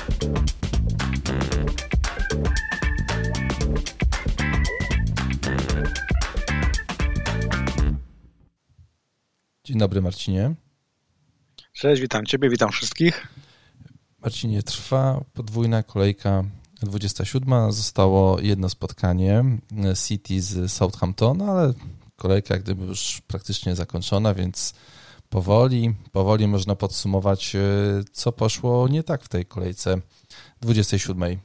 Dzień dobry, Marcinie. Cześć, witam Ciebie, witam wszystkich. Marcinie, trwa podwójna kolejka 27. Zostało jedno spotkanie City z Southampton, ale kolejka jak gdyby już praktycznie zakończona, więc powoli można podsumować, co poszło nie tak w tej kolejce 27.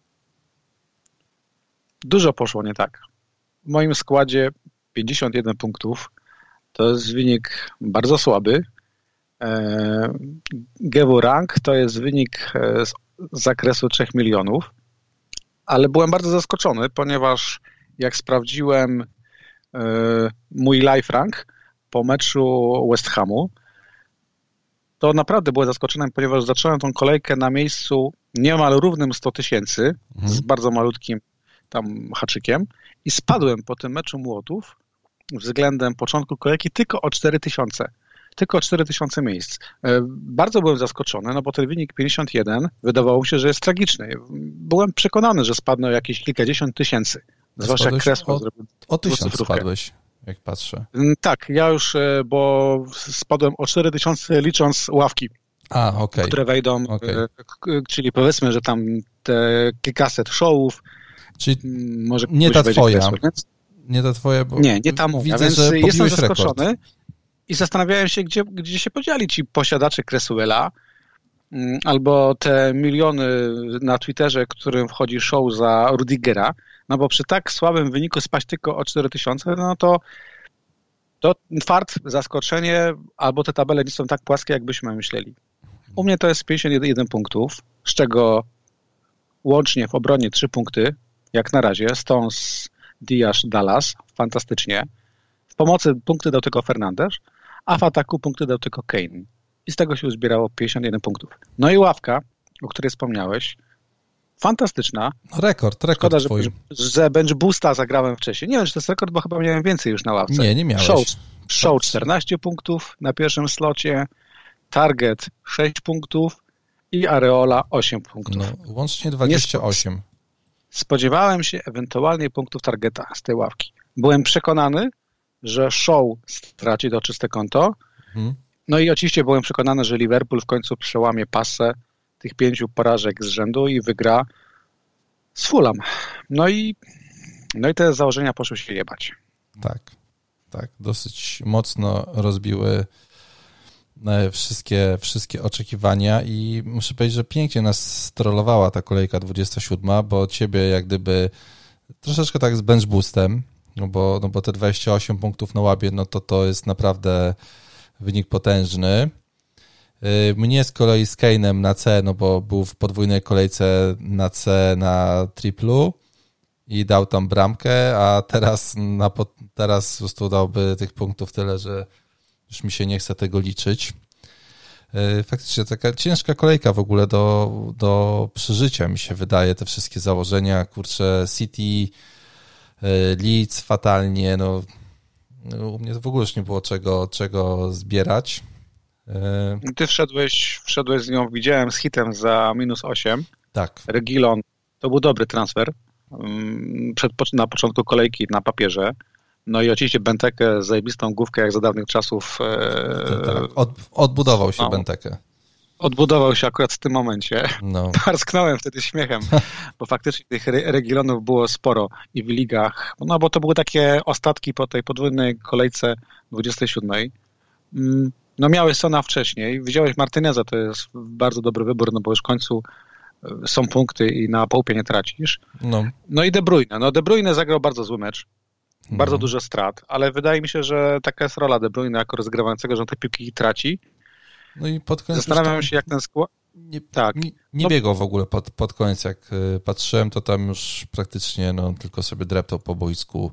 Dużo poszło nie tak. W moim składzie 51 punktów. To jest wynik bardzo słaby. GW Rank to jest wynik z zakresu 3 milionów, ale byłem bardzo zaskoczony, ponieważ jak sprawdziłem mój live rank po meczu West Hamu, to naprawdę byłem zaskoczony, ponieważ zacząłem tą kolejkę na miejscu niemal równym 100 000 z bardzo malutkim tam haczykiem i spadłem po tym meczu Młotów względem początku kolejki tylko o 4000. Tylko 4000 miejsc. Bardzo byłem zaskoczony, no bo ten wynik 51 wydawało mi się, że jest tragiczny. Byłem przekonany, że spadnę o jakieś kilkadziesiąt tysięcy. Zwłaszcza jak Crespo zrobił. O 1000 spadłeś, jak patrzę. Tak, ja już, bo spadłem o 4000 licząc ławki, które wejdą, czyli powiedzmy, że tam te kilkaset showów. Czyli może nie ta twoja. Crespo, więc... Nie ta twoja, bo nie ta moja, widzę, więc że jestem zaskoczony. Rekord. I zastanawiałem się, gdzie się podzieli ci posiadacze Creswella, albo te miliony na Twitterze, którym wchodzi show za Rudigera, no bo przy tak słabym wyniku spaść tylko o 4000, no to fart, zaskoczenie, albo te tabele nie są tak płaskie, jakbyśmy myśleli. U mnie to jest 51 punktów, z czego łącznie w obronie 3 punkty, jak na razie, Stones, Diaz, Dallas, fantastycznie. W pomocy punkty dał tylko Fernandes, a w ataku punkty dał tylko Kane. I z tego się uzbierało 51 punktów. No i ławka, o której wspomniałeś, fantastyczna. Rekord Szkoda, twój. że bench boosta zagrałem wcześniej. Nie wiem, czy to jest rekord, bo chyba miałem więcej już na ławce. Nie miałeś. Show 14 punktów na pierwszym slocie, Target 6 punktów i Areola 8 punktów. No, łącznie 28. Spodziewałem się ewentualnie punktów Targeta z tej ławki. Byłem przekonany, że Show straci to czyste konto. No i oczywiście byłem przekonany, że Liverpool w końcu przełamie pasę tych 5 porażek z rzędu i wygra z Fulham. No i te założenia poszły się jebać. Tak. Dosyć mocno rozbiły wszystkie oczekiwania i muszę powiedzieć, że pięknie nas strollowała ta kolejka 27, bo ciebie jak gdyby troszeczkę tak z bench boostem, no bo te 28 punktów na łabie, no to jest naprawdę wynik potężny. Mnie z kolei z Kane'em na C, no bo był w podwójnej kolejce na C na triplu i dał tam bramkę, a teraz po prostu dałby tych punktów tyle, że już mi się nie chce tego liczyć. Faktycznie taka ciężka kolejka w ogóle do przeżycia, mi się wydaje, te wszystkie założenia. Kurczę, City, Leeds fatalnie, no u mnie w ogóle już nie było czego zbierać. Ty wszedłeś z nią, widziałem, z hitem za -8. Tak. Reguilon, to był dobry transfer na początku kolejki na papierze. No i oczywiście Benteke, zajebistą główkę jak za dawnych czasów. Tak. Odbudował się Benteke. Odbudował się akurat w tym momencie. No. Parsknąłem wtedy śmiechem, bo faktycznie tych Reguilonów było sporo i w ligach, no bo to były takie ostatki po tej podwójnej kolejce 27. No miałeś Sona wcześniej, widziałeś Martineza, to jest bardzo dobry wybór, no bo już w końcu są punkty i na połupie nie tracisz. No i De Bruyne. No De Bruyne zagrał bardzo zły mecz. Bardzo dużo strat, ale wydaje mi się, że taka jest rola De Bruyne jako rozgrywającego, że on te piłki traci. No i pod koniec zastanawiam się, jak ten skład... Nie biegał w ogóle pod koniec, jak patrzyłem, to tam już praktycznie tylko sobie dreptał po boisku.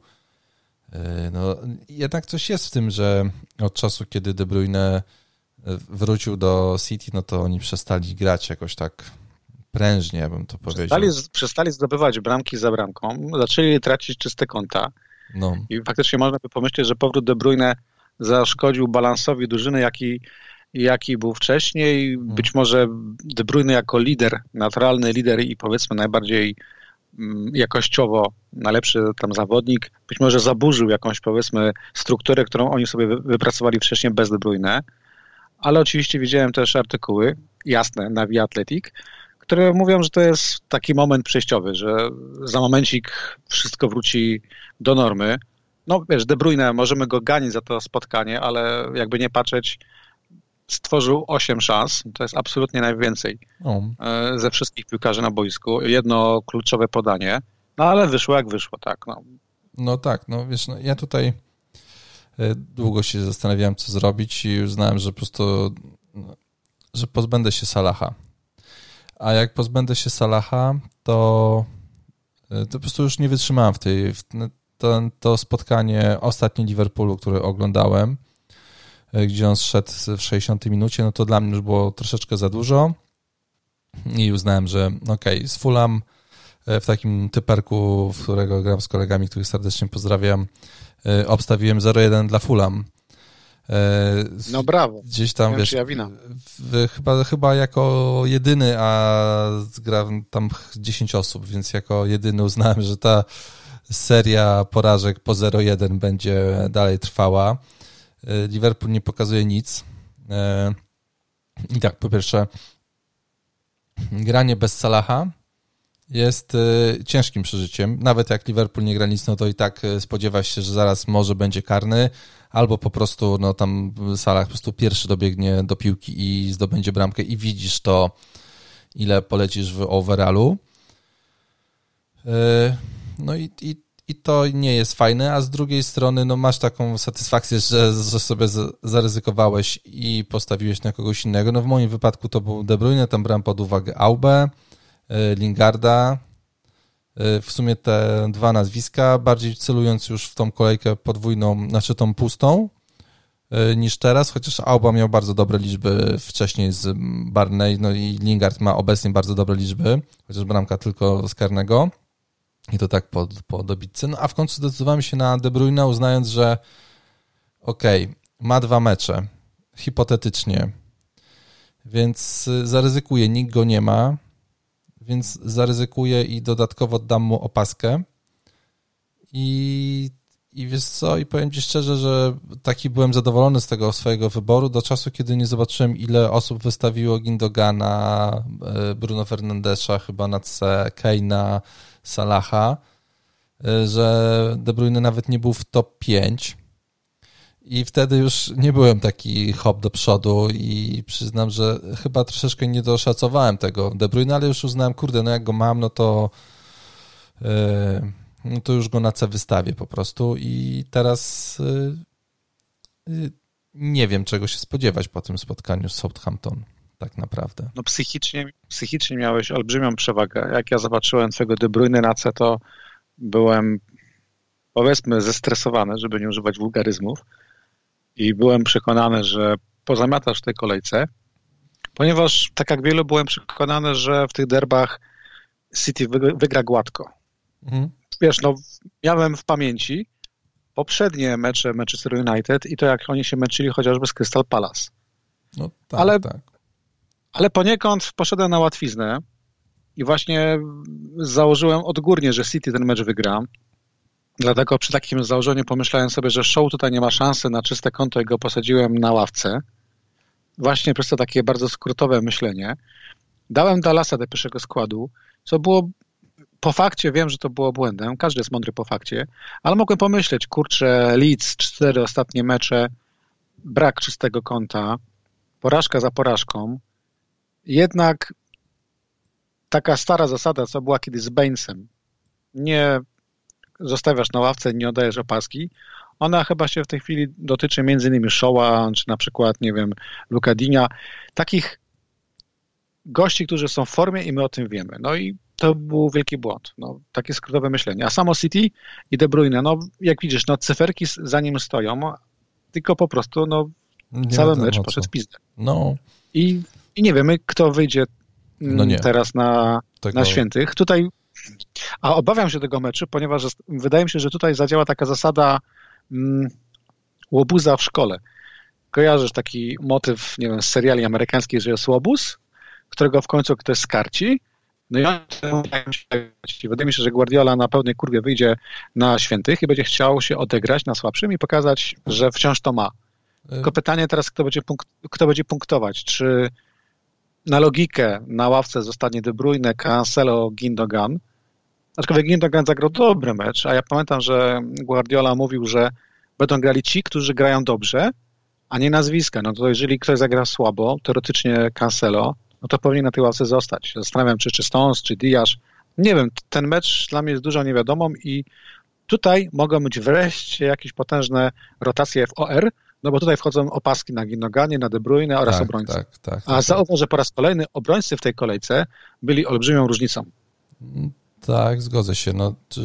No, jednak coś jest w tym, że od czasu, kiedy De Bruyne wrócił do City, no to oni przestali grać jakoś tak prężnie, bym to powiedział. Przestali zdobywać bramki za bramką, zaczęli tracić czyste konta. I faktycznie można by pomyśleć, że powrót De Bruyne zaszkodził balansowi drużyny, jak i jaki był wcześniej. Być może De Bruyne jako lider, naturalny lider i powiedzmy najbardziej jakościowo najlepszy tam zawodnik, być może zaburzył jakąś powiedzmy strukturę, którą oni sobie wypracowali wcześniej bez De Bruyne, ale oczywiście widziałem też artykuły, jasne, na The Athletic, które mówią, że to jest taki moment przejściowy, że za momencik wszystko wróci do normy. No wiesz, De Bruyne, możemy go ganić za to spotkanie, ale jakby nie patrzeć, stworzył 8 szans, to jest absolutnie najwięcej ze wszystkich piłkarzy na boisku. Jedno kluczowe podanie, no ale wyszło jak wyszło, tak. No tak, no wiesz, no, ja tutaj długo się zastanawiałem, co zrobić i uznałem, że po prostu że pozbędę się Salaha. A jak pozbędę się Salaha, to po prostu już nie wytrzymałem to spotkanie ostatnie Liverpoolu, które oglądałem, gdzie on zszedł w 60 minucie, no to dla mnie już było troszeczkę za dużo i uznałem, że okej, z Fulham w takim typerku, w którego gram z kolegami, których serdecznie pozdrawiam, obstawiłem 0-1 dla Fulham. No brawo. Gdzieś tam, wiesz, chyba jako jedyny, a gra tam 10 osób, więc jako jedyny uznałem, że ta seria porażek po 0-1 będzie dalej trwała. Liverpool nie pokazuje nic. I tak, po pierwsze, granie bez Salaha jest ciężkim przeżyciem. Nawet jak Liverpool nie gra nic, no to i tak spodziewa się, że zaraz może będzie karny, albo po prostu no tam Salah po prostu pierwszy dobiegnie do piłki i zdobędzie bramkę i widzisz to, ile polecisz w overallu. No i to nie jest fajne, a z drugiej strony no masz taką satysfakcję, że sobie zaryzykowałeś i postawiłeś na kogoś innego. No w moim wypadku to był De Bruyne, tam brałem pod uwagę Aubę, Lingarda, w sumie te dwa nazwiska, bardziej celując już w tą kolejkę podwójną, znaczy tą pustą, niż teraz, chociaż Auba miał bardzo dobre liczby wcześniej z Barney, no i Lingard ma obecnie bardzo dobre liczby, chociaż bramka tylko z karnego i to tak po dobitce. No a w końcu zdecydowałem się na De Bruyne, uznając, że ma 2 mecze, hipotetycznie, więc zaryzykuję, nikt go nie ma, więc zaryzykuję i dodatkowo dam mu opaskę i wiesz co, i powiem ci szczerze, że taki byłem zadowolony z tego swojego wyboru do czasu, kiedy nie zobaczyłem, ile osób wystawiło Gündogana, Bruno Fernandesza, chyba na C, Kane'a, Salaha, że De Bruyne nawet nie był w top 5 i wtedy już nie byłem taki hop do przodu i przyznam, że chyba troszeczkę nie doszacowałem tego De Bruyne, ale już uznałem, kurde, no jak go mam, no to już go na C wystawię po prostu i teraz nie wiem, czego się spodziewać po tym spotkaniu z Southampton, tak naprawdę. No psychicznie miałeś olbrzymią przewagę. Jak ja zobaczyłem twojego De Bruyne na C, to byłem, powiedzmy, zestresowany, żeby nie używać wulgaryzmów i byłem przekonany, że pozamiatasz w tej kolejce, ponieważ tak jak wielu byłem przekonany, że w tych derbach City wygra gładko. Mhm. Wiesz, no miałem w pamięci poprzednie mecze Manchester United i to jak oni się męczyli chociażby z Crystal Palace. No tak, ale poniekąd poszedłem na łatwiznę i właśnie założyłem odgórnie, że City ten mecz wygra. Dlatego przy takim założeniu pomyślałem sobie, że Shaw tutaj nie ma szansy na czyste konto i go posadziłem na ławce. Właśnie przez to takie bardzo skrótowe myślenie. Dałem Dallasa do pierwszego składu, co było po fakcie, wiem, że to było błędem, każdy jest mądry po fakcie, ale mogłem pomyśleć, kurczę, Leeds, 4 ostatnie mecze, brak czystego konta, porażka za porażką. Jednak taka stara zasada, co była kiedyś z Bainesem, nie zostawiasz na ławce, nie oddajesz opaski, ona chyba się w tej chwili dotyczy między innymi Shawa, czy na przykład, nie wiem, Lucadinha, takich gości, którzy są w formie i my o tym wiemy. No i to był wielki błąd. No, takie skrótowe myślenie. A samo City i De Bruyne, no jak widzisz, no cyferki za nim stoją, tylko po prostu no cały mecz poszedł w pizdę. No. I nie wiemy, kto wyjdzie teraz na świętych. Tutaj, a obawiam się tego meczu, ponieważ wydaje mi się, że tutaj zadziała taka zasada łobuza w szkole. kojarzysz taki motyw, nie wiem, z seriali amerykańskich, że jest łobuz, którego w końcu ktoś skarci. No i wydaje mi się, że Guardiola na pełnej kurwie wyjdzie na świętych i będzie chciał się odegrać na słabszym i pokazać, że wciąż to ma. Tylko pytanie teraz, kto będzie punktować? Czy na logikę na ławce zostanie De Bruyne, Cancelo, Gundogan? Aczkolwiek Gundogan zagrał dobry mecz, a ja pamiętam, że Guardiola mówił, że będą grali ci, którzy grają dobrze, a nie nazwiska. No to jeżeli ktoś zagra słabo, teoretycznie Cancelo, no to powinien na tej ławce zostać. Zastanawiam się, czy Stones, czy Diaz. Nie wiem, ten mecz dla mnie jest dużo niewiadomą i tutaj mogą być wreszcie jakieś potężne rotacje w OR, no bo tutaj wchodzą opaski na Gündoganie, na De Bruyne oraz obrońcy. A zauważ, że po raz kolejny obrońcy w tej kolejce byli olbrzymią różnicą. Tak, zgodzę się.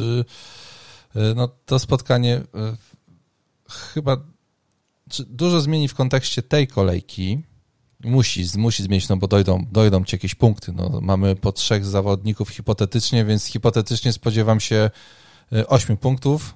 No to spotkanie chyba dużo zmieni w kontekście tej kolejki. Musi zmienić, no bo dojdą ci jakieś punkty. No, mamy po 3 zawodników hipotetycznie, więc hipotetycznie spodziewam się 8 punktów.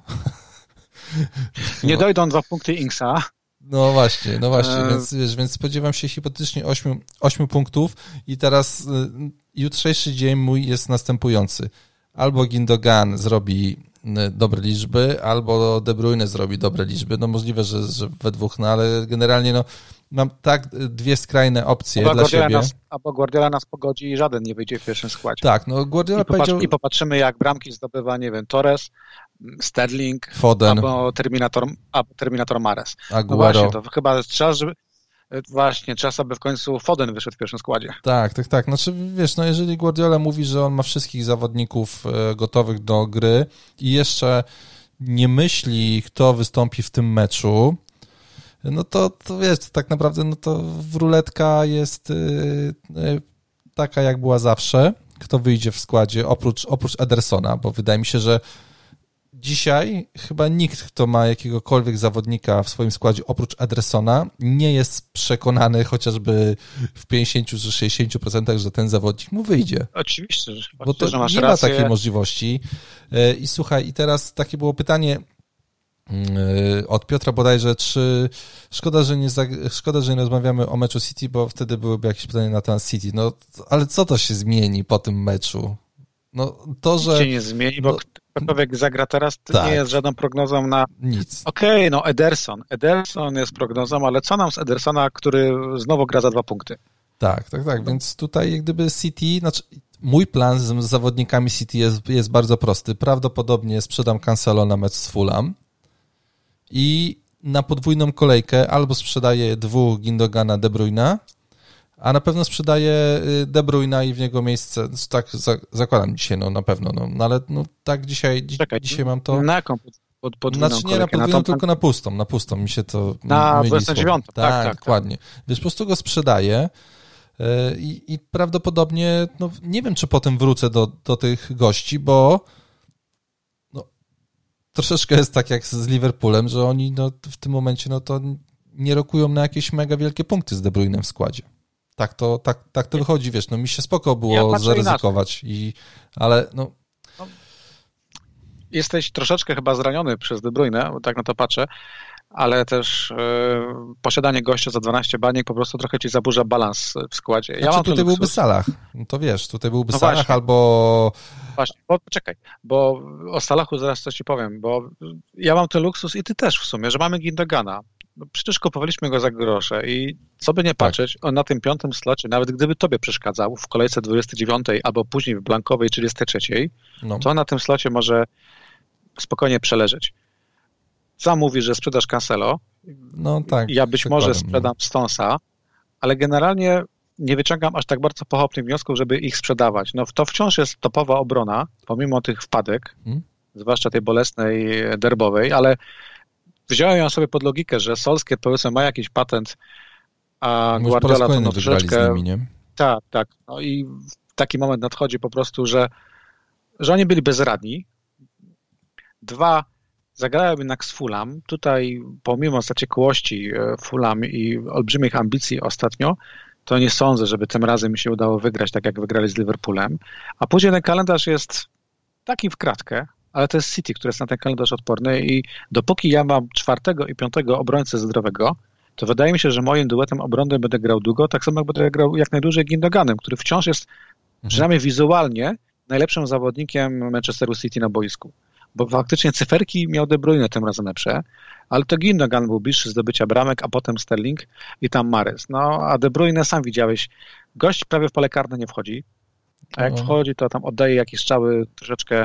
Nie dojdą 2 punkty Inksa. No właśnie, więc spodziewam się hipotetycznie 8 punktów i teraz jutrzejszy dzień mój jest następujący. Albo Gundogan zrobi dobre liczby, albo De Bruyne zrobi dobre liczby. No możliwe, że we dwóch, no ale generalnie mam tak dwie skrajne opcje dla siebie. Albo Guardiola nas pogodzi i żaden nie wyjdzie w pierwszym składzie. Tak, no Guardiola powiedział... I popatrzymy, jak bramki zdobywa, nie wiem, Torres, Sterling, Foden, albo Terminator Mahrez. Aguero. No właśnie, to chyba trzeba, żeby w końcu Foden wyszedł w pierwszym składzie. Tak. Znaczy, wiesz, no jeżeli Guardiola mówi, że on ma wszystkich zawodników gotowych do gry i jeszcze nie myśli, kto wystąpi w tym meczu, no to wiesz, tak naprawdę no to ruletka jest taka, jak była zawsze, kto wyjdzie w składzie, oprócz Edersona, bo wydaje mi się, że dzisiaj chyba nikt, kto ma jakiegokolwiek zawodnika w swoim składzie oprócz Edersona, nie jest przekonany chociażby w 50 czy 60%, że ten zawodnik mu wyjdzie. Oczywiście, bo to że masz nie rację. Ma takiej możliwości. I słuchaj, i teraz takie było pytanie od Piotra bodajże, czy szkoda, że nie rozmawiamy o meczu City, bo wtedy byłyby jakieś pytanie na temat City. No, ale co to się zmieni po tym meczu? No to, że... się nie zmieni, bo ktokolwiek zagra teraz, to nie jest żadną prognozą na... Nic. Okej, no Ederson jest prognozą, ale co nam z Edersona, który znowu gra za 2 punkty? Tak. Więc tutaj jak gdyby City... Znaczy, mój plan z zawodnikami City jest bardzo prosty. Prawdopodobnie sprzedam Cancelo na mecz z Fulham i na podwójną kolejkę albo sprzedaję 2 Gündogana, De Bruyna, a na pewno sprzedaję De Bruyna i w niego miejsce, tak zakładam dzisiaj, no na pewno, no ale no tak dzisiaj mam to... Na jaką podwójną Znaczy nie na podwójną, tylko na pustą, mi się to na myli 29, tak. Dokładnie. Wiesz, po prostu go sprzedaję i prawdopodobnie, no nie wiem, czy potem wrócę do tych gości, bo troszeczkę jest tak jak z Liverpoolem, że oni w tym momencie to nie rokują na jakieś mega wielkie punkty z De Bruynem w składzie. Tak to wychodzi, wiesz, mi się spoko było zaryzykować, ale Jesteś troszeczkę chyba zraniony przez De Bruyne, bo tak na to patrzę, ale też posiadanie gościa za 12 baniek po prostu trochę ci zaburza balans w składzie. Tutaj byłby Salah, to wiesz, tutaj byłby Salah właśnie. Albo... Właśnie, poczekaj, bo o Salahu zaraz coś ci powiem, bo ja mam ten luksus i ty też w sumie, że mamy Gündogana. Przecież kupowaliśmy go za grosze i co by nie patrzeć, on na tym 5. slocie, nawet gdyby tobie przeszkadzał w kolejce 29 albo później w blankowej 33, to na tym slocie może spokojnie przeleżeć. Sam mówisz, że sprzedasz Cancelo, ja być może sprzedam Stonesa, ale generalnie nie wyciągam aż tak bardzo pochopnych wniosków, żeby ich sprzedawać. To wciąż jest topowa obrona, pomimo tych wpadek, zwłaszcza tej bolesnej derbowej, ale wziąłem ją sobie pod logikę, że Solskjaer powiedzmy ma jakiś patent, a Guardiola to troszeczkę... z nimi, nie? Tak. I taki moment nadchodzi po prostu, że oni byli bezradni. 2, zagrałem jednak z Fulham. Tutaj pomimo zaciekłości Fulham i olbrzymich ambicji ostatnio, to nie sądzę, żeby tym razem mi się udało wygrać tak, jak wygrali z Liverpoolem. A później ten kalendarz jest taki w kratkę, ale to jest City, który jest na ten kalendarz odporny i dopóki ja mam 4. i 5. obrońcę zdrowego, to wydaje mi się, że moim duetem obronnym będę grał długo, tak samo jak będę grał jak najdłużej Gündoganem, który wciąż jest, przynajmniej wizualnie, najlepszym zawodnikiem Manchesteru City na boisku. Bo faktycznie cyferki miał De Bruyne tym razem lepsze, ale to Gündogan był bliższy zdobycia bramek, a potem Sterling i tam Mahrez. No, a De Bruyne, sam widziałeś, gość prawie w pole karne nie wchodzi, a jak wchodzi, to tam oddaje jakieś strzały troszeczkę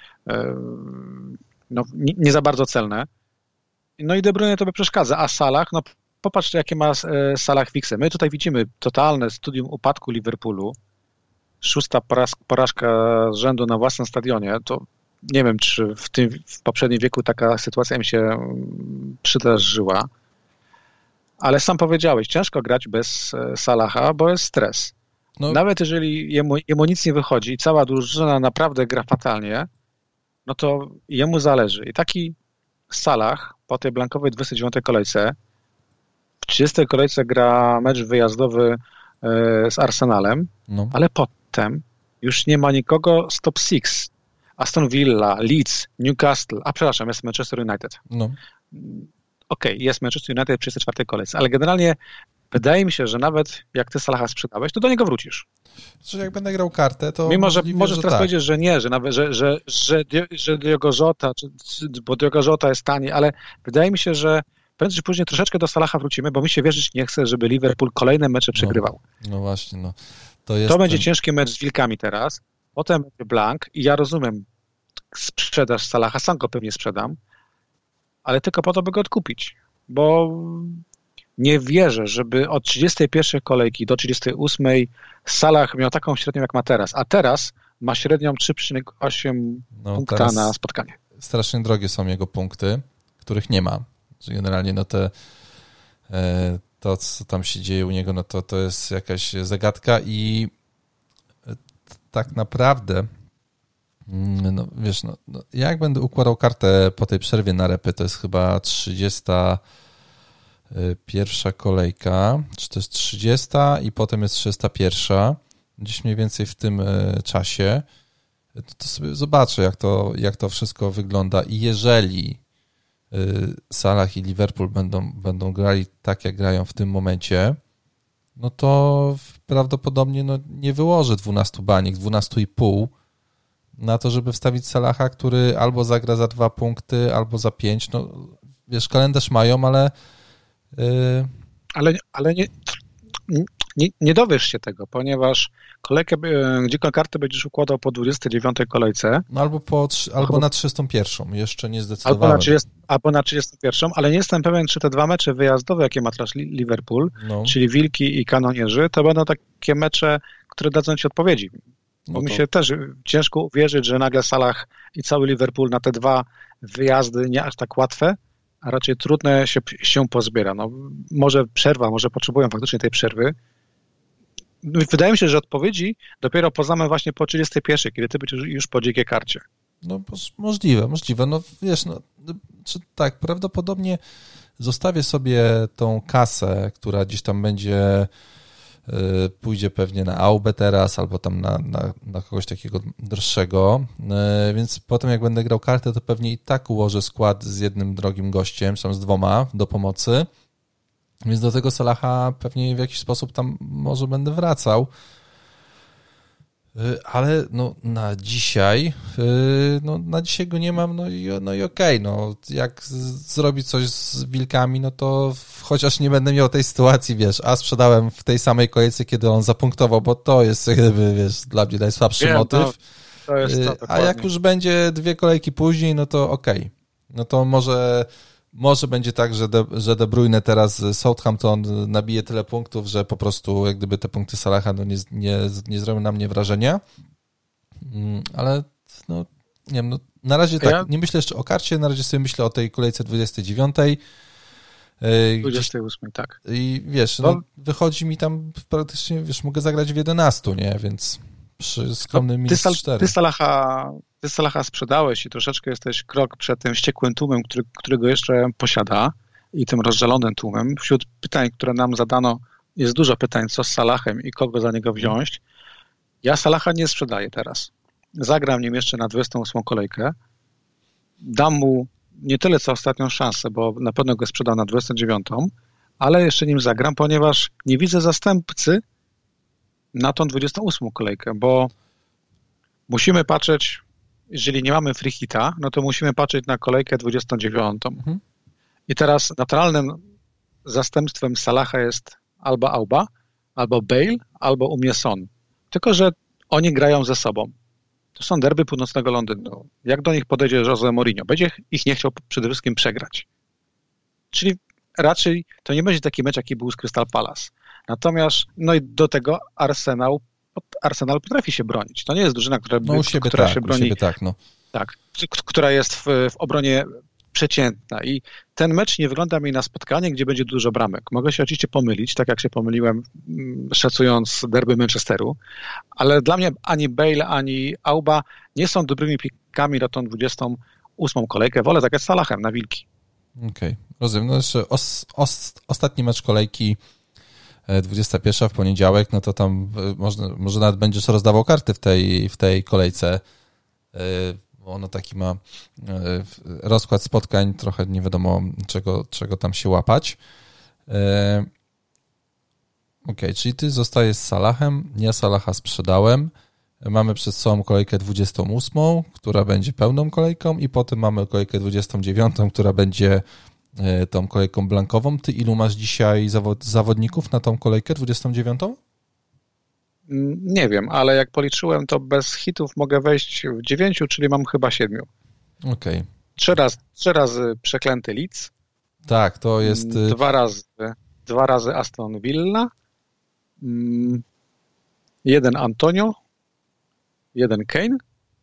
nie za bardzo celne. No i De Bruyne to by przeszkadza, a Salah, no popatrz, jakie ma Salah fiksy. My tutaj widzimy totalne studium upadku Liverpoolu, 6. porażka z rzędu na własnym stadionie, to nie wiem, czy w poprzednim wieku taka sytuacja mi się przydarzyła, ale sam powiedziałeś, ciężko grać bez Salaha, bo jest stres. No. Nawet jeżeli jemu nic nie wychodzi i cała drużyna naprawdę gra fatalnie, no to jemu zależy. I taki Salah po tej blankowej 29. kolejce, w 30. kolejce gra mecz wyjazdowy z Arsenalem, ale potem już nie ma nikogo z top 6. Aston Villa, Leeds, Newcastle, jest Manchester United. Okej, jest Manchester United w 34. kolejce, ale generalnie wydaje mi się, że nawet jak ty Salaha sprzedałeś, to do niego wrócisz. Znaczy, jak będę grał kartę, to mimo, że możesz teraz powiedzieć, że nie, że nawet, że Diogo Jota, bo Diogo Jota jest tani, ale wydaje mi się, że prędzej czy później troszeczkę do Salaha wrócimy, bo mi się wierzyć nie chce, żeby Liverpool kolejne mecze przegrywał. No właśnie, To będzie ciężki mecz z Wilkami teraz, potem będzie blank i ja rozumiem sprzedaż Salaha, sam go pewnie sprzedam, ale tylko po to, by go odkupić, bo nie wierzę, żeby od 31 kolejki do 38 Salah miał taką średnią, jak ma teraz, a teraz ma średnią 3,8 punkta na spotkanie. Strasznie drogie są jego punkty, których nie ma. Generalnie to, co tam się dzieje u niego, to jest jakaś zagadka i tak naprawdę jak będę układał kartę po tej przerwie na repy, to jest chyba 31 kolejka, czy to jest 30 i potem jest 31, gdzieś mniej więcej w tym czasie, to sobie zobaczę, jak to wszystko wygląda i jeżeli Salah i Liverpool będą grali tak, jak grają w tym momencie, no to prawdopodobnie nie wyłożę 12 baniek, 12,5 na to, żeby wstawić Salaha, który albo zagra za 2 punkty, albo za 5. No, wiesz, kalendarz mają, ale... Ale nie dowiesz się tego, ponieważ kolejkę, dziką kartę będziesz układał po 29 kolejce. No albo na 31, jeszcze nie zdecydowałem. Albo na 31, ale nie jestem pewien, czy te 2 mecze wyjazdowe, jakie ma teraz Liverpool, czyli Wilki i Kanonierzy, to będą takie mecze, które dadzą ci odpowiedzi. Bo mi się też ciężko uwierzyć, że nagle Salah i cały Liverpool na te 2 wyjazdy nie aż tak łatwe, a raczej trudne się pozbiera. Może przerwa, może potrzebują faktycznie tej przerwy. Wydaje mi się, że odpowiedzi dopiero poznamy właśnie po 31, kiedy ty będziesz już po dzikiej karcie. Możliwe. Wiesz, czy tak, prawdopodobnie zostawię sobie tą kasę, która gdzieś tam pójdzie pewnie na Aubę teraz, albo tam na kogoś takiego droższego, więc potem jak będę grał kartę, to pewnie i tak ułożę skład z jednym drogim gościem, z 2 do pomocy, więc do tego Salaha pewnie w jakiś sposób tam może będę wracał, ale na dzisiaj go nie mam, i okej, jak zrobić coś z Wilkami, to chociaż nie będę miał tej sytuacji, wiesz, a sprzedałem w tej samej kolejce, kiedy on zapunktował, bo to jest jakby, wiesz, dla mnie najsłabszy motyw, to jest a jak już będzie 2 kolejki później, to okej. To może będzie tak, że De Bruyne teraz z Southampton nabije tyle punktów, że po prostu jak gdyby te punkty Salaha nie zrobią na mnie wrażenia. Ale nie wiem, na razie tak, nie myślę jeszcze o karcie, na razie sobie myślę o tej kolejce 29. 28, tak. I wiesz, wychodzi mi tam praktycznie, wiesz, mogę zagrać w 11, nie? Więc przy skromnym minus 4. Ty Salaha sprzedałeś i troszeczkę jesteś krok przed tym wściekłym tłumem, którego jeszcze posiada i tym rozżalonym tłumem. Wśród pytań, które nam zadano, jest dużo pytań, co z Salahem i kogo za niego wziąć. Ja Salaha nie sprzedaję teraz. Zagram nim jeszcze na 28 kolejkę. Dam mu nie tyle co ostatnią szansę, bo na pewno go sprzedam na 29, ale jeszcze nim zagram, ponieważ nie widzę zastępcy na tą 28 kolejkę, bo musimy patrzeć, jeżeli nie mamy free hita, no to musimy patrzeć na kolejkę 29. I teraz naturalnym zastępstwem Salaha jest albo Auba, albo Bale, albo u mnie Son. Tylko że oni grają ze sobą. To są derby północnego Londynu. Jak do nich podejdzie Jose Mourinho? Będzie ich nie chciał przede wszystkim przegrać. Czyli raczej to nie będzie taki mecz, jaki był z Crystal Palace. Natomiast, no i do tego Arsenal potrafi się bronić. To nie jest drużyna, która się broni. Która jest w obronie przeciętna. I ten mecz nie wygląda mi na spotkanie, gdzie będzie dużo bramek. Mogę się oczywiście pomylić, tak jak się pomyliłem szacując derby Manchesteru, ale dla mnie ani Bale, ani Auba nie są dobrymi pikami na tą 28 kolejkę. Wolę tak jak z Salahem na Wilki. Okej, rozumiem. No jeszcze ostatni mecz kolejki 21 w poniedziałek, no to tam może nawet będziesz rozdawał karty w tej kolejce. Ono taki ma rozkład spotkań, trochę nie wiadomo czego tam się łapać. Okej, czyli ty zostajesz z Salahem, ja Salaha sprzedałem. Mamy przed sobą kolejkę 28, która będzie pełną kolejką i potem mamy kolejkę 29, która będzie tą kolejką blankową. Ty ilu masz dzisiaj zawodników na tą kolejkę 29? Nie wiem, ale jak policzyłem, to bez hitów mogę wejść w 9, czyli mam chyba 7. Okej. 3 razy przeklęty Leeds. Tak, to jest... 2 razy Aston Villa. 1 Antonio. 1 Kane.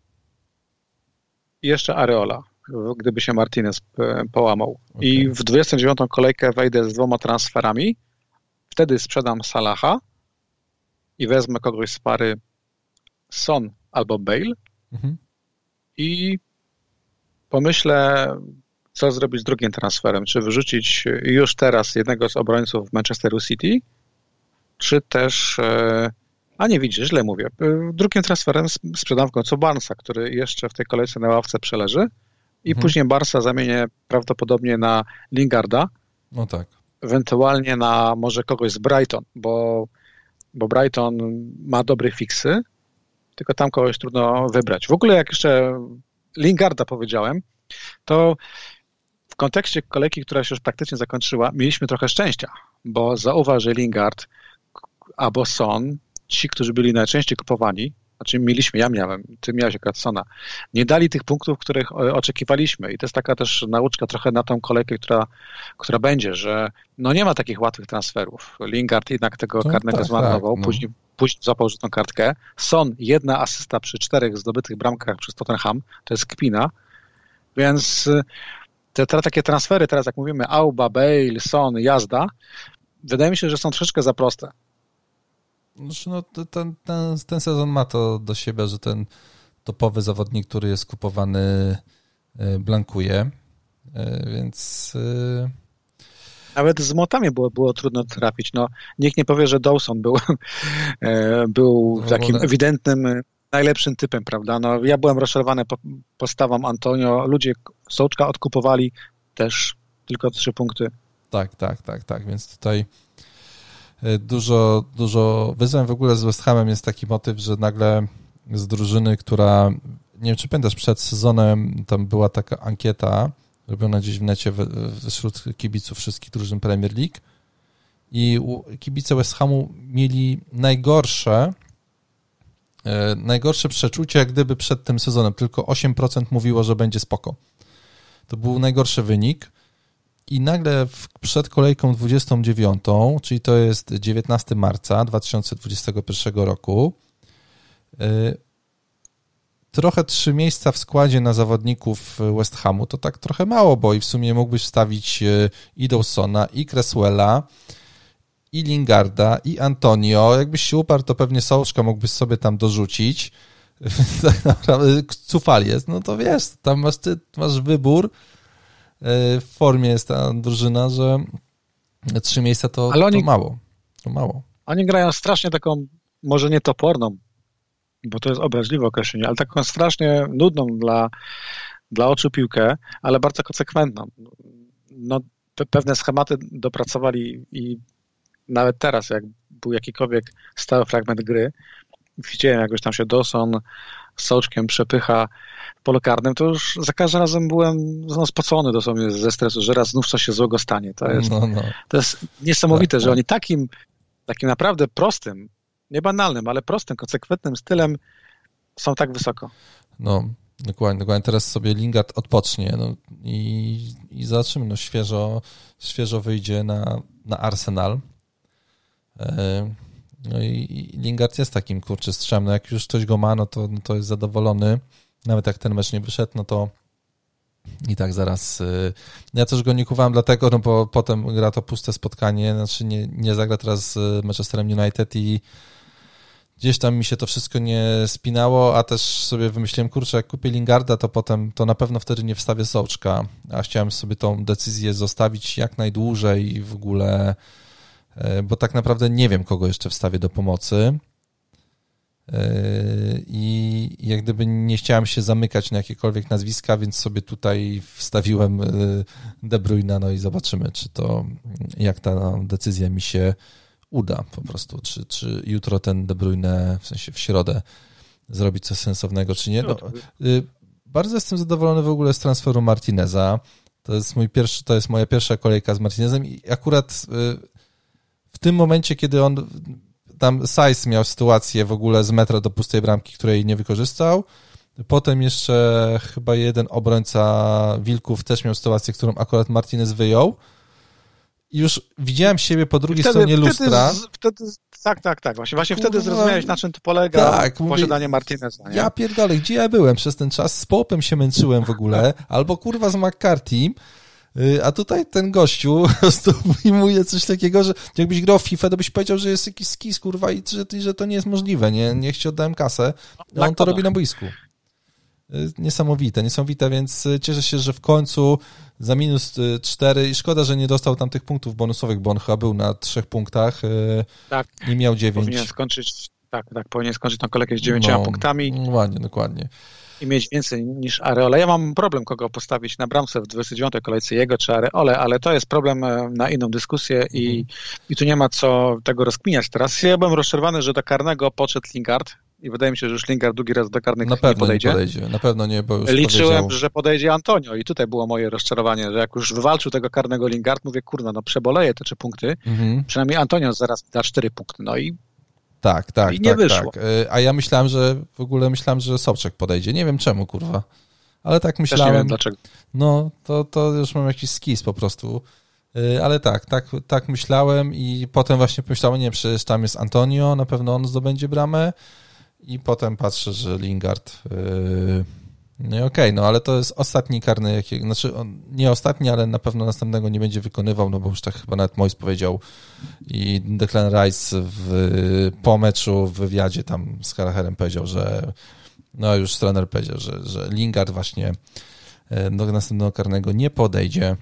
I jeszcze Areola, gdyby się Martinez połamał. Okay. I w 29 kolejkę wejdę z 2 transferami. Wtedy sprzedam Salaha i wezmę kogoś z pary Son albo Bale i pomyślę, co zrobić z drugim transferem. Czy wyrzucić już teraz jednego z obrońców Manchesteru City, czy też... A nie widzisz, źle mówię. Drugim transferem sprzedam w końcu Barnesa, który jeszcze w tej kolejce na ławce przeleży i później Barnesa zamienię prawdopodobnie na Lingarda. No tak. Ewentualnie na może kogoś z Brighton, bo Brighton ma dobre fiksy, tylko tam kogoś trudno wybrać. W ogóle jak jeszcze Lingarda powiedziałem, to w kontekście kolejki, która się już praktycznie zakończyła, mieliśmy trochę szczęścia, bo zauważ, że Lingard albo Son, ci, którzy byli najczęściej kupowani, znaczy ja miałem, ty miałeś akurat Sona, nie dali tych punktów, których oczekiwaliśmy i to jest taka też nauczka trochę na tą kolejkę, która będzie, że no nie ma takich łatwych transferów. Lingard jednak tego karnego zmarnował, później złapał rzutną kartkę. Son, 1 asysta przy 4 zdobytych bramkach przez Tottenham, to jest kpina, więc te takie transfery teraz, jak mówimy Auba, Bale, Son, jazda, wydaje mi się, że są troszeczkę za proste. No, ten sezon ma to do siebie, że ten topowy zawodnik, który jest kupowany, blankuje, więc... Nawet z motami było trudno trafić. No, nikt nie powie, że Dawson był takim ewidentnym, najlepszym typem, prawda? No, ja byłem rozczarowany postawą Antonio. Ludzie Sołczka odkupowali też tylko 3 punkty. Tak. Więc tutaj dużo wyzwań. W ogóle z West Hamem jest taki motyw, że nagle z drużyny, która, nie wiem czy pamiętasz, przed sezonem tam była taka ankieta robiona gdzieś w necie wśród kibiców wszystkich drużyn Premier League i kibice West Hamu mieli najgorsze przeczucie, jak gdyby przed tym sezonem. Tylko 8% mówiło, że będzie spoko. To był najgorszy wynik. I nagle przed kolejką 29, czyli to jest 19 marca 2021 roku, trochę 3 miejsca w składzie na zawodników West Hamu, to tak trochę mało, bo i w sumie mógłbyś wstawić i Dawsona, i Cresswella, i Lingarda, i Antonio. Jakbyś się uparł, to pewnie Sołczka mógłbyś sobie tam dorzucić. Tak naprawdę cufal jest, no to wiesz, tam masz wybór. W formie jest ta drużyna, że 3 miejsca to mało. To mało. Oni grają strasznie taką, może nie toporną, bo to jest obraźliwe określenie, ale taką strasznie nudną dla oczu piłkę, ale bardzo konsekwentną. No, pewne schematy dopracowali i nawet teraz, jak był jakikolwiek stały fragment gry, widziałem, jak już tam się Dawson z Soczkiem przepycha w polu karnym, to już za każdym razem byłem spocony dosłownie ze stresu, że raz znów coś się złego stanie. To jest niesamowite, że oni takim naprawdę prostym, nie banalnym, ale prostym, konsekwentnym stylem są tak wysoko. No, dokładnie. Teraz sobie Lingard odpocznie i zobaczymy, świeżo wyjdzie na Arsenal. No i Lingard jest takim, strzem. No jak już ktoś go ma, to jest zadowolony. Nawet jak ten mecz nie wyszedł, no to i tak zaraz. Ja też go nie kuwałem dlatego, bo potem gra to puste spotkanie, znaczy nie zagra teraz z Manchesterem United i gdzieś tam mi się to wszystko nie spinało, a też sobie wymyśliłem, jak kupię Lingarda, to potem to na pewno wtedy nie wstawię Soczka, a chciałem sobie tą decyzję zostawić jak najdłużej i w ogóle, bo tak naprawdę nie wiem, kogo jeszcze wstawię do pomocy i jak gdyby nie chciałem się zamykać na jakiekolwiek nazwiska, więc sobie tutaj wstawiłem De Bruyna, no i zobaczymy, jak ta decyzja mi się uda po prostu, czy jutro ten De Bruyne, w sensie w środę, zrobić coś sensownego, czy nie. No, bardzo jestem zadowolony w ogóle z transferu Martineza. To jest moja pierwsza kolejka z Martinezem i akurat w tym momencie, kiedy on tam Saiz miał sytuację w ogóle z metra do pustej bramki, której nie wykorzystał. Potem jeszcze chyba jeden obrońca Wilków też miał sytuację, którą akurat Martinez wyjął. I już widziałem siebie po drugiej stronie lustra. Tak. Właśnie wtedy zrozumiałeś, na czym to polega posiadanie Martineza. Nie? Ja pierdolę, gdzie ja byłem przez ten czas? Z Popem się męczyłem w ogóle, albo z McCarthy, a tutaj ten gościu ujmuje coś takiego, że jakbyś grał w FIFA, to byś powiedział, że jest jakiś skis, i że to nie jest możliwe, nie? Niech ci oddałem kasę, a on to robi na boisku. Niesamowite, więc cieszę się, że w końcu za -4 i szkoda, że nie dostał tam tych punktów bonusowych, bo on chyba był na 3 punktach i miał 9. Powinien skończyć tą kolejkę z 9 punktami. Dokładnie. I mieć więcej niż Areola. Ja mam problem, kogo postawić na bramce w 29. kolejce, jego czy Areole, ale to jest problem na inną dyskusję i tu nie ma co tego rozkminiać teraz. Ja byłem rozczarowany, że do karnego podszedł Lingard i wydaje mi się, że już Lingard drugi raz do karnych nie podejdzie. Na pewno nie, bo już liczyłem, że podejdzie Antonio i tutaj było moje rozczarowanie, że jak już wywalczył tego karnego Lingard, mówię, przeboleję te 3 punkty, przynajmniej Antonio zaraz da 4 punkty, no i Tak. I nie wyszło. A ja myślałem, że Sobczak podejdzie. Nie wiem czemu, ale tak myślałem. Też nie wiem dlaczego. No, to już mam jakiś skis po prostu. Ale tak myślałem i potem właśnie pomyślałem, nie, przecież tam jest Antonio, na pewno on zdobędzie bramę i potem patrzę, że Lingard. No i okej, ale to jest ostatni karny, znaczy nie ostatni, ale na pewno następnego nie będzie wykonywał, bo już tak chyba nawet Moyes powiedział i Declan Rice po meczu w wywiadzie tam z Karacherem powiedział, że już trener powiedział, że Lingard właśnie do następnego karnego nie podejdzie.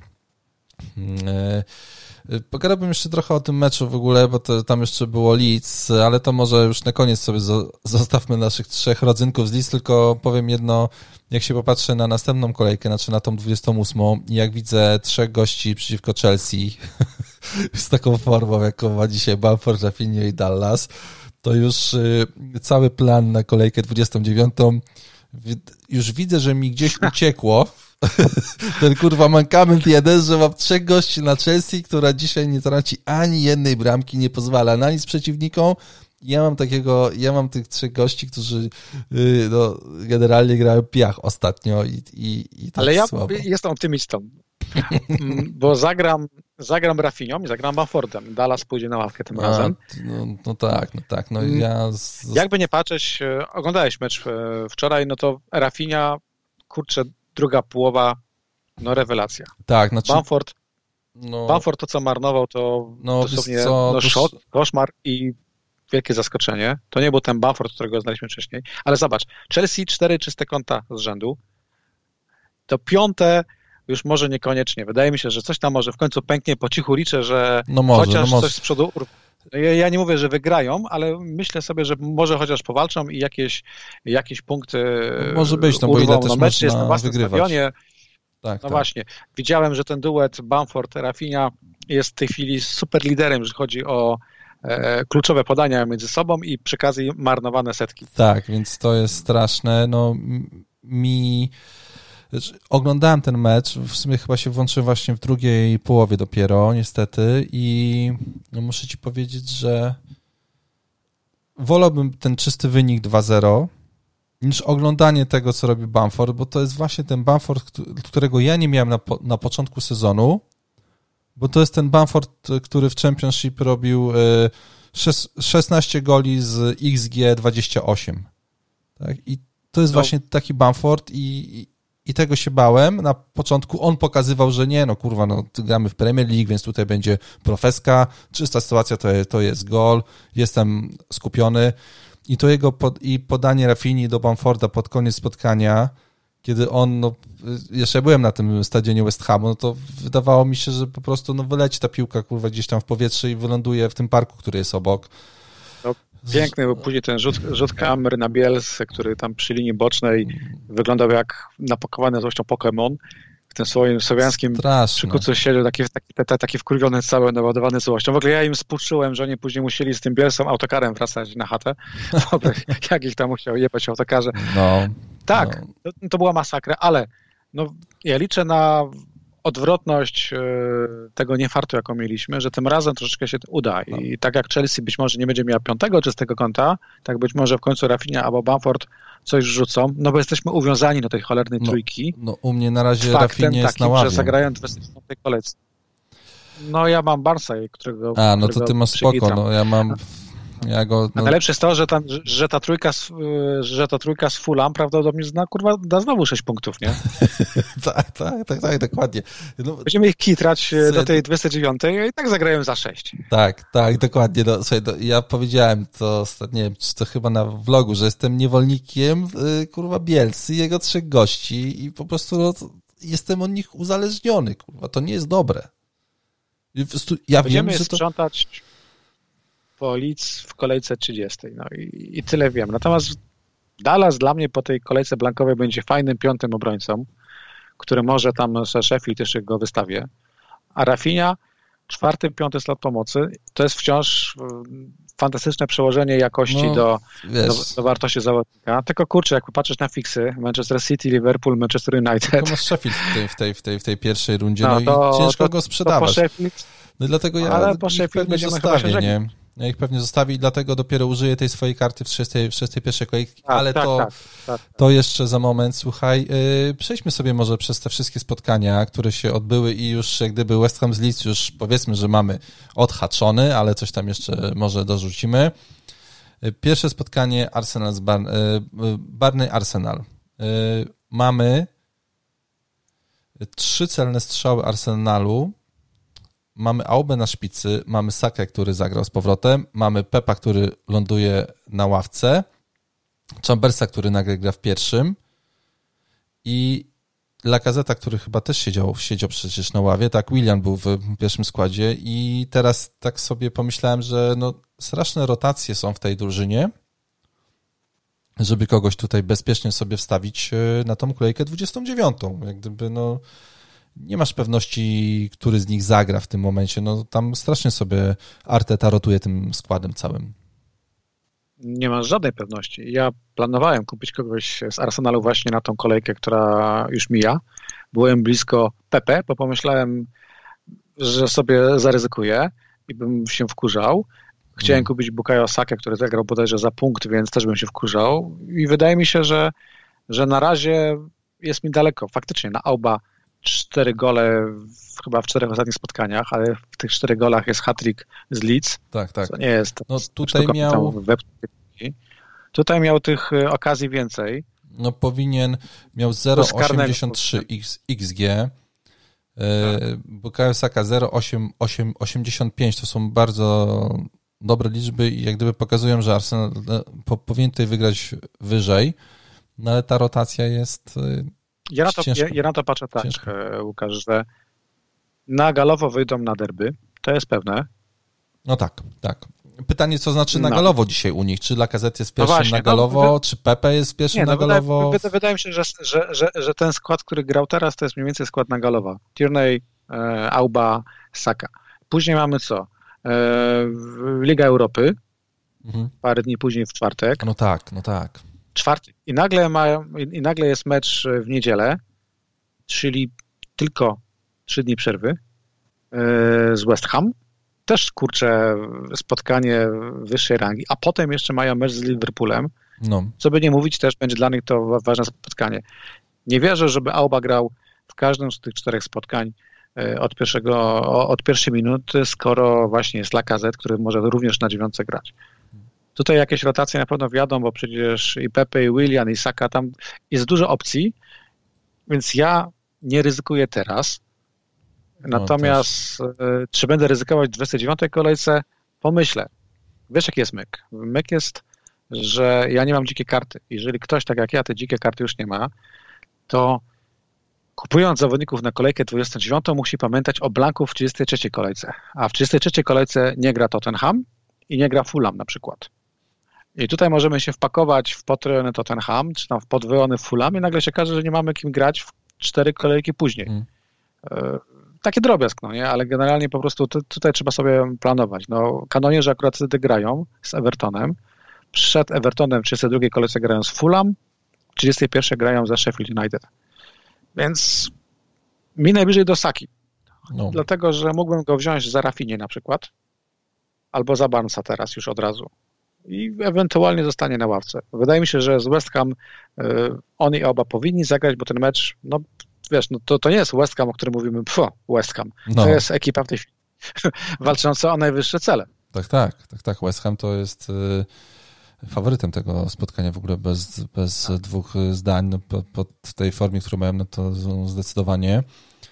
Pogadałbym jeszcze trochę o tym meczu w ogóle, bo tam jeszcze było Leeds, ale to może już na koniec sobie zostawmy naszych 3 rodzynków z Leeds, tylko powiem jedno, jak się popatrzę na następną kolejkę, znaczy na tą 28 i jak widzę 3 gości przeciwko Chelsea z taką formą, jaką ma dzisiaj Bamford, Raphinha i Dallas, to już cały plan na kolejkę 29 już widzę, że mi gdzieś uciekło ten mankament jeden, że mam 3 gości na Chelsea, która dzisiaj nie traci ani jednej bramki, nie pozwala na nic przeciwnikom. Ja mam tych 3 gości, którzy generalnie grają piach ostatnio i tak ale ja słabo. Jestem optymistą, bo zagram Raphinhą i zagram Bamfordem. Dallas pójdzie na ławkę tym razem. No tak. Jakby nie patrzeć, oglądałeś mecz wczoraj, to Raphinha, druga połowa, rewelacja. Tak, znaczy... Bamford to, co marnował, to dosłownie szok, koszmar i wielkie zaskoczenie. To nie był ten Bamford, którego znaliśmy wcześniej. Ale zobacz, Chelsea 4 czyste konta z rzędu. To 5 już może niekoniecznie. Wydaje mi się, że coś tam może w końcu pęknie. Po cichu liczę, że chociaż coś z przodu... Ja nie mówię, że wygrają, ale myślę sobie, że może chociaż powalczą i jakieś punkty może być, bo ile też mecz jest na własnym wygrywać. Stadionie. Tak, No tak. właśnie, widziałem, że ten duet Bamford-Rafinha jest w tej chwili super liderem, jeżeli chodzi o kluczowe podania między sobą i przekazy i marnowane setki. Tak, więc to jest straszne. No oglądałem ten mecz, w sumie chyba się włączyłem właśnie w drugiej połowie dopiero, niestety, i no muszę ci powiedzieć, że wolałbym ten czysty wynik 2-0 niż oglądanie tego, co robi Bamford, bo to jest właśnie ten Bamford, którego ja nie miałem na początku sezonu, bo to jest ten Bamford, który w Championship robił 16 goli z XG 28. Tak? I to jest właśnie taki Bamford i tego się bałem. Na początku on pokazywał, że nie, no kurwa, no gramy w Premier League, więc tutaj będzie profeska, czysta sytuacja to jest gol, jestem skupiony. I to jego podanie Rafini do Bamforda pod koniec spotkania, kiedy on, no, jeszcze byłem na tym stadionie West Hamu, no to wydawało mi się, że po prostu no, wyleci ta piłka, kurwa, gdzieś tam w powietrze i wyląduje w tym parku, który jest obok. No, piękny, bo później ten rzut kamery na Bielsę, który tam przy linii bocznej wyglądał jak napakowany złością Pokémon. W tym swoim słowiańskim przykucu siedział taki wkurwiony, cały naładowany złością. W ogóle ja im współczułem, że oni później musieli z tym Bielsą autokarem wracać na chatę. Jak ich tam musiał jebać autokarze. No, tak, no. To była masakra, ale no, ja liczę na odwrotność tego niefartu, jaką mieliśmy, że tym razem troszeczkę się uda. I tak jak Chelsea być może nie będzie miała 5. czystego kąta, tak być może w końcu Rafinha albo Bamford coś rzucą, no bo jesteśmy uwiązani do tej cholernej trójki. No u mnie na razie Rafinha jest na ławie. Że zagrają 25 kolejce. No ja mam Barca, którego no to ty masz spoko, no ja mam... A najlepsze jest to, że ta trójka z Fulham prawdopodobnie da znowu 6 punktów, nie? tak, dokładnie. No, będziemy ich kitrać do tej 29 i tak zagrają za 6. Tak, dokładnie. No, słuchaj, ja powiedziałem to, nie wiem, czy to chyba na vlogu, że jestem niewolnikiem, kurwa, Bielsy i jego 3 gości i po prostu no, jestem od nich uzależniony, kurwa, to nie jest dobre. Ja będziemy wiem, że to... sprzątać po Leeds w kolejce 30. No i tyle wiem. Natomiast Dallas dla mnie po tej kolejce blankowej będzie fajnym 5. obrońcą, który może tam Sheffield jeszcze go wystawię. A Rafinha 4., 5. slot pomocy. To jest wciąż fantastyczne przełożenie jakości do wartości zawodnika. Tylko kurczę, jak popatrzysz na fiksy, Manchester City, Liverpool, Manchester United. To masz Sheffield w tej pierwszej rundzie, no i ciężko go sprzedawać. No i dlatego ja ich pewnie zostawię, nie? Ja ich pewnie zostawię i dlatego dopiero użyję tej swojej karty w 31 kolejki, ale to jeszcze za moment. Słuchaj, przejdźmy sobie może przez te wszystkie spotkania, które się odbyły i już jak gdyby West Ham z Leeds już powiedzmy, że mamy odhaczony, ale coś tam jeszcze może dorzucimy. Pierwsze spotkanie Arsenal z Barney-Arsenal. Mamy 3 celne strzały Arsenalu. Mamy Aubę na szpicy, mamy Sakę, który zagrał z powrotem, mamy Pepa, który ląduje na ławce, Chambersa, który nagle gra w pierwszym i Lacazeta, który chyba też siedział przecież na ławie, tak, Willian był w pierwszym składzie i teraz tak sobie pomyślałem, że no straszne rotacje są w tej drużynie, żeby kogoś tutaj bezpiecznie sobie wstawić na tą kolejkę 29. Jak gdyby no nie masz pewności, który z nich zagra w tym momencie. No tam strasznie sobie Arteta rotuje tym składem całym. Nie masz żadnej pewności. Ja planowałem kupić kogoś z Arsenalu właśnie na tą kolejkę, która już mija. Byłem blisko Pepe, bo pomyślałem, że sobie zaryzykuję i bym się wkurzał. Chciałem kupić Bukayo Sakę, który zagrał bodajże za punkt, więc też bym się wkurzał. I wydaje mi się, że na razie jest mi daleko. Faktycznie na Auba 4 gole chyba w 4 ostatnich spotkaniach, ale w tych 4 golach jest hat-trick z Leeds. Tak. To nie jest... No tutaj miał tych okazji więcej. No miał 0,83 XG. Bukayo Saka 0,85 to są bardzo dobre liczby i jak gdyby pokazują, że Arsenal powinien tutaj wygrać wyżej, no ale ta rotacja jest... Ja na to patrzę tak, Łukasz, że na galowo wyjdą na derby, to jest pewne. No tak. Pytanie, co znaczy na galowo dzisiaj u nich? Czy Lacazette jest pierwszym właśnie, na galowo, czy Pepe jest pierwszym na galowo? Wydaje mi się, że ten skład, który grał teraz, to jest mniej więcej skład na galowo. Tierney, Auba, Saka. Później mamy co? Liga Europy, parę dni później w czwartek. No tak. Czwartek. I nagle jest mecz w niedzielę, czyli tylko 3 dni przerwy z West Ham. Też, kurczę, spotkanie wyższej rangi, a potem jeszcze mają mecz z Liverpoolem. No. Co by nie mówić, też będzie dla nich to ważne spotkanie. Nie wierzę, żeby Auba grał w każdym z tych 4 spotkań od pierwszej minuty, skoro właśnie jest Lacazette, który może również na 9 grać. Tutaj jakieś rotacje na pewno wjadą, bo przecież i Pepe, i Willian, i Saka, tam jest dużo opcji, więc ja nie ryzykuję teraz. Natomiast czy będę ryzykować w 29 kolejce? Pomyślę. Wiesz, jaki jest myk? Myk jest, że ja nie mam dzikie karty. Jeżeli ktoś, tak jak ja, te dzikie karty już nie ma, to kupując zawodników na kolejkę 29 musi pamiętać o blanku w 33 kolejce. A w 33 kolejce nie gra Tottenham i nie gra Fulham na przykład. I tutaj możemy się wpakować w potrojony Tottenham, czy tam w podwojony Fulham i nagle się okaże, że nie mamy kim grać w 4 kolejki później. Taki drobiazg, no nie? Ale generalnie po prostu tutaj trzeba sobie planować. No, kanonierze akurat wtedy grają z Evertonem. Przed Evertonem w 32 kolejce grają z Fulham, w 31 grają za Sheffield United. Więc mi najbliżej do Saki. No. Dlatego, że mógłbym go wziąć za Rafinę na przykład, albo za Barnesa teraz już od razu. I ewentualnie zostanie na ławce. Wydaje mi się, że z West Ham on i Auba powinni zagrać, bo ten mecz, no wiesz, no to nie jest West Ham, o którym mówimy, West Ham. To jest ekipa w tej chwili walcząca o najwyższe cele. Tak. West Ham to jest faworytem tego spotkania w ogóle bez dwóch zdań. No, po tej formie, którą mają, no to zdecydowanie.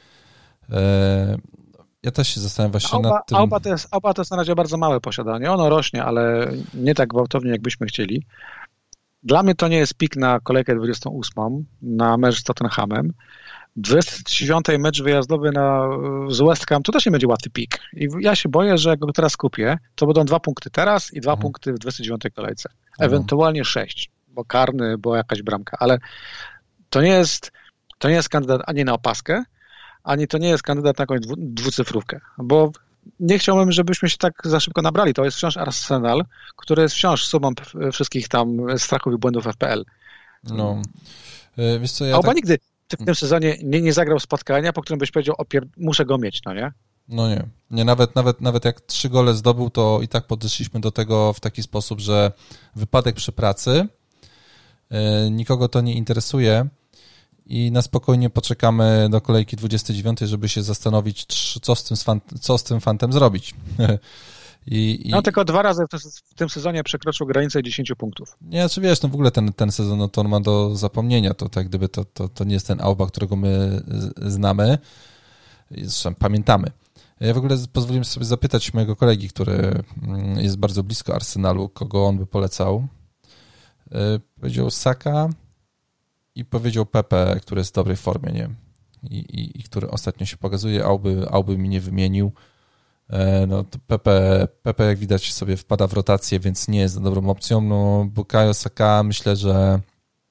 Ja też się zastanawiam właśnie nad tym. Auba to jest na razie bardzo małe posiadanie. Ono rośnie, ale nie tak gwałtownie, jakbyśmy chcieli. Dla mnie to nie jest pik na kolejkę 28, na mecz z Tottenhamem. 29 mecz wyjazdowy z West Ham to też nie będzie łatwy pik. I ja się boję, że jak go teraz kupię, to będą 2 punkty teraz i 2 punkty w 29 kolejce. Ewentualnie 6, bo karny, bo jakaś bramka. Ale to nie jest kandydat ani na opaskę, ani to nie jest kandydat na jakąś dwucyfrówkę. Bo nie chciałbym, żebyśmy się tak za szybko nabrali. To jest wciąż Arsenal, który jest wciąż sumą wszystkich tam strachów i błędów FPL. No. Wiesz co, Auba nigdy w tym sezonie nie zagrał spotkania, po którym byś powiedział, muszę go mieć, no nie? No nie, nawet jak 3 gole zdobył, to i tak podeszliśmy do tego w taki sposób, że wypadek przy pracy, nikogo to nie interesuje i na spokojnie poczekamy do kolejki 29, żeby się zastanowić, co z tym fantem zrobić. No tylko 2 razy w tym sezonie przekroczył granicę 10 punktów. Nie, czy wiesz, no w ogóle ten sezon, no to on ma do zapomnienia, to tak gdyby to nie jest ten Auba, którego my znamy, zresztą pamiętamy. Ja w ogóle pozwoliłem sobie zapytać mojego kolegi, który jest bardzo blisko Arsenalu, kogo on by polecał. Powiedział Saka i powiedział Pepe, który jest w dobrej formie, nie? I który ostatnio się pokazuje, Auby mi nie wymienił. No to Pepe jak widać sobie wpada w rotację, więc nie jest za dobrą opcją. No Bukayo Saka myślę, że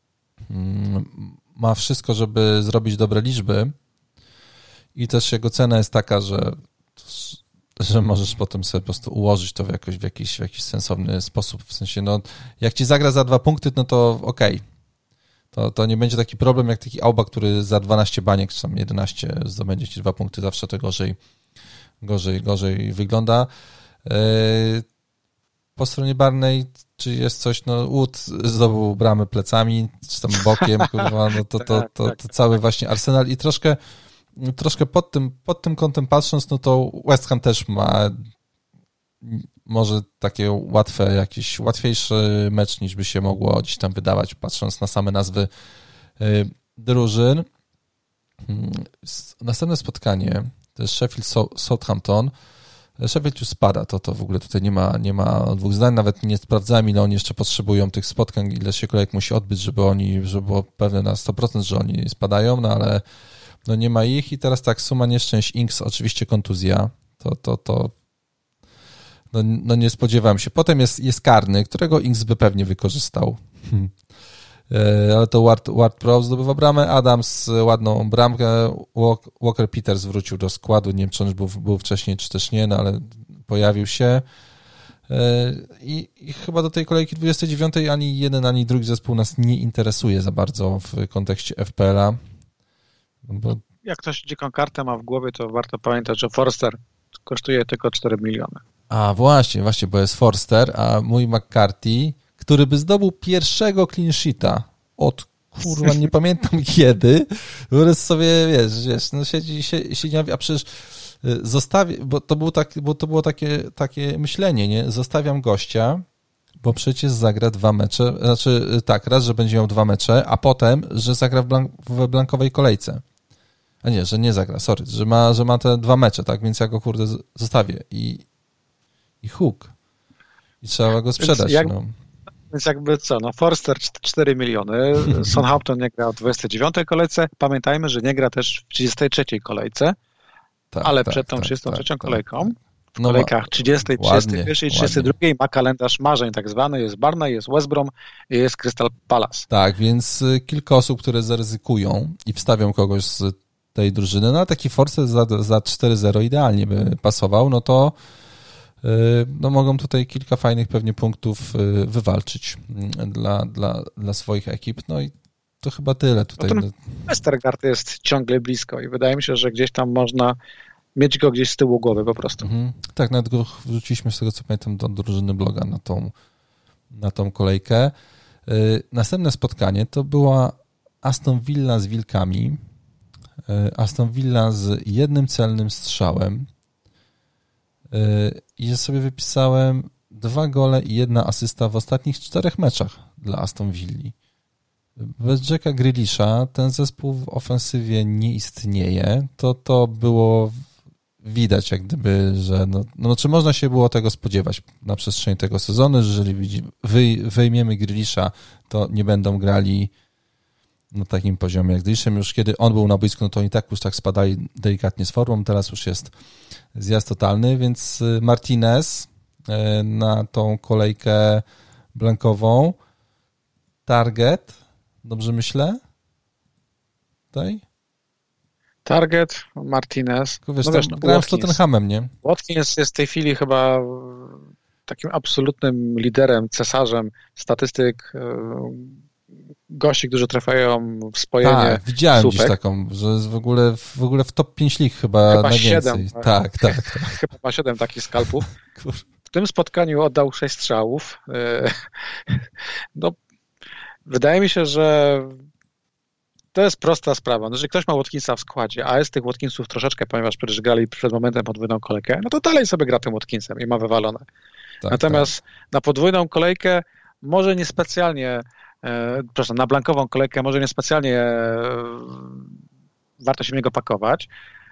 ma wszystko, żeby zrobić dobre liczby i też jego cena jest taka, że możesz potem sobie po prostu ułożyć to w jakiś sensowny sposób. W sensie, no jak ci zagra za 2 punkty, no to okej. To nie będzie taki problem jak taki Auba, który za 12 baniek, czy tam 11 zdobędzie ci 2 punkty, zawsze to gorzej wygląda. Po stronie Barney, czy jest coś, no Wood zdobył bramę plecami, czy tam bokiem, kurwa, no to cały właśnie Arsenal i troszkę pod tym kątem patrząc, no to West Ham też ma może takie łatwiejszy mecz niż by się mogło gdzieś tam wydawać, patrząc na same nazwy drużyn. Następne spotkanie to jest Sheffield-Southampton. Sheffield już spada, to w ogóle tutaj nie ma 2 zdań, nawet nie sprawdzałem, ile oni jeszcze potrzebują tych spotkań, ile się kolejek musi odbyć, żeby było pewne na 100%, że oni spadają, no ale no nie ma ich i teraz tak, suma nieszczęść, Inks, oczywiście kontuzja, No nie spodziewałem się. Potem jest karny, którego Inks by pewnie wykorzystał. Ale to Ward Prowse zdobywa bramę, Adams ładną bramkę, Walker Peters wrócił do składu, nie wiem, czy on już był wcześniej, czy też nie, no ale pojawił się. I chyba do tej kolejki 29 ani jeden, ani drugi zespół nas nie interesuje za bardzo w kontekście FPL-a. Bo... Jak ktoś dziką kartę ma w głowie, to warto pamiętać, że Forster kosztuje tylko 4 miliony. A właśnie, bo jest Forster, a mój McCarthy, który by zdobył pierwszego clean sheeta od kurwa, nie pamiętam kiedy, wyobraź sobie, wiesz, no siedzi, a przecież zostawię, bo to było takie myślenie, nie? Zostawiam gościa, bo przecież zagra 2 mecze, znaczy tak, raz, że będzie miał 2 mecze, a potem, że zagra w blankowej kolejce. A nie, że nie zagra, sorry, że ma te 2 mecze, tak? Więc ja go kurde zostawię i hook. I trzeba go sprzedać. Więc jakby co, no Forster 4 miliony, Southampton nie gra w 29 kolejce, pamiętajmy, że nie gra też w 33 kolejce, ale przed tą 33 kolejką, w kolejkach 30, 31 i 32 ma kalendarz marzeń tak zwany, jest Barney, jest West Brom i jest Crystal Palace. Tak, więc kilka osób, które zaryzykują i wstawią kogoś z tej drużyny, no a taki Forster za 4-0 idealnie by pasował, no to mogą tutaj kilka fajnych pewnie punktów wywalczyć dla swoich ekip. No i to chyba tyle tutaj. Westergaard jest ciągle blisko i wydaje mi się, że gdzieś tam można mieć go gdzieś z tyłu głowy po prostu. Tak, nawet go wrzuciliśmy z tego, co pamiętam, do drużyny bloga na tą kolejkę. Następne spotkanie to była Aston Villa z Wilkami. Aston Villa z jednym celnym strzałem. I ja sobie wypisałem 2 gole i 1 asysta w ostatnich 4 meczach dla Aston Villi. Bez Jacka Grealisha ten zespół w ofensywie nie istnieje. To było widać jak gdyby, że czy można się było tego spodziewać na przestrzeni tego sezonu, że jeżeli wyjmiemy Grealisha, to nie będą grali na takim poziomie jak Grealishem. Już kiedy on był na boisku, no to oni tak już tak spadali delikatnie z formą, teraz już jest zjazd totalny, więc Martinez na tą kolejkę blankową. Target, dobrze myślę? Tutaj? Target, Martinez. Wiesz, grałem z Tottenhamem, nie? Watkins jest w tej chwili chyba takim absolutnym liderem, cesarzem statystyk gości, którzy trafiają w spojenie. Tak, widziałem słupek. Gdzieś taką, że jest w ogóle w top 5 lig chyba najwięcej. 7. Tak. Chyba ma 7 takich skalpów. W tym spotkaniu oddał 6 strzałów. No, wydaje mi się, że to jest prosta sprawa. No, jeżeli ktoś ma Watkinsa w składzie, a jest tych Watkinsów troszeczkę, ponieważ przecież grali przed momentem podwójną kolejkę, no to dalej sobie gra tym Watkinsem i ma wywalone. Natomiast na podwójną kolejkę może niespecjalnie na blankową kolejkę może niespecjalnie warto się w niego pakować.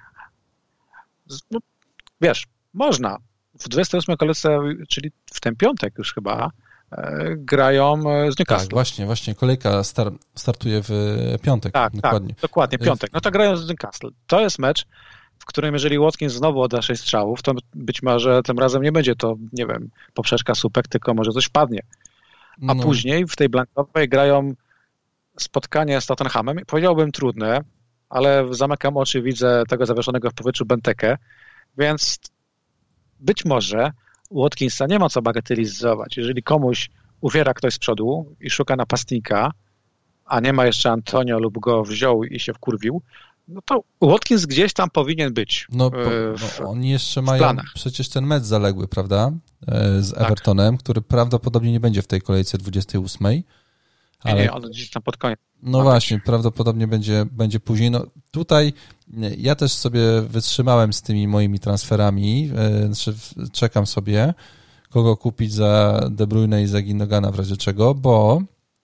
No, wiesz, można. W 28 kolejce, czyli w ten piątek już chyba, grają z Newcastle. Tak, właśnie. Kolejka startuje w piątek. Tak, dokładnie, piątek. No to grają z Newcastle. To jest mecz, w którym jeżeli Watkins znowu odda 6 strzałów, to być może tym razem nie będzie to, nie wiem, poprzeczka, słupek, tylko może coś wpadnie. A później w tej blankowej grają spotkanie z Tottenhamem. Powiedziałbym trudne, ale zamykam oczy, widzę tego zawieszonego w powietrzu Bentekę, więc być może Watkinsa nie ma co bagatelizować. Jeżeli komuś uwiera ktoś z przodu i szuka napastnika, a nie ma jeszcze Antonio lub go wziął i się wkurwił, no to Watkins gdzieś tam powinien być. Oni jeszcze mają przecież ten mecz zaległy, prawda? Z Evertonem, który prawdopodobnie nie będzie w tej kolejce 28. Ale... Nie, on gdzieś tam pod koniec. No właśnie, prawdopodobnie będzie później. No tutaj ja też sobie wytrzymałem z tymi moimi transferami, czekam sobie, kogo kupić za De Bruyne i za Gündogana w razie czego, bo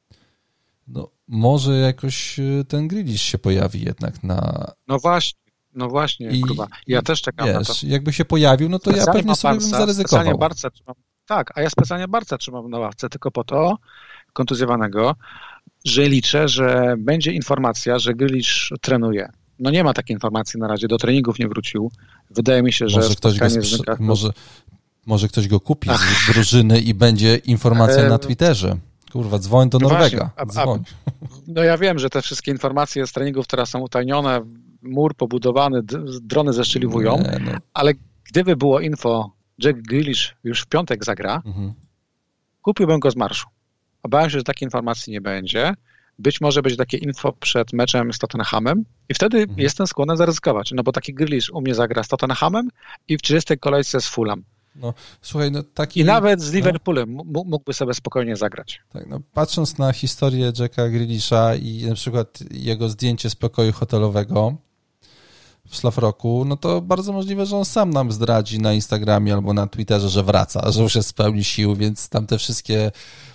może jakoś ten Grealish się pojawi jednak na... No właśnie, kurwa. Ja też czekam na to. Jakby się pojawił, no to ja pewnie sobie bym zaryzykował. Ja specjalnie Barca trzymam na ławce tylko po to, kontuzjowanego, że liczę, że będzie informacja, że Grealish trenuje. No nie ma takiej informacji na razie, do treningów nie wrócił. Wydaje mi się, że może ktoś go może ktoś go kupi z drużyny i będzie informacja na Twitterze. Kurwa, dzwoń do Norwega. Dzwoń. No ja wiem, że te wszystkie informacje z treningów teraz są utajnione, mur pobudowany, drony zeszczeliwują, ale gdyby było info, Jack Grealish już w piątek zagra, kupiłbym go z marszu. Obawiam się, że takiej informacji nie będzie. Być może będzie takie info przed meczem z Tottenhamem i wtedy jestem skłonny zaryzykować, no bo taki Grealish u mnie zagra z Tottenhamem i w 30 kolejce z Fulham. No, słuchaj, I nawet z Liverpoolem mógłby sobie spokojnie zagrać. Tak, patrząc na historię Jacka Grealisha i na przykład jego zdjęcie z pokoju hotelowego w Szlafroku, no to bardzo możliwe, że on sam nam zdradzi na Instagramie albo na Twitterze, że wraca, że już jest w pełni sił, więc tam te wszystkie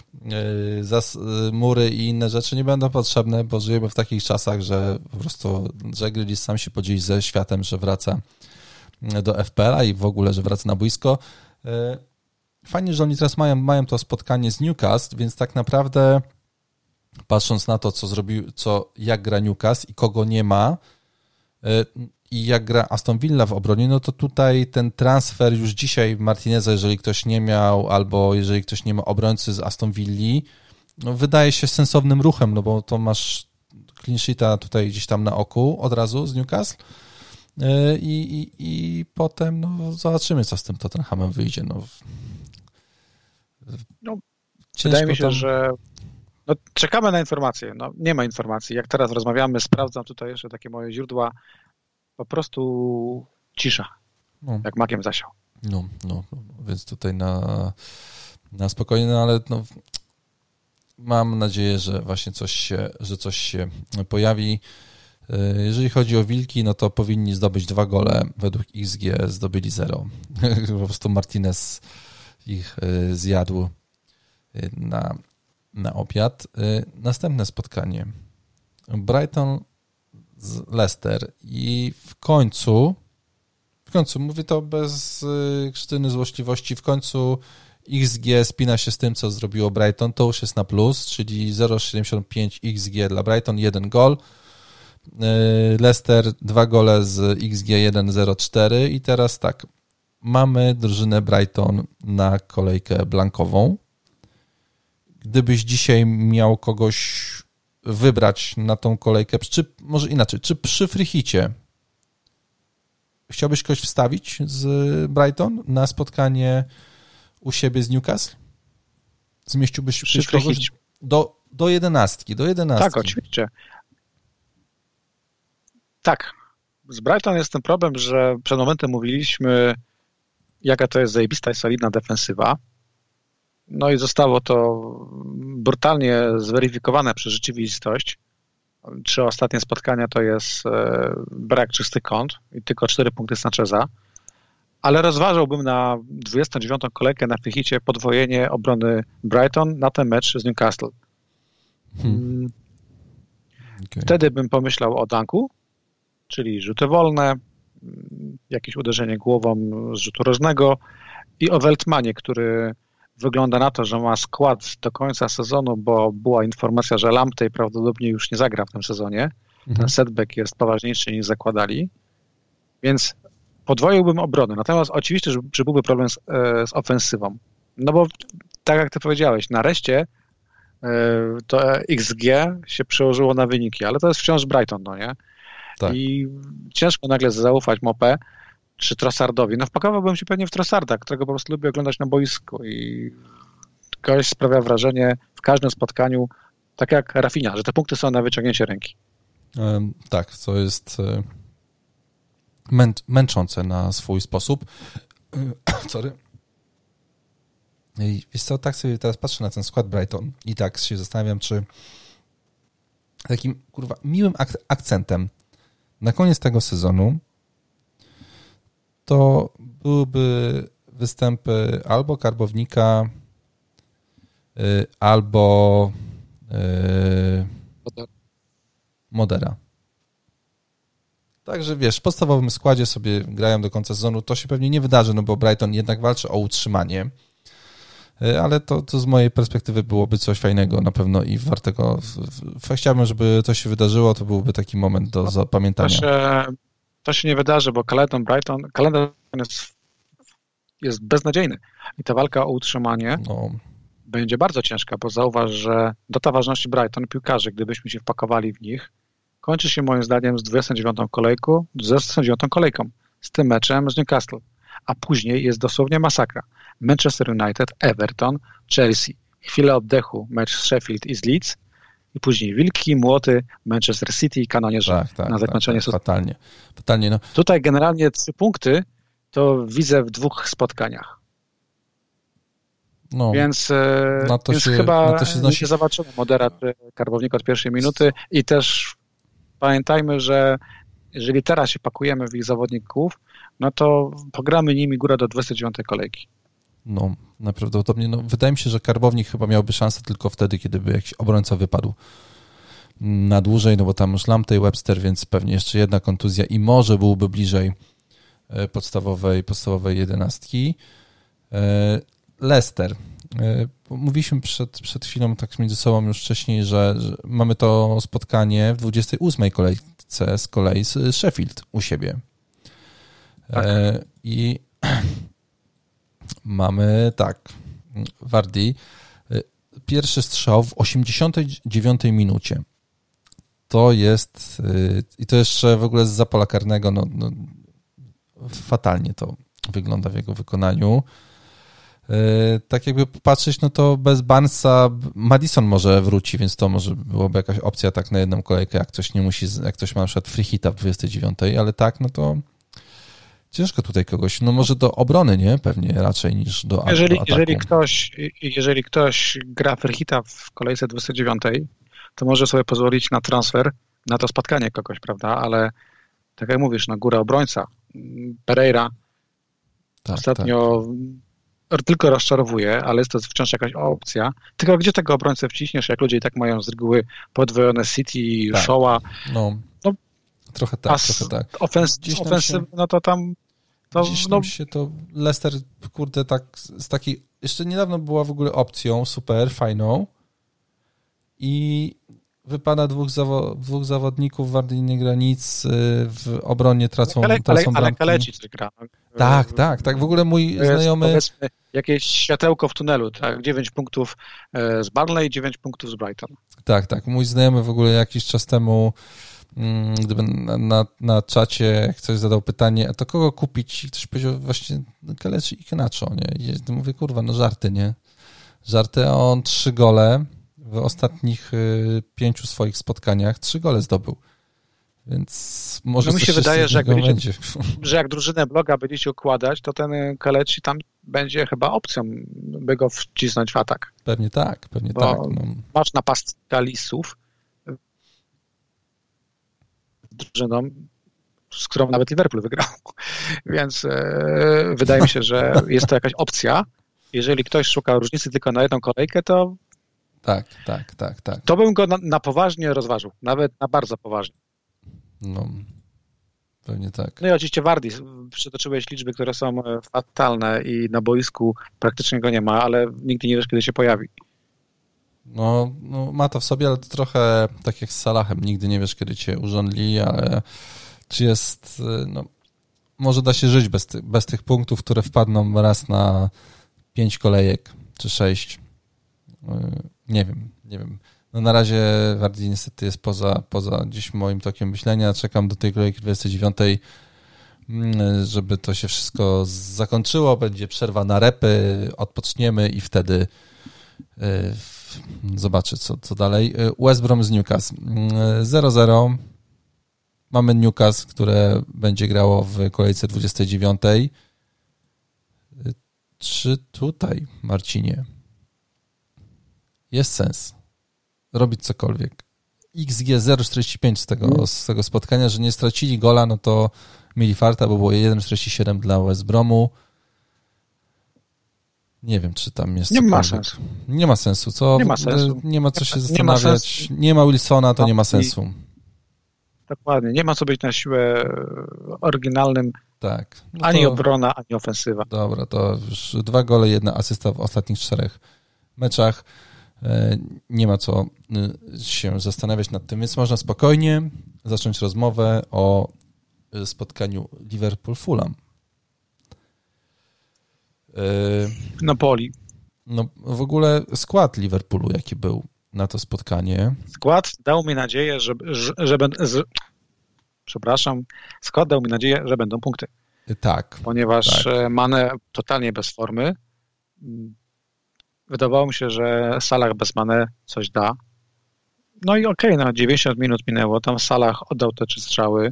mury i inne rzeczy nie będą potrzebne, bo żyjemy w takich czasach, że po prostu Jack Grealish sam się podzieli ze światem, że wraca do FPL-a i w ogóle, że wraca na boisko. Fajnie, że oni teraz mają to spotkanie z Newcastle, więc tak naprawdę patrząc na to, jak gra Newcastle i kogo nie ma i jak gra Aston Villa w obronie, no to tutaj ten transfer już dzisiaj Martineza, jeżeli ktoś nie miał, albo jeżeli ktoś nie ma obrońcy z Aston Villi, no wydaje się sensownym ruchem, no bo to masz clean sheeta tutaj gdzieś tam na oku od razu z Newcastle i potem zobaczymy, co z tym Tottenhamem wyjdzie. Wydaje mi się, że czekamy na informacje. Nie ma informacji. Jak teraz rozmawiamy, sprawdzam tutaj jeszcze takie moje źródła, po prostu cisza, jak makiem zasiał. Więc tutaj na spokojnie, ale mam nadzieję, że właśnie coś się pojawi. Jeżeli chodzi o Wilki, no to powinni zdobyć 2 gole, według XG zdobyli 0. Po prostu Martinez ich zjadł na obiad. Następne spotkanie. Brighton z Leicester i w końcu, mówię to bez krztyny złośliwości, w końcu XG spina się z tym, co zrobiło Brighton, to już jest na plus, czyli 0,75 XG dla Brighton, 1 gol. Leicester 2 gole z XG 1,04 i teraz tak, mamy drużynę Brighton na kolejkę blankową. Gdybyś dzisiaj miał kogoś wybrać na tą kolejkę, czy może inaczej, czy przy frichicie chciałbyś kogoś wstawić z Brighton na spotkanie u siebie z Newcastle? Zmieściłbyś kogoś do 11? Tak, oczywiście. Tak. Z Brighton jest ten problem, że przed momentem mówiliśmy, jaka to jest zajebista i solidna defensywa. No i zostało to brutalnie zweryfikowane przez rzeczywistość. 3 ostatnie spotkania to jest brak czysty kąt i tylko 4 punkty Sancheza. Ale rozważałbym na 29. kolejkę na Frichicie podwojenie obrony Brighton na ten mecz z Newcastle. Okay. Wtedy bym pomyślał o Dunku, czyli rzuty wolne, jakieś uderzenie głową z rzutu rożnego i o Veltmanie, który wygląda na to, że ma skład do końca sezonu, bo była informacja, że Lamptey prawdopodobnie już nie zagra w tym sezonie. Ten setback jest poważniejszy niż zakładali. Więc podwoiłbym obronę. Natomiast oczywiście, że byłby problem z ofensywą. No bo tak jak ty powiedziałeś, nareszcie to XG się przełożyło na wyniki, ale to jest wciąż Brighton, no nie? Tak. I ciężko nagle zaufać Mopé czy Trossardowi. No wpakowałbym się pewnie w Trossarda, którego po prostu lubię oglądać na boisku i gość sprawia wrażenie w każdym spotkaniu, tak jak Rafinha, że te punkty są na wyciągnięcie ręki. Tak, to jest męczące na swój sposób. Sorry. I wiesz co, tak sobie teraz patrzę na ten skład Brighton i tak się zastanawiam, czy takim, miłym akcentem na koniec tego sezonu to byłyby występy albo Karbownika, albo Modera. Także wiesz, w podstawowym składzie sobie grają do końca sezonu. To się pewnie nie wydarzy, no bo Brighton jednak walczy o utrzymanie. Ale to z mojej perspektywy byłoby coś fajnego na pewno i wartego. Chciałbym, żeby to się wydarzyło, to byłby taki moment do zapamiętania. To się nie wydarzy, bo kalendarz Brighton jest jest beznadziejny. I ta walka o utrzymanie będzie bardzo ciężka, bo zauważ, że data ważności Brighton, piłkarzy, gdybyśmy się wpakowali w nich, kończy się moim zdaniem z 29 kolejką, z tym meczem z Newcastle. A później jest dosłownie masakra. Manchester United, Everton, Chelsea. Chwilę oddechu, mecz z Sheffield i z Leeds. I później Wilki, Młoty, Manchester City i Kanonierze na zakończenie sezonu. Fatalnie. No. Tutaj generalnie 3 punkty to widzę w 2 spotkaniach. No, więc chyba nie zobaczymy moderat Karbownika od pierwszej minuty i też pamiętajmy, że jeżeli teraz się pakujemy w ich zawodników, no to pogramy nimi górę do 29 kolejki. No, najprawdopodobniej. No, wydaje mi się, że Karbownik chyba miałby szansę tylko wtedy, kiedy by jakiś obrońca wypadł na dłużej, no bo tam już Lamptey, Webster, więc pewnie jeszcze jedna kontuzja i może byłby bliżej podstawowej 11. Leicester. Mówiliśmy przed chwilą tak między sobą już wcześniej, że mamy to spotkanie w 28 kolejce z kolei z Sheffield u siebie. Tak. I mamy Vardy, pierwszy strzał w 89 minucie. To jest, i to jeszcze w ogóle zza pola karnego, fatalnie to wygląda w jego wykonaniu. Tak jakby popatrzeć, no to bez Barnesa Maddison może wróci, więc to może byłoby jakaś opcja tak na jedną kolejkę, jak ktoś ma na przykład free hita w 29, ale tak, no to ciężko tutaj kogoś, no może do obrony, nie? Pewnie raczej niż do ataku. Jeżeli ktoś gra free hita w kolejce 29, to może sobie pozwolić na transfer, na to spotkanie kogoś, prawda? Ale tak jak mówisz, na górę obrońca. Pereira ostatnio tylko rozczarowuje, ale jest to wciąż jakaś opcja. Tylko gdzie tego obrońcę wciśniesz, jak ludzie i tak mają z reguły podwojone City, Shaw'a. No, trochę tak. Ofensyw, no to tam... Gdzieś tam się to Leicester, kurde, tak z takiej... Jeszcze niedawno była w ogóle opcją super, fajną i wypada dwóch zawodników, Vardy nie gra nic, w obronie tracą bramki. Ale Kaleci gra. Tak. W ogóle mój znajomy... Powiedzmy jakieś światełko w tunelu, tak? 9 punktów z Burnley, 9 punktów z Brighton. Tak. Mój znajomy w ogóle jakiś czas temu, gdyby na czacie ktoś zadał pytanie, a to kogo kupić? I ktoś powiedział właśnie Kaleci i Kenacho, nie? I mówię, kurwa, żarty, nie? Żarty, a on 3 gole w ostatnich 5 swoich spotkaniach, 3 gole zdobył. Więc może mi się wydaje, że jak drużynę bloga będziecie układać, to ten Kaleci tam będzie chyba opcją, by go wcisnąć w atak. Pewnie tak. Masz napastnika Lisów drużyną, z którą nawet Liverpool wygrał. Więc wydaje mi się, że jest to jakaś opcja. Jeżeli ktoś szuka różnicy tylko na jedną kolejkę, to tak. To bym go na poważnie rozważył. Nawet na bardzo poważnie. No, pewnie tak. No i oczywiście Vardy. Przytoczyłeś liczby, które są fatalne i na boisku praktycznie go nie ma, ale nigdy nie wiesz, kiedy się pojawi. No ma to w sobie, ale to trochę tak jak z Salahem. Nigdy nie wiesz, kiedy cię urządli, ale czy jest... może da się żyć bez tych punktów, które wpadną raz na 5 kolejek, czy 6. Nie wiem. No na razie Vardy niestety jest poza gdzieś moim tokiem myślenia. Czekam do tej kolejki 29, żeby to się wszystko zakończyło. Będzie przerwa na repy, odpoczniemy i wtedy zobaczę, co dalej. West Brom z Newcastle 0-0. Mamy Newcastle, które będzie grało w kolejce 29. Czy tutaj, Marcinie, jest sens robić cokolwiek? XG 0,45 z tego spotkania, że nie stracili gola, no to mieli farta, bo było 1,47 dla West Bromu. Nie wiem, czy tam jest cokolwiek. Nie ma sensu. Co? Nie ma sensu. Nie ma co się zastanawiać. Nie ma Wilsona, to nie ma sensu. Dokładnie. Nie ma co być na siłę oryginalnym. Tak. Ani obrona, ani ofensywa. Dobra, to już 2 gole, 1 asysta w ostatnich 4 meczach. Nie ma co się zastanawiać nad tym, więc można spokojnie zacząć rozmowę o spotkaniu Liverpool-Fulham. Napoli. No w ogóle skład Liverpoolu, jaki był na to spotkanie. Skład dał mi nadzieję, skład dał mi nadzieję, że będą punkty. Tak. Ponieważ Mane totalnie bez formy. Wydawało mi się, że Salah bez Mane coś da. No i okej, 90 minut minęło. Tam Salah oddał te 3 strzały.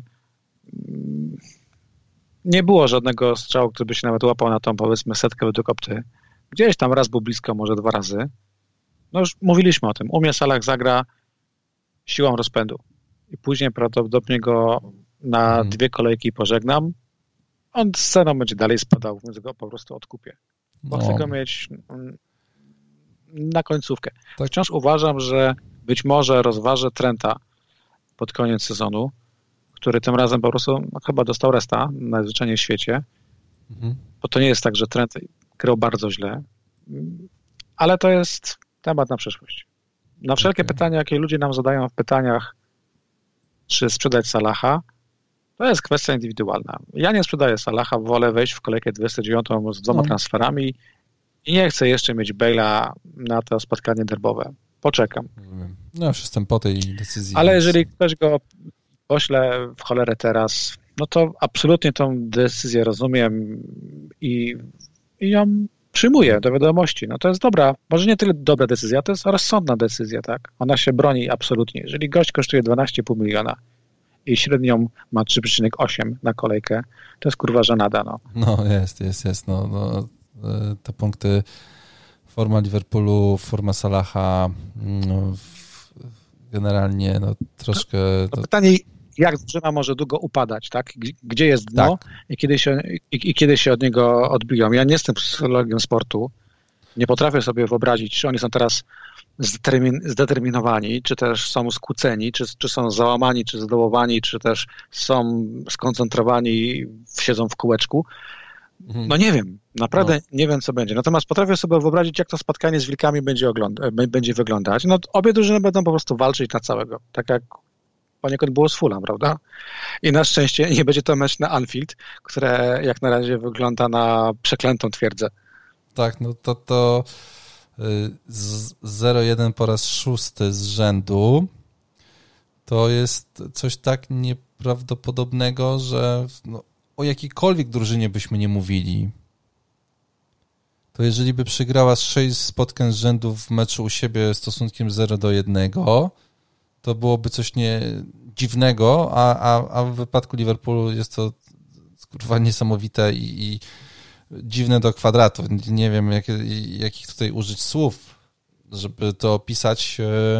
Nie było żadnego strzału, który by się nawet łapał na tą, powiedzmy, setkę według opty. Gdzieś tam raz był blisko, może 2 razy. No już mówiliśmy o tym. U mnie Salah zagra siłą rozpędu. I później prawdopodobnie go na 2 kolejki pożegnam. On z ceną będzie dalej spadał, więc go po prostu odkupię. Bo chcę go mieć na końcówkę. Tak. Wciąż uważam, że być może rozważę Trenta pod koniec sezonu, który tym razem po prostu chyba dostał resta najzwyczajniej w świecie. Bo to nie jest tak, że Trent grał bardzo źle, ale to jest temat na przyszłość. Na wszelkie pytania, jakie ludzie nam zadają w pytaniach, czy sprzedać Salaha, to jest kwestia indywidualna. Ja nie sprzedaję Salaha, wolę wejść w kolejkę 29 z 2 transferami i nie chcę jeszcze mieć Bale'a na to spotkanie derbowe. Poczekam. No już jestem po tej decyzji. Ale jeżeli ktoś go pośle w cholerę teraz, no to absolutnie tą decyzję rozumiem i ją przyjmuję do wiadomości. No to jest dobra, może nie tyle dobra decyzja, to jest rozsądna decyzja, tak? Ona się broni absolutnie. Jeżeli gość kosztuje 12,5 miliona i średnią ma 3,8 na kolejkę, to jest kurwa żenada, no. No jest. No, te punkty, forma Liverpoolu, forma Salaha, generalnie no troszkę... To pytanie, jak drużyna może długo upadać, tak? Gdzie jest dno i kiedy się od niego odbiją. Ja nie jestem psychologiem sportu, nie potrafię sobie wyobrazić, czy oni są teraz zdeterminowani, czy też są skłóceni, czy są załamani, czy zdołowani, czy też są skoncentrowani, siedzą w kółeczku. No nie wiem, naprawdę nie wiem, co będzie. Natomiast potrafię sobie wyobrazić, jak to spotkanie z Wilkami będzie wyglądać. No obie drużyny będą po prostu walczyć na całego, tak jak poniekąd było z Fulham, prawda? I na szczęście nie będzie to mecz na Anfield, które jak na razie wygląda na przeklętą twierdzę. Tak, no to 0-1 po raz 6 z rzędu to jest coś tak nieprawdopodobnego, że o jakiejkolwiek drużynie byśmy nie mówili, to jeżeli by przegrała 6 spotkań z rzędu w meczu u siebie stosunkiem 0-1, to byłoby coś dziwnego, a w wypadku Liverpoolu jest to kurwa niesamowite i dziwne do kwadratu. Nie wiem, jakich tutaj użyć słów, żeby to opisać.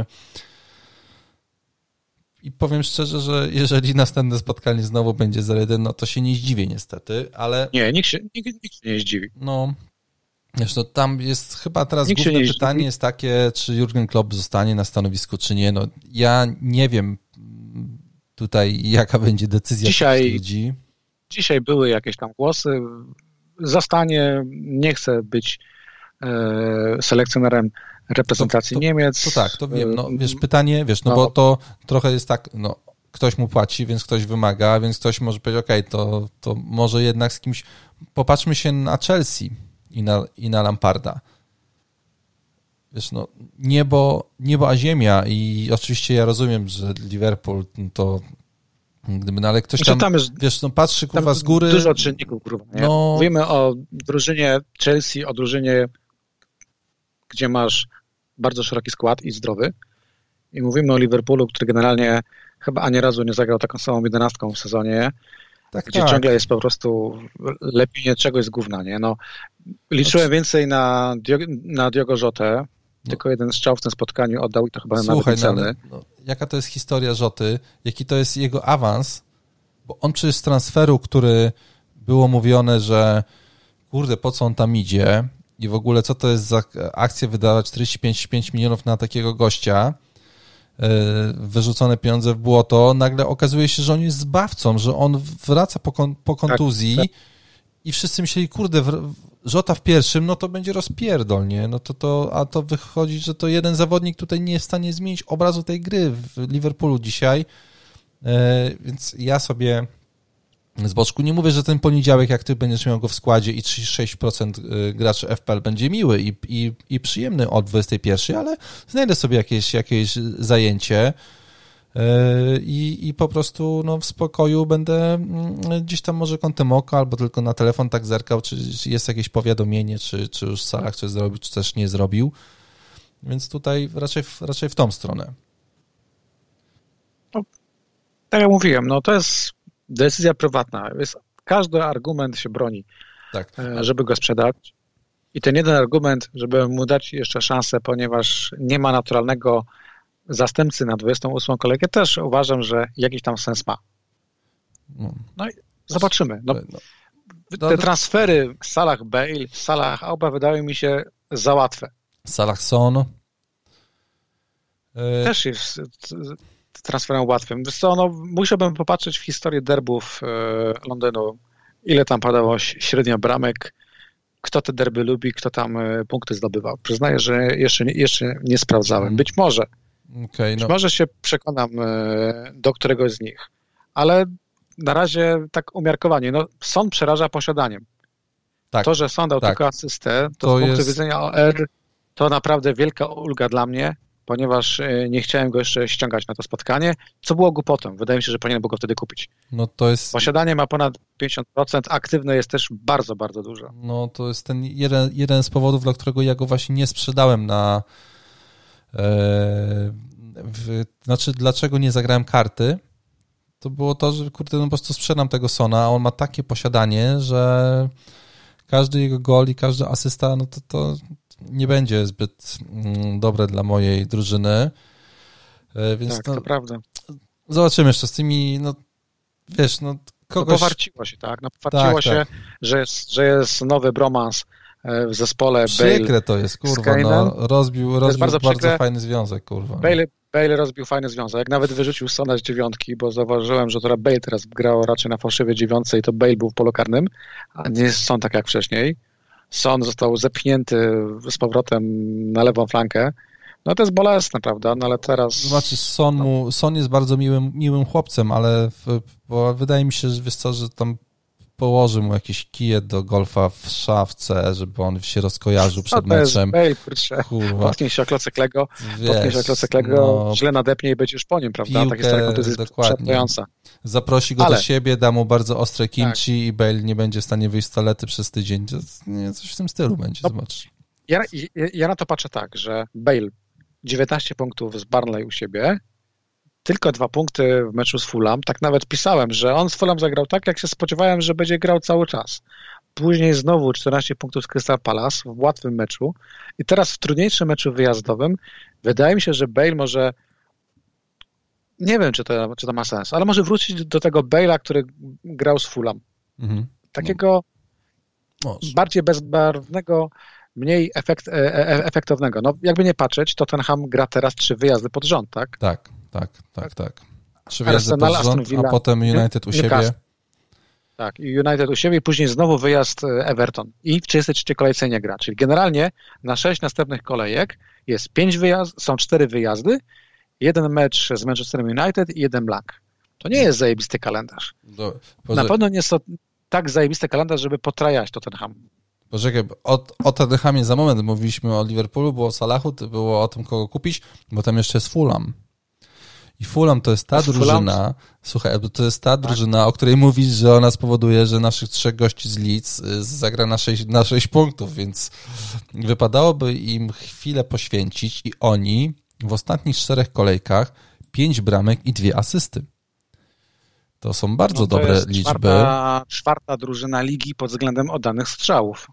I powiem szczerze, że jeżeli następne spotkanie znowu będzie 0-1, no to się nie zdziwię niestety, ale... Nie, nikt się nie zdziwi. No, zresztą tam jest chyba teraz główne pytanie jest takie, czy Jurgen Klopp zostanie na stanowisku, czy nie. No, ja nie wiem tutaj, jaka będzie decyzja ludzi. Dzisiaj były jakieś tam głosy. Zostanie, nie chce być selekcjonerem reprezentacji Niemiec. To tak, to wiem. No, wiesz, pytanie, bo to trochę jest tak, ktoś mu płaci, więc ktoś wymaga, więc ktoś może powiedzieć, okej, to może jednak z kimś... Popatrzmy się na Chelsea i na Lamparda. Wiesz, niebo a ziemia i oczywiście ja rozumiem, że Liverpool to ale ktoś tam jest, wiesz, patrzy kurwa z góry. Dużo czynników, kurwa. Mówimy o drużynie Chelsea, o drużynie, gdzie masz bardzo szeroki skład i zdrowy. I mówimy o Liverpoolu, który generalnie chyba ani razu nie zagrał taką samą 11 w sezonie, gdzie ciągle jest po prostu lepienie czegoś z gówna, nie? Liczyłem więcej na Diogo Jotę, tylko jeden strzał w tym spotkaniu oddał i to chyba nawet celny. Jaka to jest historia Joty, jaki to jest jego awans, bo on przecież z transferu, który było mówione, że kurde, po co on tam idzie i w ogóle co to jest za akcja wydawać 45 milionów na takiego gościa, wyrzucone pieniądze w błoto, nagle okazuje się, że on jest zbawcą, że on wraca po kontuzji i wszyscy myśleli, kurde, Jota w pierwszym, no to będzie rozpierdol, nie? A to wychodzi, że to jeden zawodnik tutaj nie jest w stanie zmienić obrazu tej gry w Liverpoolu dzisiaj, więc ja sobie z boczku. Nie mówię, że ten poniedziałek, jak ty będziesz miał go w składzie i 36% graczy FPL będzie miły i przyjemny od 21, ale znajdę sobie jakieś zajęcie i po prostu w spokoju będę gdzieś tam może kątem oka albo tylko na telefon tak zerkał, czy jest jakieś powiadomienie, czy już Salah coś zrobił, czy też nie zrobił. Więc tutaj raczej w tą stronę. No, tak jak mówiłem, to jest decyzja prywatna. Każdy argument się broni, tak, żeby go sprzedać. I ten jeden argument, żeby mu dać jeszcze szansę, ponieważ nie ma naturalnego zastępcy na 28 kolejkę, też uważam, że jakiś tam sens ma. No i zobaczymy. Te transfery Salah Bale, Salah Auba wydają mi się za łatwe. Salah Son też jest transferem łatwym. Musiałbym popatrzeć w historię derbów Londynu, ile tam padało średnio bramek, kto te derby lubi, kto tam punkty zdobywał. Przyznaję, że jeszcze nie sprawdzałem. Być może. Być może się przekonam do któregoś z nich. Ale na razie tak umiarkowanie. Son przeraża posiadaniem. Tak, to, że Son dał tylko asystę, to z punktu widzenia OR to naprawdę wielka ulga dla mnie, ponieważ nie chciałem go jeszcze ściągać na to spotkanie, co było głupotą. Wydaje mi się, że powinien był go wtedy kupić. Posiadanie ma ponad 50%, aktywne jest też bardzo, bardzo dużo. To jest ten jeden z powodów, dla którego ja go właśnie nie sprzedałem na... dlaczego nie zagrałem karty? To było to, że po prostu sprzedam tego Sona, a on ma takie posiadanie, że każdy jego gol i każda asysta, to nie będzie zbyt dobre dla mojej drużyny. Więc tak, to prawda. Zobaczymy jeszcze z tymi, kogoś... powarciło się, tak? Powarciło się, tak. Że jest nowy bromans w zespole. Przykre Bale to jest, kurwa, rozbił bardzo fajny związek, kurwa. Bale rozbił fajny związek, jak nawet wyrzucił Sona z 9, bo zauważyłem, że to Bale teraz grał raczej na fałszywej 9 i to Bale był w polu karnym, a nie jest Son tak jak wcześniej. Son został zepchnięty z powrotem na lewą flankę. To jest bolesne, prawda? Ale teraz... Znaczy, Son jest bardzo miłym chłopcem, ale bo wydaje mi się, że wiesz co, że tam położy mu jakieś kije do golfa w szafce, żeby on się rozkojarzył przed meczem. Potknij się o klocek Lego, źle nadepnie i będziesz po nim, prawda? Piłkę, tak jest kontuzja przepraszająca. Zaprosi go do siebie, da mu bardzo ostre kimchi i Bale nie będzie w stanie wyjść z toalety przez tydzień. Coś w tym stylu będzie, zobacz. Ja na to patrzę tak, że Bale 19 punktów z Burnley u siebie, tylko 2 punkty w meczu z Fulham. Tak nawet pisałem, że on z Fulham zagrał tak, jak się spodziewałem, że będzie grał cały czas. Później znowu 14 punktów z Crystal Palace w łatwym meczu i teraz w trudniejszym meczu wyjazdowym wydaje mi się, że Bale może, nie wiem, czy to ma sens, ale może wrócić do tego Bale'a, który grał z Fulham. Takiego bardziej bezbarwnego, mniej efektownego. Jakby nie patrzeć, Tottenham gra teraz 3 wyjazdy pod rząd, tak? Tak. 3 wyjazdy pod rząd, a potem United u siebie. Tak, i United u siebie i później znowu wyjazd Everton. I w 33 kolejce nie gra. Czyli generalnie na 6 następnych kolejek jest 5 są 4 wyjazdy, 1 mecz z Manchesterem United i 1 blank. To nie jest zajebisty kalendarz. Na pewno nie jest to tak zajebisty kalendarz, żeby potrajać Tottenham. Poczekaj, o Tottenhamie za moment mówiliśmy o Liverpoolu, było o Salahu, było o tym, kogo kupić, bo tam jeszcze jest Fulham. I Fulham to jest ta drużyna, słuchaj, to jest ta drużyna, o której mówisz, że ona spowoduje, że naszych 3 gości z Leeds zagra na 6 punktów, więc wypadałoby im chwilę poświęcić i oni w ostatnich 4 kolejkach 5 bramek i 2 asysty. To są bardzo dobre liczby. Czwarta drużyna ligi pod względem oddanych strzałów.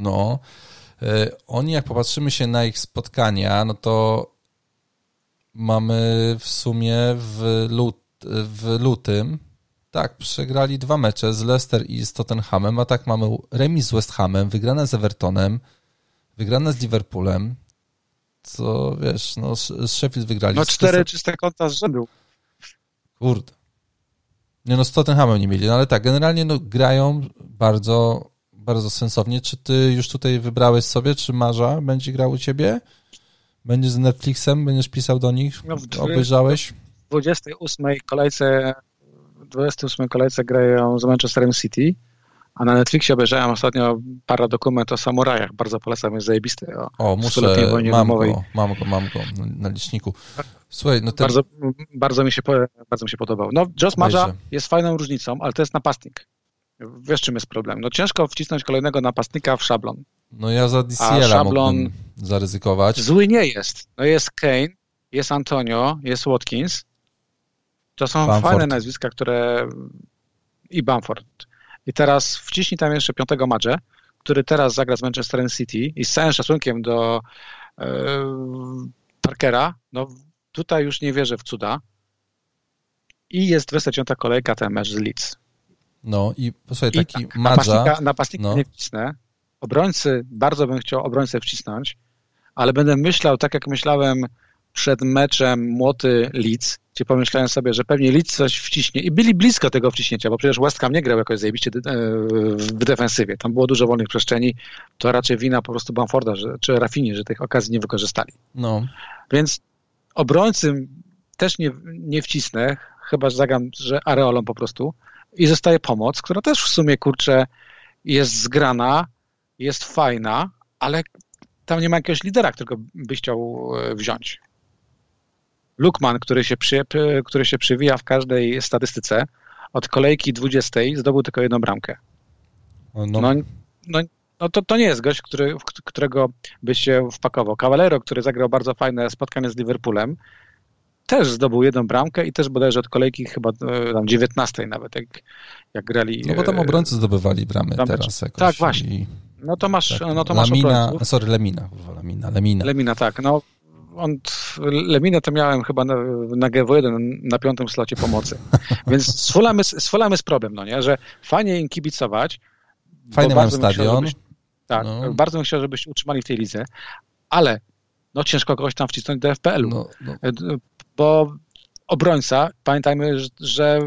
Oni, jak popatrzymy się na ich spotkania, to mamy w sumie w lutym, przegrali 2 mecze z Leicester i z Tottenhamem, a tak mamy remis z West Hamem, wygrane z Evertonem, wygrane z Liverpoolem, co wiesz, z Sheffield wygrali. 4 czyste konta z rzędu. Kurde. Z Tottenhamem nie mieli, ale tak, generalnie grają bardzo, bardzo sensownie. Czy ty już tutaj wybrałeś sobie, czy Marza będzie grał u ciebie? Będziesz z Netflixem, będziesz pisał do nich? Obejrzałeś? W 28 kolejce 28 kolejce grają z Manchesterem City, a na Netflixie obejrzałem ostatnio paradokument o samurajach. Bardzo polecam, jest zajebisty. Mam go na liczniku. Słuchaj, no bardzo mi się podobał. No, Josh Maja jest fajną różnicą, ale to jest napastnik. Wiesz, czym jest problem? No ciężko wcisnąć kolejnego napastnika w szablon. No ja za DCL-a mógłbym zaryzykować. Zły nie jest. No jest Kane, jest Antonio, jest Watkins. To są fajne nazwiska, które... I Bamford. I teraz wciśnij tam jeszcze piątego Madże, który teraz zagra z Manchesterem City i z całym szacunkiem do Parkera, no tutaj już nie wierzę w cuda. I jest 29. kolejka, ten mecz z Leeds. No i posłuchaj, taki Madża... Napastnika nie wcisnę. Obrońcy, bardzo bym chciał obrońcę wcisnąć, ale będę myślał tak, jak myślałem przed meczem Młoty Leeds, gdzie pomyślałem sobie, że pewnie Leeds coś wciśnie i byli blisko tego wciśnięcia, bo przecież West Ham nie grał jakoś zajebiście w defensywie. Tam było dużo wolnych przestrzeni. To raczej wina po prostu Bamforda czy Rafinii, że tych okazji nie wykorzystali. No. Więc obrońcy też nie wcisnę, chyba że zagram, że areolą po prostu i zostaje pomoc, która też w sumie, kurczę, jest zgrana, jest fajna, ale tam nie ma jakiegoś lidera, którego byś chciał wziąć. Lukman, który się przywija w każdej statystyce, od kolejki 20 zdobył tylko jedną bramkę. No to nie jest gość, którego byś się wpakował. Cavallero, który zagrał bardzo fajne spotkanie z Liverpoolem, też zdobył jedną bramkę i też bodajże od kolejki chyba tam 19 nawet, jak grali. No bo tam obrońcy zdobywali bramy teraz jakoś. Tak, właśnie. No to masz obrońców. Lemina, tak. No, Leminę to miałem chyba na GW1 na 5. slocie pomocy. Więc z Fulham jest problem, no nie? Że fajnie im kibicować. Fajny mam stadion. Bardzo bym chciał, żebyście utrzymali w tej lidze, ale no ciężko kogoś tam wcisnąć do FPL-u. Bo obrońca, pamiętajmy, że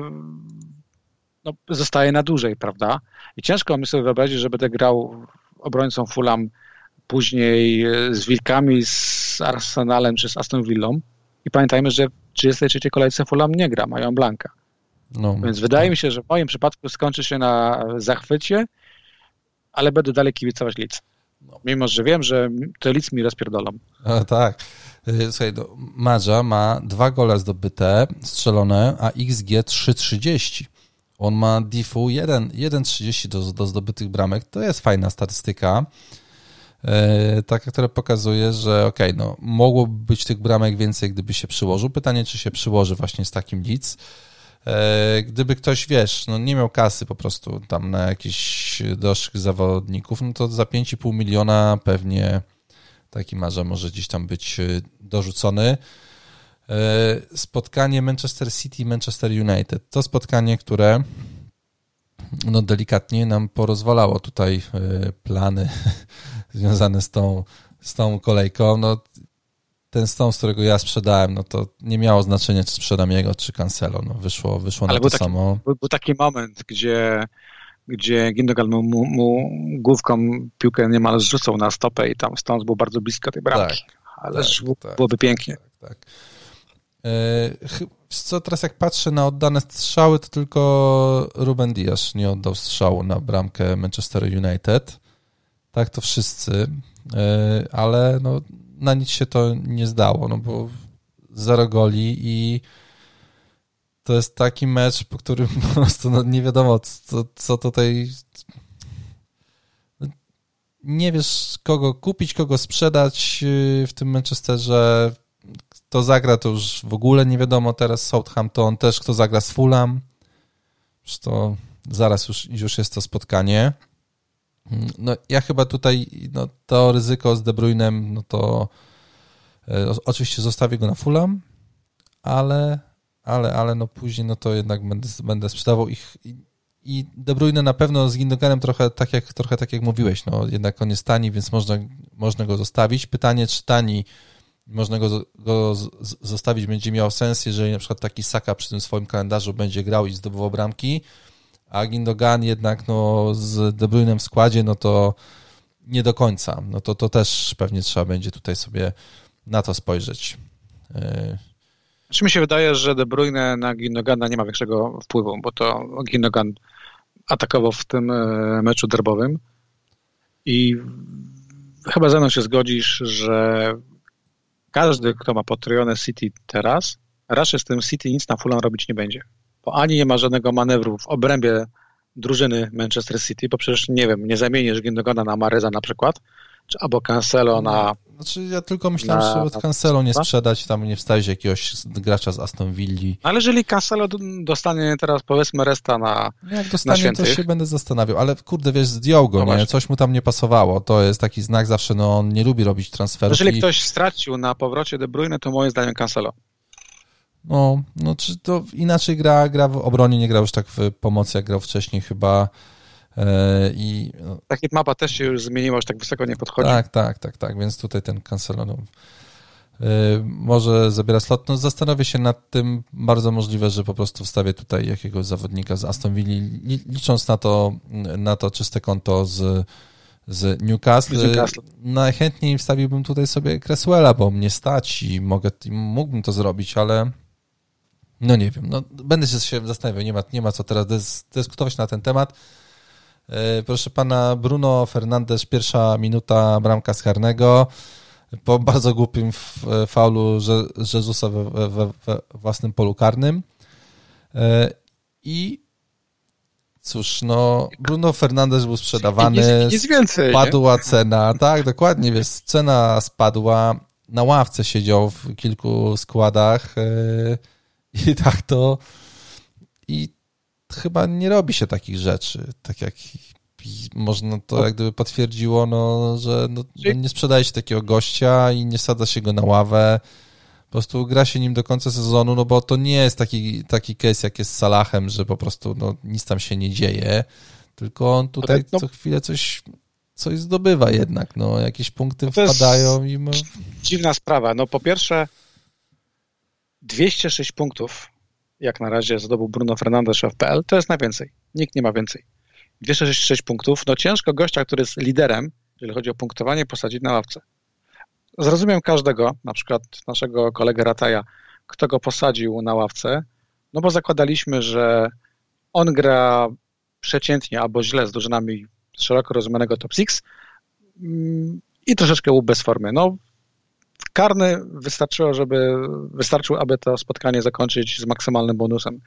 zostaje na dłużej, prawda? I ciężko mi sobie wyobrazić, że będę grał obrońcą Fulham później z Wilkami, z Arsenalem czy z Aston Villą. I pamiętajmy, że w 33. kolejce Fulham nie gra, mają blanka. Więc wydaje mi się, że w moim przypadku skończy się na zachwycie, ale będę dalej kibicować Leeds. Mimo, że wiem, że to Leeds mi rozpierdolą. Tak. Słuchaj, Madża ma 2 gole zdobyte, strzelone, a XG 3,30. On ma diffu 1,30 do zdobytych bramek. To jest fajna statystyka, taka, która pokazuje, że mogłoby być tych bramek więcej, gdyby się przyłożył. Pytanie, czy się przyłoży właśnie z takim Leeds. Gdyby ktoś, nie miał kasy po prostu tam na jakichś droższych zawodników, no to za 5,5 miliona pewnie taki Madża może gdzieś tam być dorzucony. Spotkanie Manchester City i Manchester United. To spotkanie, które delikatnie nam porozwalało tutaj plany związane z tą kolejką. Ten Stone, z którego ja sprzedałem, to nie miało znaczenia, czy sprzedam jego, czy Cancelo. Wyszło na to samo. Był taki moment, gdzie Gindogan mu główką piłkę niemal zrzucał na stopę i tam Stones był bardzo blisko tej bramki. Byłoby pięknie. Tak. Co teraz jak patrzę na oddane strzały, to tylko Ruben Dias nie oddał strzału na bramkę Manchester United. Tak to wszyscy, ale na nic się to nie zdało, bo 0 goli i to jest taki mecz, po którym po prostu nie wiadomo, co tutaj... Nie wiesz, kogo kupić, kogo sprzedać w tym Manchesterze. Kto zagra, to już w ogóle nie wiadomo. Teraz Southampton też, kto zagra z Fulham. To zaraz już jest to spotkanie. Ja chyba tutaj to ryzyko z De Bruynem, to oczywiście zostawię go na Fulham, ale później to jednak będę sprzedawał ich i De Bruyne na pewno z Gindoganem trochę tak jak mówiłeś, jednak on jest tani, więc można go zostawić. Pytanie, czy tani można go zostawić będzie miało sens, jeżeli na przykład taki Saka przy tym swoim kalendarzu będzie grał i zdobywał bramki, a Gindogan jednak z De Bruynem w składzie, to nie do końca. To też pewnie trzeba będzie tutaj sobie na to spojrzeć. Czy mi się wydaje, że De Bruyne na Gündogana nie ma większego wpływu, bo to Gündogan atakował w tym meczu derbowym i chyba ze mną się zgodzisz, że każdy, kto ma potrojone City teraz, raczej z tym City nic na Fulham robić nie będzie. Bo ani nie ma żadnego manewru w obrębie drużyny Manchester City, bo przecież, nie wiem, nie zamienisz Gündogana na Mareza na przykład, czy albo Cancelo na... Znaczy ja tylko myślałem, żeby Cancelo nie sprzedać, tam nie wstawić jakiegoś gracza z Aston Villa. Ale jeżeli Cancelo dostanie teraz, powiedzmy, resta na jak dostanie, to się będę zastanawiał, ale kurde, wiesz, zdjął go, nie? Coś mu tam nie pasowało, to jest taki znak zawsze, no on nie lubi robić transferów. Jeżeli ktoś stracił na powrocie De Bruyne, to moim zdaniem Cancelo. No czy to inaczej gra w obronie, nie grał już tak w pomocy, jak grał wcześniej chyba. Taki mapa też się już zmieniła, już tak wysoko nie podchodzi. Tak, więc tutaj ten Cancelo może zabiera slot. No zastanowię się nad tym, bardzo możliwe, że po prostu wstawię tutaj jakiegoś zawodnika z Aston Villa, licząc na to czyste konto z Newcastle. Najchętniej wstawiłbym tutaj sobie Cresswella, bo mnie stać i mógłbym to zrobić, ale no nie wiem, będę się zastanawiał, nie ma co teraz dyskutować na ten temat. Proszę pana, Bruno Fernandes, pierwsza minuta, bramka z karnego, po bardzo głupim faulu Jezusa we własnym polu karnym. I cóż, Bruno Fernandes był sprzedawany, nic więcej, spadła nie? Cena, tak, dokładnie, wiesz, cena spadła, na ławce siedział w kilku składach i tak to... I chyba nie robi się takich rzeczy, tak jak można to jak gdyby potwierdziło, że nie sprzedaje się takiego gościa i nie sadza się go na ławę, po prostu gra się nim do końca sezonu, bo to nie jest taki case jak jest z Salahem, że po prostu nic tam się nie dzieje, tylko on tutaj co chwilę coś zdobywa jednak, jakieś punkty wpadają i... Dziwna sprawa, po pierwsze 206 punktów jak na razie zdobył Bruno Fernandes w FPL, to jest najwięcej. Nikt nie ma więcej. 266 punktów. Ciężko gościa, który jest liderem, jeżeli chodzi o punktowanie, posadzić na ławce. Zrozumiem każdego, na przykład naszego kolegę Rataja, kto go posadził na ławce, bo zakładaliśmy, że on gra przeciętnie albo źle z drużynami szeroko rozumianego top 6 i troszeczkę był bez formy. Karny wystarczył, aby to spotkanie zakończyć z maksymalnym bonusem.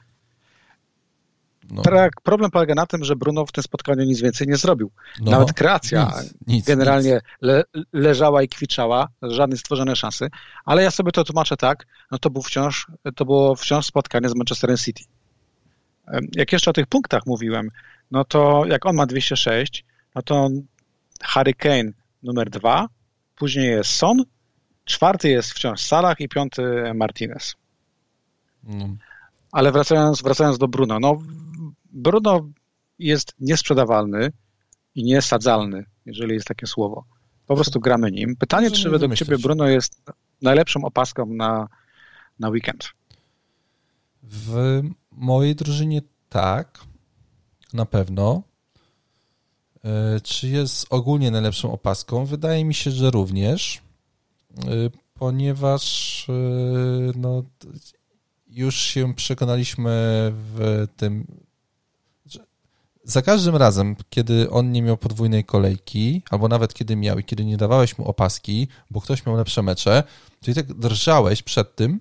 Problem polega na tym, że Bruno w tym spotkaniu nic więcej nie zrobił. Nawet kreacja generalnie leżała i kwiczała, żadnej stworzonej szansy, ale ja sobie to tłumaczę tak, to było wciąż spotkanie z Manchesterem City. Jak jeszcze o tych punktach mówiłem, to jak on ma 206, to Harry Kane numer 2, później jest Son, 4 jest wciąż Salah i 5 Martinez. Ale wracając do Bruno. Bruno jest niesprzedawalny i niesadzalny, jeżeli jest takie słowo. Po prostu gramy nim. Pytanie, czy według ciebie Bruno jest najlepszą opaską na weekend? W mojej drużynie tak, na pewno. Czy jest ogólnie najlepszą opaską? Wydaje mi się, że również, ponieważ już się przekonaliśmy w tym, że za każdym razem, kiedy on nie miał podwójnej kolejki, albo nawet kiedy miał i kiedy nie dawałeś mu opaski, bo ktoś miał lepsze mecze, to i tak drżałeś przed tym,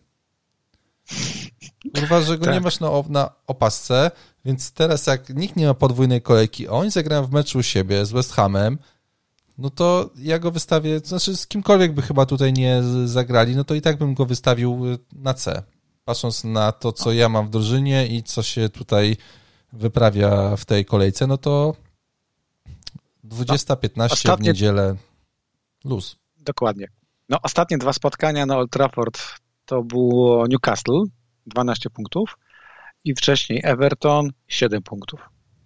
kurwa, że go nie masz na opasce, więc teraz jak nikt nie ma podwójnej kolejki, a oni zagrają w meczu u siebie z West Hamem, to ja go wystawię, znaczy z kimkolwiek by chyba tutaj nie zagrali, to i tak bym go wystawił na C. Patrząc na to, co ja mam w drużynie i co się tutaj wyprawia w tej kolejce, to 20:15 w niedzielę luz. Dokładnie. Ostatnie 2 spotkania na Old Trafford to było Newcastle, 12 punktów i wcześniej Everton, 7 punktów.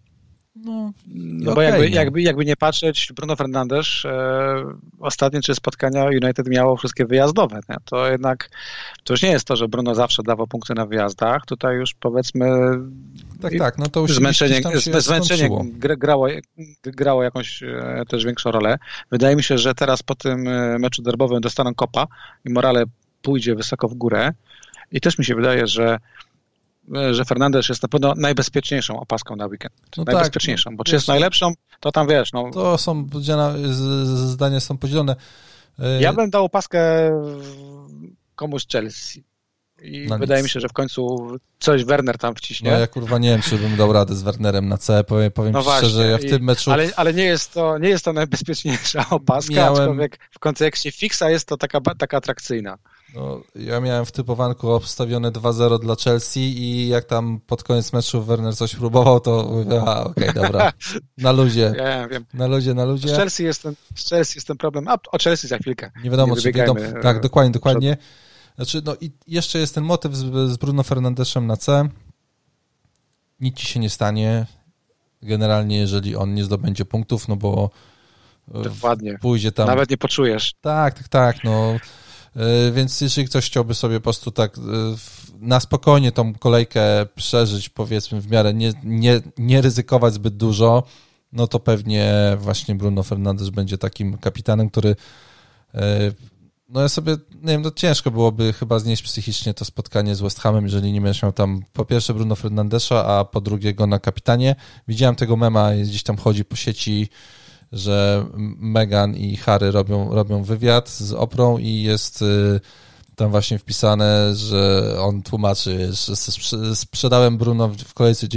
Bo jakby nie patrzeć, Bruno Fernandes ostatnie 3 spotkania United miało wszystkie wyjazdowe. Nie? To jednak to już nie jest to, że Bruno zawsze dawał punkty na wyjazdach. Tutaj już powiedzmy to już zmęczenie grało jakąś też większą rolę. Wydaje mi się, że teraz po tym meczu derbowym dostaną kopa i morale pójdzie wysoko w górę I też mi się wydaje, że Fernandes jest na pewno najbezpieczniejszą opaską na weekend. No najbezpieczniejszą, tak, bo czy jest najlepszą, to tam wiesz. No. To są, zdania są podzielone. Ja bym dał opaskę komuś z Chelsea. I wydaje mi się, że w końcu coś Werner tam wciśnie. No ja kurwa nie wiem, czy bym dał radę z Wernerem na C. Powiem no ci szczerze, ja w tym meczu... Ale nie jest to najbezpieczniejsza opaska, aczkolwiek w kontekście fixa jest to taka atrakcyjna. No, ja miałem w typowanku obstawione 2-0 dla Chelsea i jak tam pod koniec meczu Werner coś próbował, to mówię, okej, dobra, na luzie. Ja wiem. Na luzie. Z Chelsea jest ten problem. A o Chelsea za chwilkę. Nie wiadomo, czy wiadomo. Tak, dokładnie. Znaczy, no i jeszcze jest ten motyw z Bruno Fernandeszem na C. Nic ci się nie stanie. Generalnie, jeżeli on nie zdobędzie punktów, no bo dokładnie. Pójdzie tam. Nawet nie poczujesz. Tak, no. Więc jeżeli ktoś chciałby sobie po prostu tak na spokojnie tą kolejkę przeżyć, powiedzmy w miarę nie ryzykować zbyt dużo, no to pewnie właśnie Bruno Fernandes będzie takim kapitanem, który no ja sobie, nie wiem, no ciężko byłoby chyba znieść psychicznie to spotkanie z West Hamem, jeżeli nie będziesz miał tam po pierwsze Bruno Fernandesza, a po drugie go na kapitanie. Widziałem tego mema, gdzieś tam chodzi po sieci, że Meghan i Harry robią wywiad z Oprą i jest tam właśnie wpisane, że on tłumaczy, że sprzedałem Bruno w kolejce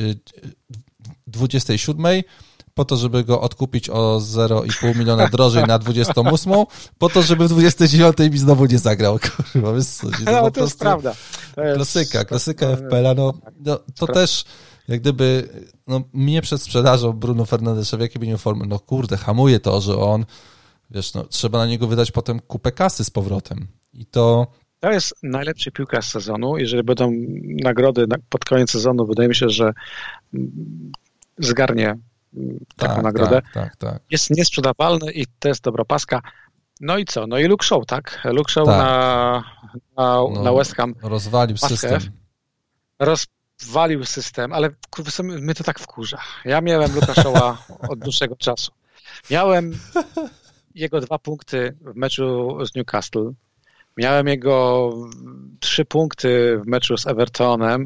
27 po to, żeby go odkupić o 0,5 miliona drożej na 28, po to, żeby w 29 mi znowu nie zagrał. Kurwa, to jest prawda. Klasyka FPL-a. No, to też jak gdyby mnie przed sprzedażą Bruno Fernandesza w jakiej będzie formy, no kurde, hamuje to, że on, wiesz, no trzeba na niego wydać potem kupę kasy z powrotem. I to jest najlepszy piłkarz sezonu. Jeżeli będą nagrody pod koniec sezonu, wydaje mi się, że zgarnie taką nagrodę. Tak. Jest niesprzedawalny i to jest dobra paska. No i co? No i Luke Shaw, tak? Luke Shaw na West Ham. Rozwalił system. Rozwalił system, ale kurwa, mnie to tak wkurza. Ja miałem Luka Shawa od dłuższego czasu. Miałem jego 2 punkty w meczu z Newcastle. Miałem jego 3 punkty w meczu z Evertonem.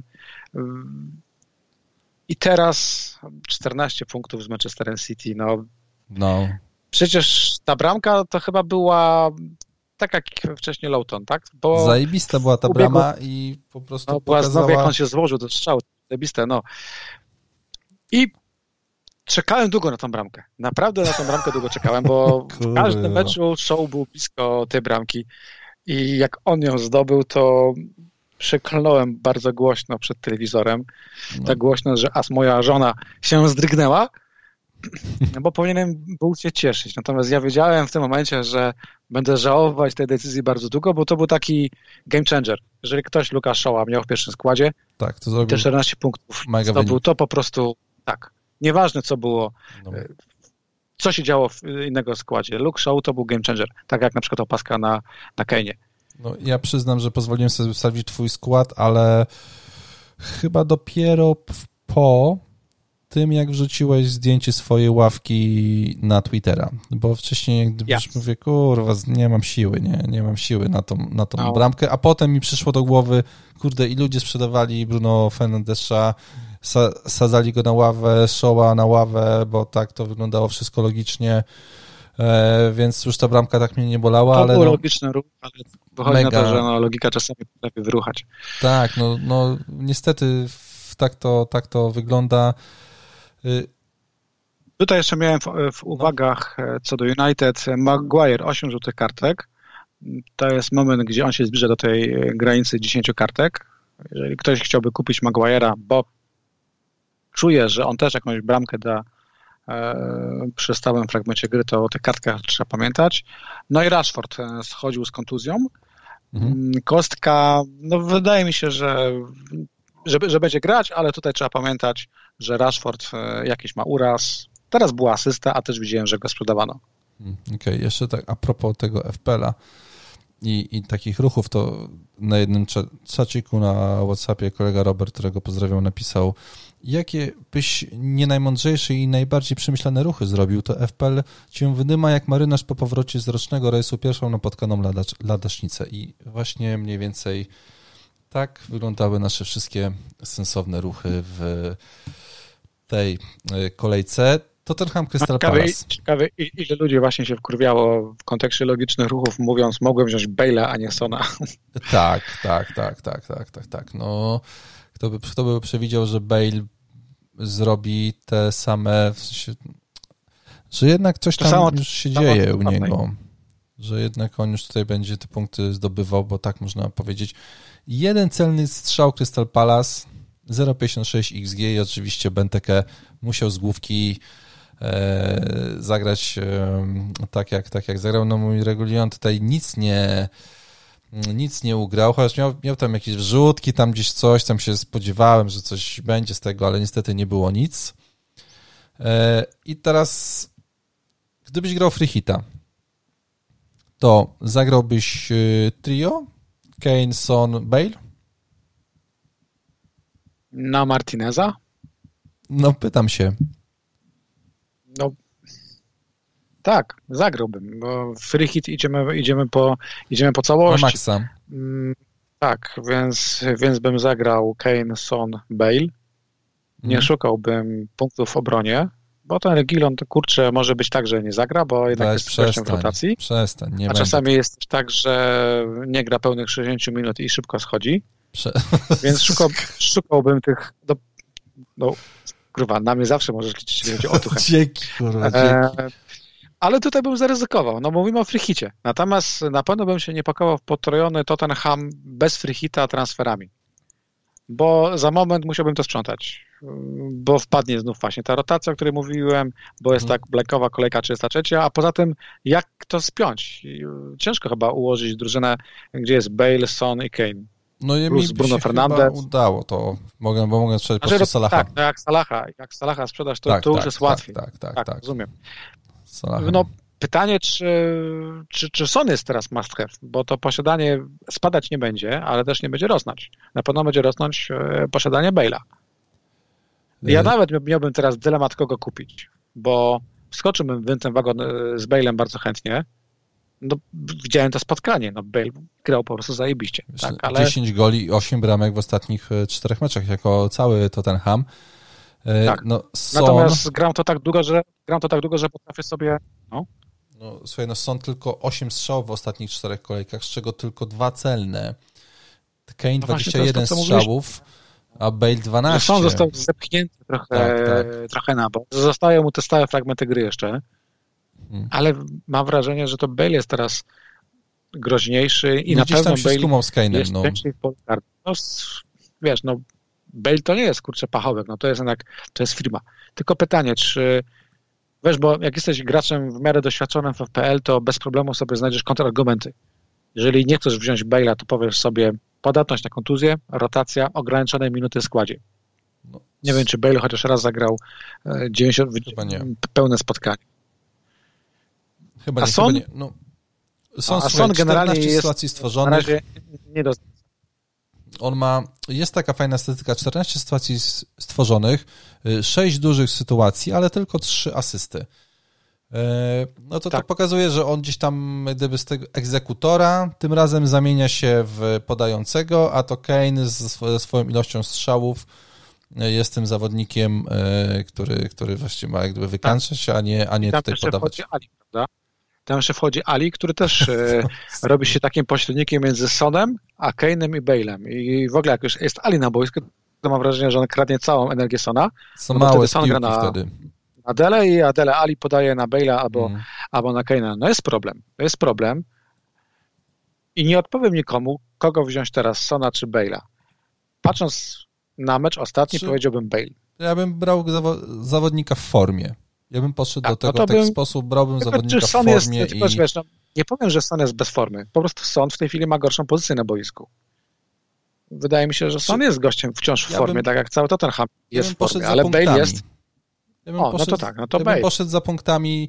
I teraz 14 punktów z Manchesterem City. No. Przecież ta bramka to chyba była tak jak wcześniej Lowton, tak? Bo zajebista była ta brama i po prostu pokazała... Znowu jak on się złożył do strzału. Zajebiste, no. I czekałem długo na tą bramkę. Naprawdę na tą bramkę długo czekałem, bo w każdym meczu Shaw był blisko tej bramki i jak on ją zdobył, to przeklnąłem bardzo głośno przed telewizorem. Tak głośno, że aż moja żona się zdrygnęła, bo powinienem był się cieszyć. Natomiast ja wiedziałem w tym momencie, że będę żałować tej decyzji bardzo długo, bo to był taki game changer. Jeżeli ktoś Luka Shawa miał w pierwszym składzie, tak, to zrobił te 14 punktów zdobył, to po prostu tak. Nieważne co było, co się działo w innego składzie. Luke Shaw to był game changer. Tak jak na przykład opaska na Kane'ie. No, ja przyznam, że pozwoliłem sobie wstawić twój skład, ale chyba dopiero po tym, jak wrzuciłeś zdjęcie swojej ławki na Twittera, bo wcześniej jak gdyby już mówię, kurwa, nie mam siły, nie mam siły na tą bramkę, a potem mi przyszło do głowy, kurde, i ludzie sprzedawali Bruno Fernandesza, sadzali go na ławę, Shawa na ławę, bo tak to wyglądało wszystko logicznie, więc już ta bramka tak mnie nie bolała. To był logiczny ruch, ale wychodzi na to, że logika czasami potrafi wyruchać. Tak, no niestety tak to wygląda. Tutaj jeszcze miałem w uwagach co do United Maguire 8 żółtych kartek. To jest moment, gdzie on się zbliża do tej granicy 10 kartek. Jeżeli ktoś chciałby kupić Maguire'a, bo czuje, że on też jakąś bramkę da przy stałym fragmencie gry, to o tych kartkach trzeba pamiętać. No i Rashford schodził z kontuzją. Kostka, no wydaje mi się, że będzie grać, ale tutaj trzeba pamiętać, że Rashford jakiś ma uraz. Teraz była asysta, a też widziałem, że go sprzedawano. Okej, jeszcze tak a propos tego FPL-a i takich ruchów, to na jednym czaciku na WhatsAppie kolega Robert, którego pozdrawiam, napisał, jakie byś nie najmądrzejsze i najbardziej przemyślane ruchy zrobił, to FPL cię wydyma jak marynarz po powrocie z rocznego rejsu pierwszą napotkaną ladacznicę. I właśnie mniej więcej Tak wyglądały nasze wszystkie sensowne ruchy w tej kolejce. Tottenham Crystal Palace. Ciekawe, ile ludzi właśnie się wkurwiało w kontekście logicznych ruchów, mówiąc, mogłem wziąć Bale'a, a nie Sona. Tak. No, kto by przewidział, że Bale zrobi te same, w sensie, że jednak coś tam już się dzieje u niego, że jednak on już tutaj będzie te punkty zdobywał, bo tak można powiedzieć. Jeden celny strzał Crystal Palace, 0,56 XG i oczywiście Benteke musiał z główki zagrać tak jak zagrał. No mój Regulion tutaj nic nie ugrał, chociaż miał tam jakieś wrzutki, tam gdzieś coś, tam się spodziewałem, że coś będzie z tego, ale niestety nie było nic. I teraz gdybyś grał free hita, to zagrałbyś trio Kane, Son, Bale? Na Martineza? No pytam się. No tak, zagrałbym, bo free hit idziemy po całości. Na maksa. Tak, więc bym zagrał Kane, Son, Bale. Nie szukałbym punktów w obronie, bo ten Reguilon to kurczę może być tak, że nie zagra, bo jednak jest gościem w rotacji. Przestań. Czasami jest też tak, że nie gra pełnych 60 minut i szybko schodzi. Więc szukałbym tych... kurwa, na mnie zawsze możesz liczyć, że będzie otuchę. Dzięki, kurwa, dzięki. Ale tutaj bym zaryzykował. No mówimy o free hicie. Natomiast na pewno bym się nie pakował w potrojony Tottenham bez free hita transferami. Bo za moment musiałbym to sprzątać. Bo wpadnie znów właśnie ta rotacja, o której mówiłem, bo jest tak blackowa kolejka 33, a poza tym jak to spiąć? Ciężko chyba ułożyć drużynę, gdzie jest Bale, Son i Kane. No plus Bruno Fernandes. Udało to. Mogę sprzedać po prostu Salaha. Tak, jak Salaha sprzedasz, to już jest łatwiej. Tak, rozumiem. Salaha. No pytanie, czy Son jest teraz must have, bo to posiadanie spadać nie będzie, ale też nie będzie rosnąć. Na pewno będzie rosnąć posiadanie Bale'a. Ja nawet miałbym teraz dylemat, kogo kupić, bo wskoczyłbym w ten wagon z Bale'em bardzo chętnie. No, widziałem to spotkanie. No, Bale grał po prostu zajebiście. Tak, ale... 10 goli i 8 bramek w ostatnich 4 meczach, jako cały Tottenham. Tak. No, Natomiast gram to tak długo, że potrafię sobie... Słuchaj, Son tylko 8 strzałów w ostatnich 4 kolejkach, z czego tylko 2 celne. Kane 21 strzałów, a Bale 12. Son został zepchnięty trochę na bok. Zostają mu te stałe fragmenty gry jeszcze. Ale mam wrażenie, że to Bale jest teraz groźniejszy i na pewno Bale z Kane'em, jest częściej w polu karnym. Wiesz, Bale to nie jest, kurczę, pachołek, to jest jednak, to jest firma. Tylko pytanie, czy wiesz, bo jak jesteś graczem w miarę doświadczonym w FPL, to bez problemu sobie znajdziesz kontrargumenty. Jeżeli nie chcesz wziąć Bale'a, to powiesz sobie podatność na kontuzję, rotacja, ograniczone minuty w składzie. Nie wiem, czy Bale chociaż raz zagrał 90 pełne spotkanie. Chyba nie. Son generalnie jest sytuacji stworzonych. Na razie nie do... Jest taka fajna statystyka, 14 sytuacji stworzonych, 6 dużych sytuacji, ale tylko 3 asysty. To pokazuje, że on gdzieś tam gdyby z tego egzekutora tym razem zamienia się w podającego, a to Kane ze swoją ilością strzałów jest tym zawodnikiem, który właściwie ma jak gdyby wykańczać, a nie tutaj podawać. Tam jeszcze wchodzi Ali, który też robi się takim pośrednikiem między Sonem, a Kane'em i Bale'em. I w ogóle jak już jest Ali na boisku, to mam wrażenie, że on kradnie całą energię Sona. Są małe Son gra na Adele i Adele Ali podaje na Bale'a albo na Kane'a. No jest problem. I nie odpowiem nikomu, kogo wziąć teraz, Sona czy Bale'a. Patrząc na mecz ostatni, powiedziałbym Bale. Ja bym brał zawodnika w formie. Ja bym podszedł do tego w taki sposób, brałbym zawodnika w formie nie powiem, że Son jest bez formy. Po prostu Son w tej chwili ma gorszą pozycję na boisku. Wydaje mi się, że Son jest gościem wciąż w formie, tak jak cały Tottenham jest w formie, ale Bale jest... bym poszedł za punktami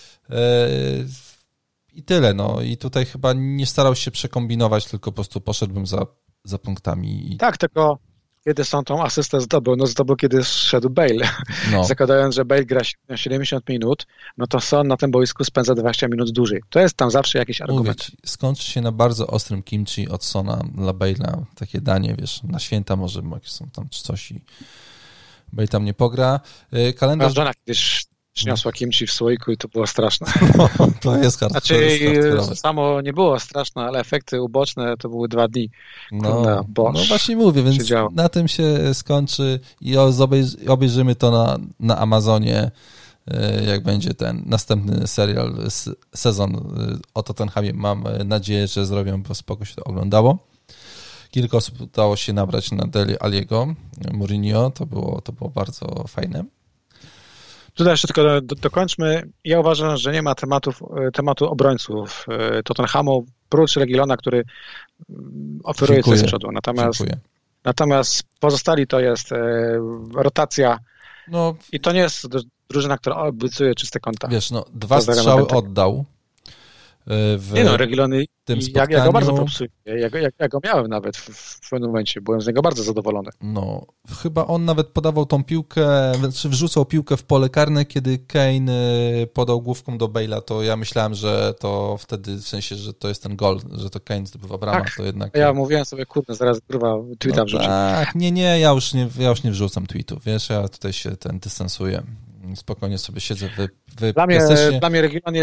i tyle. I tutaj chyba nie starał się przekombinować, tylko po prostu poszedłbym za punktami. Tak, tylko kiedy są tą asystę zdobył? No zdobył, kiedy szedł Bale. No. Zakładając, że Bale gra 70 minut, no to Son na tym boisku spędza 20 minut dłużej. To jest tam zawsze jakiś argument. Skończy się na bardzo ostrym kimchi od Sona dla Bale'a. Takie danie, wiesz, na święta może jakieś są tam czy coś i Bale tam nie pogra. Kalendarz... Żona kiedyś przyniosła kimchi w słoiku i to było straszne. No, to jest hardcore. Samo nie było straszne, ale efekty uboczne to były 2 dni. No właśnie mówię, więc na tym się skończy i obejrzymy to na Amazonie, jak będzie ten następny serial, sezon o Tottenhamie. Mam nadzieję, że zrobią, bo spoko się to oglądało. Kilka osób udało się nabrać na Dele Alliego, Mourinho, to było bardzo fajne. Tutaj jeszcze tylko dokończmy. Ja uważam, że nie ma tematu obrońców Tottenhamu, prócz Reguilona, który oferuje coś z przodu. Natomiast pozostali to jest rotacja i to nie jest drużyna, która obiecuje czyste konta. Wiesz, 2 strzały oddał. Reguilon, ja go bardzo popsuję. Ja go miałem nawet w pewnym momencie. Byłem z niego bardzo zadowolony. No, chyba on nawet podawał tą piłkę, czy wrzucał piłkę w pole karne, kiedy Kane podał główką do Bale'a, to ja myślałem, że to wtedy, w sensie, że to jest ten gol, że to Kane zdobywa bramę, tak, to jednak... Ja mówiłem sobie, zaraz tweeta wrzucić. Tak, nie, ja już nie wrzucam tweetów, wiesz, ja tutaj się dystansuję. Spokojnie sobie siedzę Dla mnie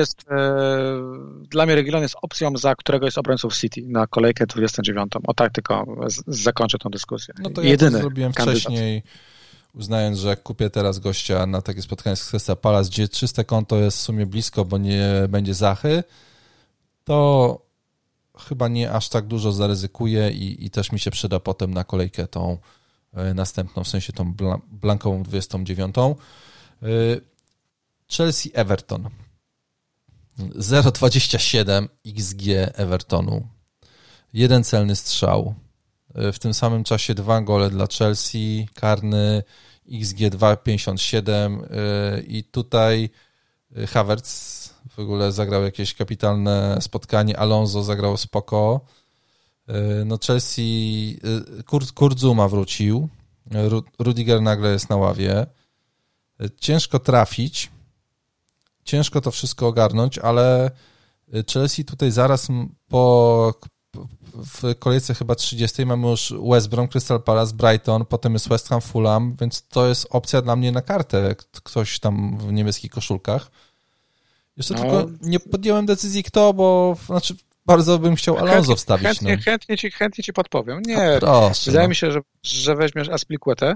Reguilon jest opcją, za którego jest obrońców City na kolejkę 29. O tak tylko zakończę tą dyskusję. No to ja to zrobiłem wcześniej, uznając, że jak kupię teraz gościa na takie spotkanie z Crystal Palace, gdzie czyste konto jest w sumie blisko, bo nie będzie Zachy, to chyba nie aż tak dużo zaryzykuję i też mi się przyda potem na kolejkę tą następną, w sensie tą blankową 29. Chelsea-Everton 0,27 XG Evertonu, 1 celny strzał, w tym samym czasie 2 gole dla Chelsea, karny XG 2,57 i tutaj Havertz w ogóle zagrał jakieś kapitalne spotkanie, Alonso zagrał spoko, Chelsea, Kurt Zouma wrócił, Rudiger nagle jest na ławie. Ciężko trafić, ciężko to wszystko ogarnąć, ale Chelsea tutaj zaraz w kolejce chyba 30 mamy już West Brom, Crystal Palace, Brighton, potem jest West Ham, Fulham, więc to jest opcja dla mnie na kartę, ktoś tam w niebieskich koszulkach. Jeszcze tylko nie podjąłem decyzji kto, bo bardzo bym chciał Alonso wstawić. Chętnie ci podpowiem. Nie, wydaje mi się, że weźmiesz Azpilicuetę.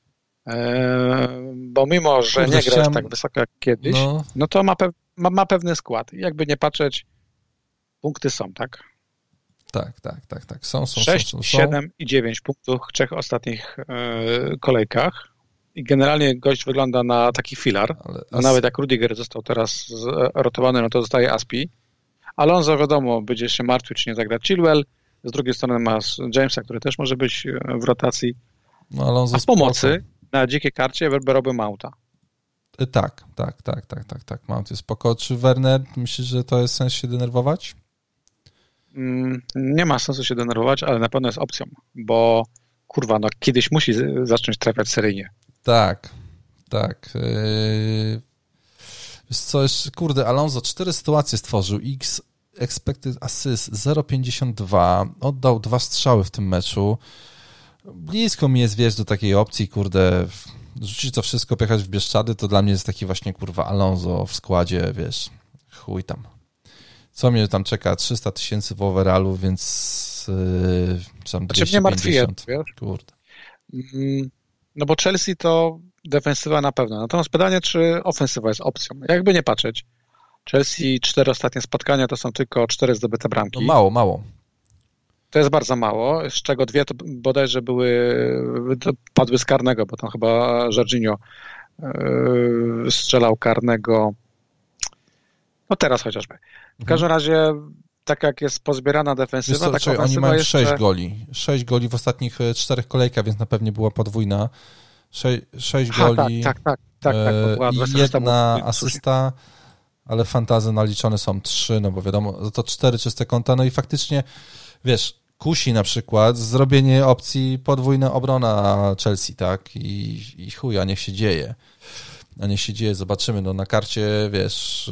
Bo mimo, że nie grasz tak wysoko jak kiedyś, no to ma pewny skład. Jakby nie patrzeć, punkty są, tak? Tak. Są. 6, 7 i 9 punktów w 3 ostatnich kolejkach. I generalnie gość wygląda na taki filar. Nawet jak Rudiger został teraz rotowany, no to zostaje Aspi. Alonso, wiadomo, będzie się martwił, czy nie zagra Chilwell. Z drugiej strony masz Jamesa, który też może być w rotacji. A w pomocy na dzikiej karcie wybrałby Mounta. Tak. Mount jest spoko. Czy Werner, myślisz, że to jest sens się denerwować? Nie ma sensu się denerwować, ale na pewno jest opcją, bo kiedyś musi zacząć trafiać seryjnie. Tak. Wiesz co, Alonso 4 sytuacje stworzył, expected assist 0,52, oddał 2 strzały w tym meczu. Blisko mi jest, wiesz, do takiej opcji, rzucić to wszystko, pojechać w Bieszczady, to dla mnie jest taki właśnie, Alonso w składzie, wiesz, chuj tam. Co mnie tam czeka? 300 000 w overallu, więc tam 250. Nie martwię, No bo Chelsea to defensywa na pewno. Natomiast pytanie, czy ofensywa jest opcją. Jakby nie patrzeć, Chelsea 4 ostatnie spotkania to są tylko 4 zdobyte bramki. No mało. To jest bardzo mało, z czego 2 to bodajże padły z karnego, bo tam chyba Jorginho strzelał karnego, no teraz chociażby. W każdym razie, tak jak jest pozbierana defensywa, tak ofensywa oni mają jeszcze... 6 goli w ostatnich 4 kolejkach, więc na pewnie była podwójna. 6 goli i 1 asysta, ale fantazy naliczone są 3, no bo wiadomo, to 4 czyste konta, no i faktycznie, wiesz, kusi na przykład zrobienie opcji podwójna obrona Chelsea, tak? I chuj, a niech się dzieje. Zobaczymy. No na karcie, wiesz...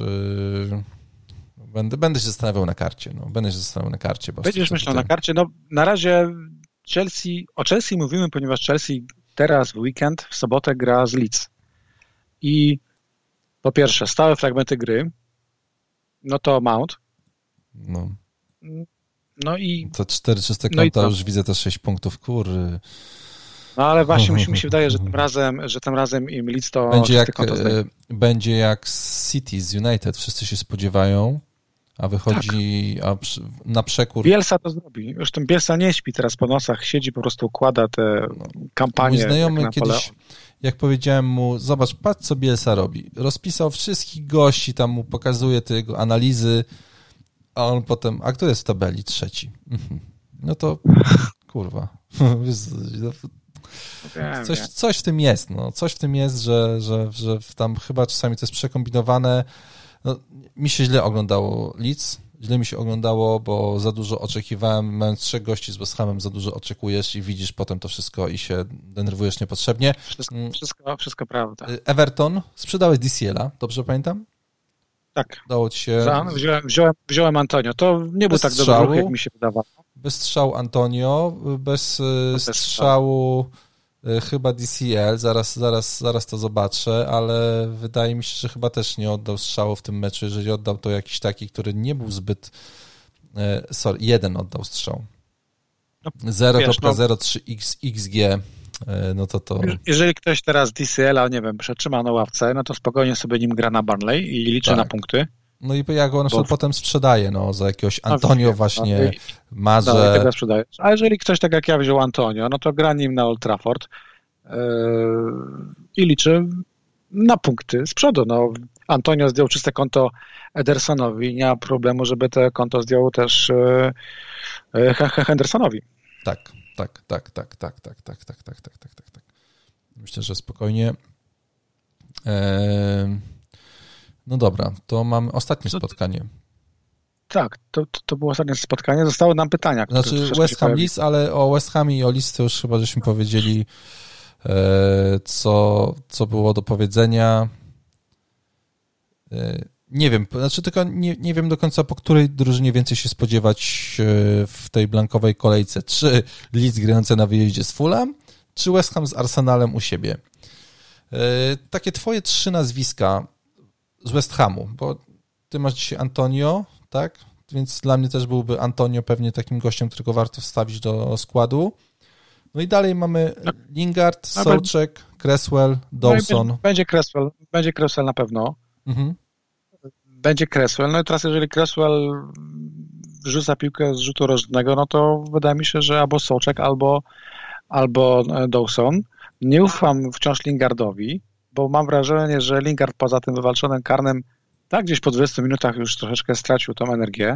Będę się zastanawiał na karcie. Będziesz myślał na karcie. No na razie o Chelsea mówimy, ponieważ Chelsea teraz w weekend, w sobotę gra z Leeds. I po pierwsze, stałe fragmenty gry, no to Mount. No i... To 4 czyste konta, już widzę też 6 punktów, kurry. No ale właśnie mi się wydaje, że tym razem im Leeds to... Będzie jak City z United, wszyscy się spodziewają, a wychodzi na przekór... Bielsa to zrobi. Już ten Bielsa nie śpi teraz po nosach, siedzi, po prostu układa te kampanie. Mój znajomy kiedyś, jak powiedziałem mu, zobacz, patrz co Bielsa robi. Rozpisał wszystkich gości, tam mu pokazuje te jego analizy, a on potem, a kto jest w tabeli? 3. No to, kurwa. Coś w tym jest, coś w tym jest, że tam chyba czasami to jest przekombinowane. No, mi się źle oglądało Leeds, bo za dużo oczekiwałem, mając 3 gości z West Hamem, za dużo oczekujesz i widzisz potem to wszystko i się denerwujesz niepotrzebnie. Wszystko prawda. Everton, sprzedałeś DCL-a, dobrze pamiętam? Tak. Udało ci się... Wziąłem Antonio, to nie był tak dobry ruch, jak mi się wydawało. Bez strzału Antonio, bez strzału chyba DCL, zaraz to zobaczę, ale wydaje mi się, że chyba też nie oddał strzału w tym meczu. Jeżeli oddał, to jakiś taki, który nie był zbyt... jeden oddał strzał. 0.03 XG, no to... Jeżeli ktoś teraz DCL-a, nie wiem, przetrzyma na ławce, no to spokojnie sobie nim gra na Burnley i liczy na punkty. No i ja go na przykład potem sprzedaję, za jakiegoś Antonio właśnie, Marze. A jeżeli ktoś tak jak ja wziął Antonio, no to gra nim na Old Trafford i liczy na punkty z przodu. Antonio zdjął czyste konto Edersonowi, nie ma problemu, żeby to konto zdjął też Hendersonowi. Tak. Myślę, że spokojnie. No dobra, to mamy ostatnie spotkanie. Tak, to było ostatnie spotkanie. Zostały nam pytania. Znaczy West Ham Leeds, ale o West Hamie i o Leeds to już chyba żeśmy powiedzieli, co było do powiedzenia. Nie wiem, tylko nie wiem do końca, po której drużynie więcej się spodziewać w tej blankowej kolejce. Czy Leeds grające na wyjeździe z Fulham, czy West Ham z Arsenalem u siebie? Takie twoje 3 nazwiska z West Hamu, bo ty masz dzisiaj Antonio, tak? Więc dla mnie też byłby Antonio pewnie takim gościem, którego warto wstawić do składu. No i dalej mamy Lingard, Souček, Cresswell, Dawson. Będzie Cresswell na pewno. Będzie Cresswell. No i teraz jeżeli Cresswell wrzuca piłkę z rzutu rożnego, no to wydaje mi się, że albo Souček, albo Dawson. Nie ufam wciąż Lingardowi, bo mam wrażenie, że Lingard poza tym wywalczonym karnym tak gdzieś po 20 minutach już troszeczkę stracił tą energię.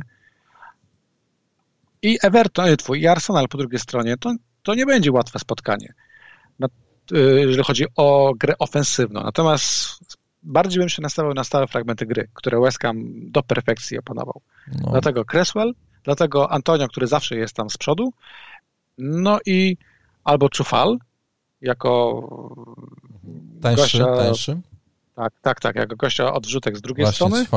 I Everton, i Arsenal po drugiej stronie, to nie będzie łatwe spotkanie, jeżeli chodzi o grę ofensywną. Natomiast bardziej bym się nastawiał na stałe fragmenty gry, które West Ham do perfekcji opanował. Dlatego Cresswell, dlatego Antonio, który zawsze jest tam z przodu, no i albo Czufal, jako tańszy. Tak, jako gościa odrzutek z drugiej właśnie, strony,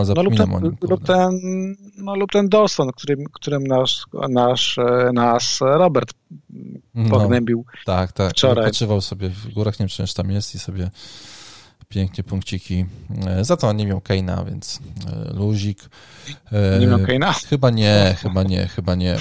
lub ten Dawson, którym nasz Robert pognębił wczoraj. Odpoczywał sobie w górach, nie wiem, czy tam jest i sobie pięknie punkciki. Za to on nie miał Kane'a, więc luzik. Nie miał Kane'a? Chyba nie.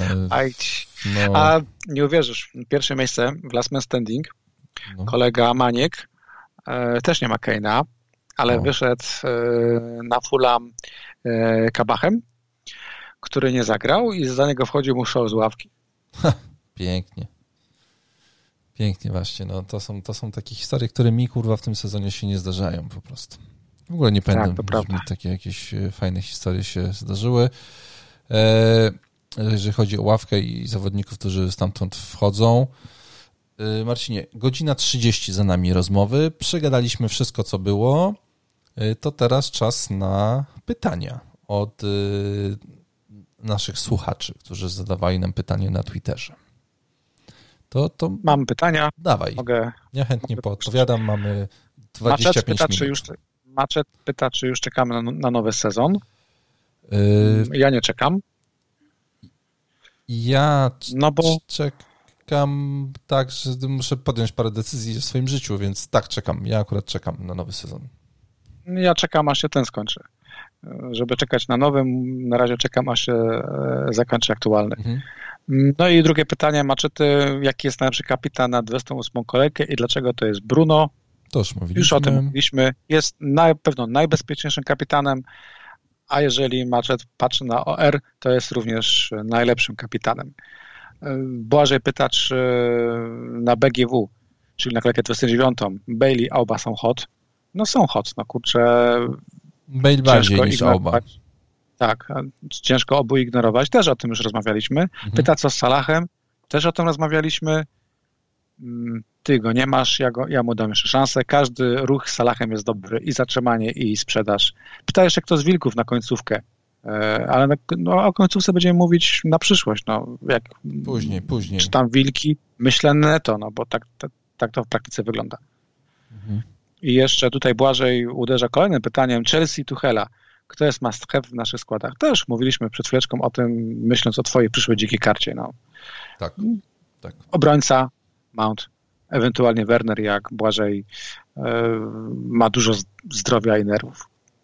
A nie uwierzysz, pierwsze miejsce w Last Man Standing, kolega Maniek, też nie ma Kane'a, ale wyszedł na Fulham Kabachem, który nie zagrał i za niego wchodził mu Shaw z ławki. Pięknie właśnie. To są takie historie, które mi kurwa w tym sezonie się nie zdarzają po prostu. W ogóle nie pamiętam, że mi takie jakieś fajne historie się zdarzyły. Jeżeli chodzi o ławkę i zawodników, którzy stamtąd wchodzą. Marcinie, 1:30 za nami rozmowy. Przegadaliśmy wszystko, co było. To teraz czas na pytania od naszych słuchaczy, którzy zadawali nam pytanie na Twitterze. To mam pytania. Dawaj. Ja chętnie poodpowiadam. Mamy 25 minut. Maczet pyta, czy już czekamy na nowy sezon. Ja nie czekam. Ja czekam tak, że muszę podjąć parę decyzji w swoim życiu, więc tak czekam. Ja akurat czekam na nowy sezon. Ja czekam, aż się ten skończy. Żeby czekać na nowym, na razie czekam, aż się zakończy aktualny. No i drugie pytanie, Maczety, jaki jest najlepszy kapitan na 28. kolejkę i dlaczego to jest Bruno? To już mówiliśmy. Już o tym mówiliśmy. Jest na pewno najbezpieczniejszym kapitanem, a jeżeli Maczet patrzy na OR, to jest również najlepszym kapitanem. Błażej pyta, czy na BGW, czyli na kolejkę 29, Bailey, Auba są hot. No są hot, no kurczę. Bailey bardziej niż Auba. Tak, ciężko obu ignorować. Też o tym już rozmawialiśmy. Pyta, co z Salahem. Też o tym rozmawialiśmy. Ty go nie masz, ja mu dam jeszcze szansę. Każdy ruch z Salahem jest dobry. I zatrzymanie, i sprzedaż. Pyta jeszcze, kto z Wilków na końcówkę. Ale o końcówce będziemy mówić na przyszłość. No, jak Później. Czy tam Wilki? Myślę Neto, no bo tak to w praktyce wygląda. I jeszcze tutaj Błażej uderza kolejnym pytaniem. Chelsea, Tuchela. Kto jest must have w naszych składach? Też mówiliśmy przed chwileczką o tym, myśląc o twojej przyszłej dzikiej karcie. No. Tak. Obrońca, Mount, ewentualnie Werner, jak Błażej ma dużo zdrowia i nerwów.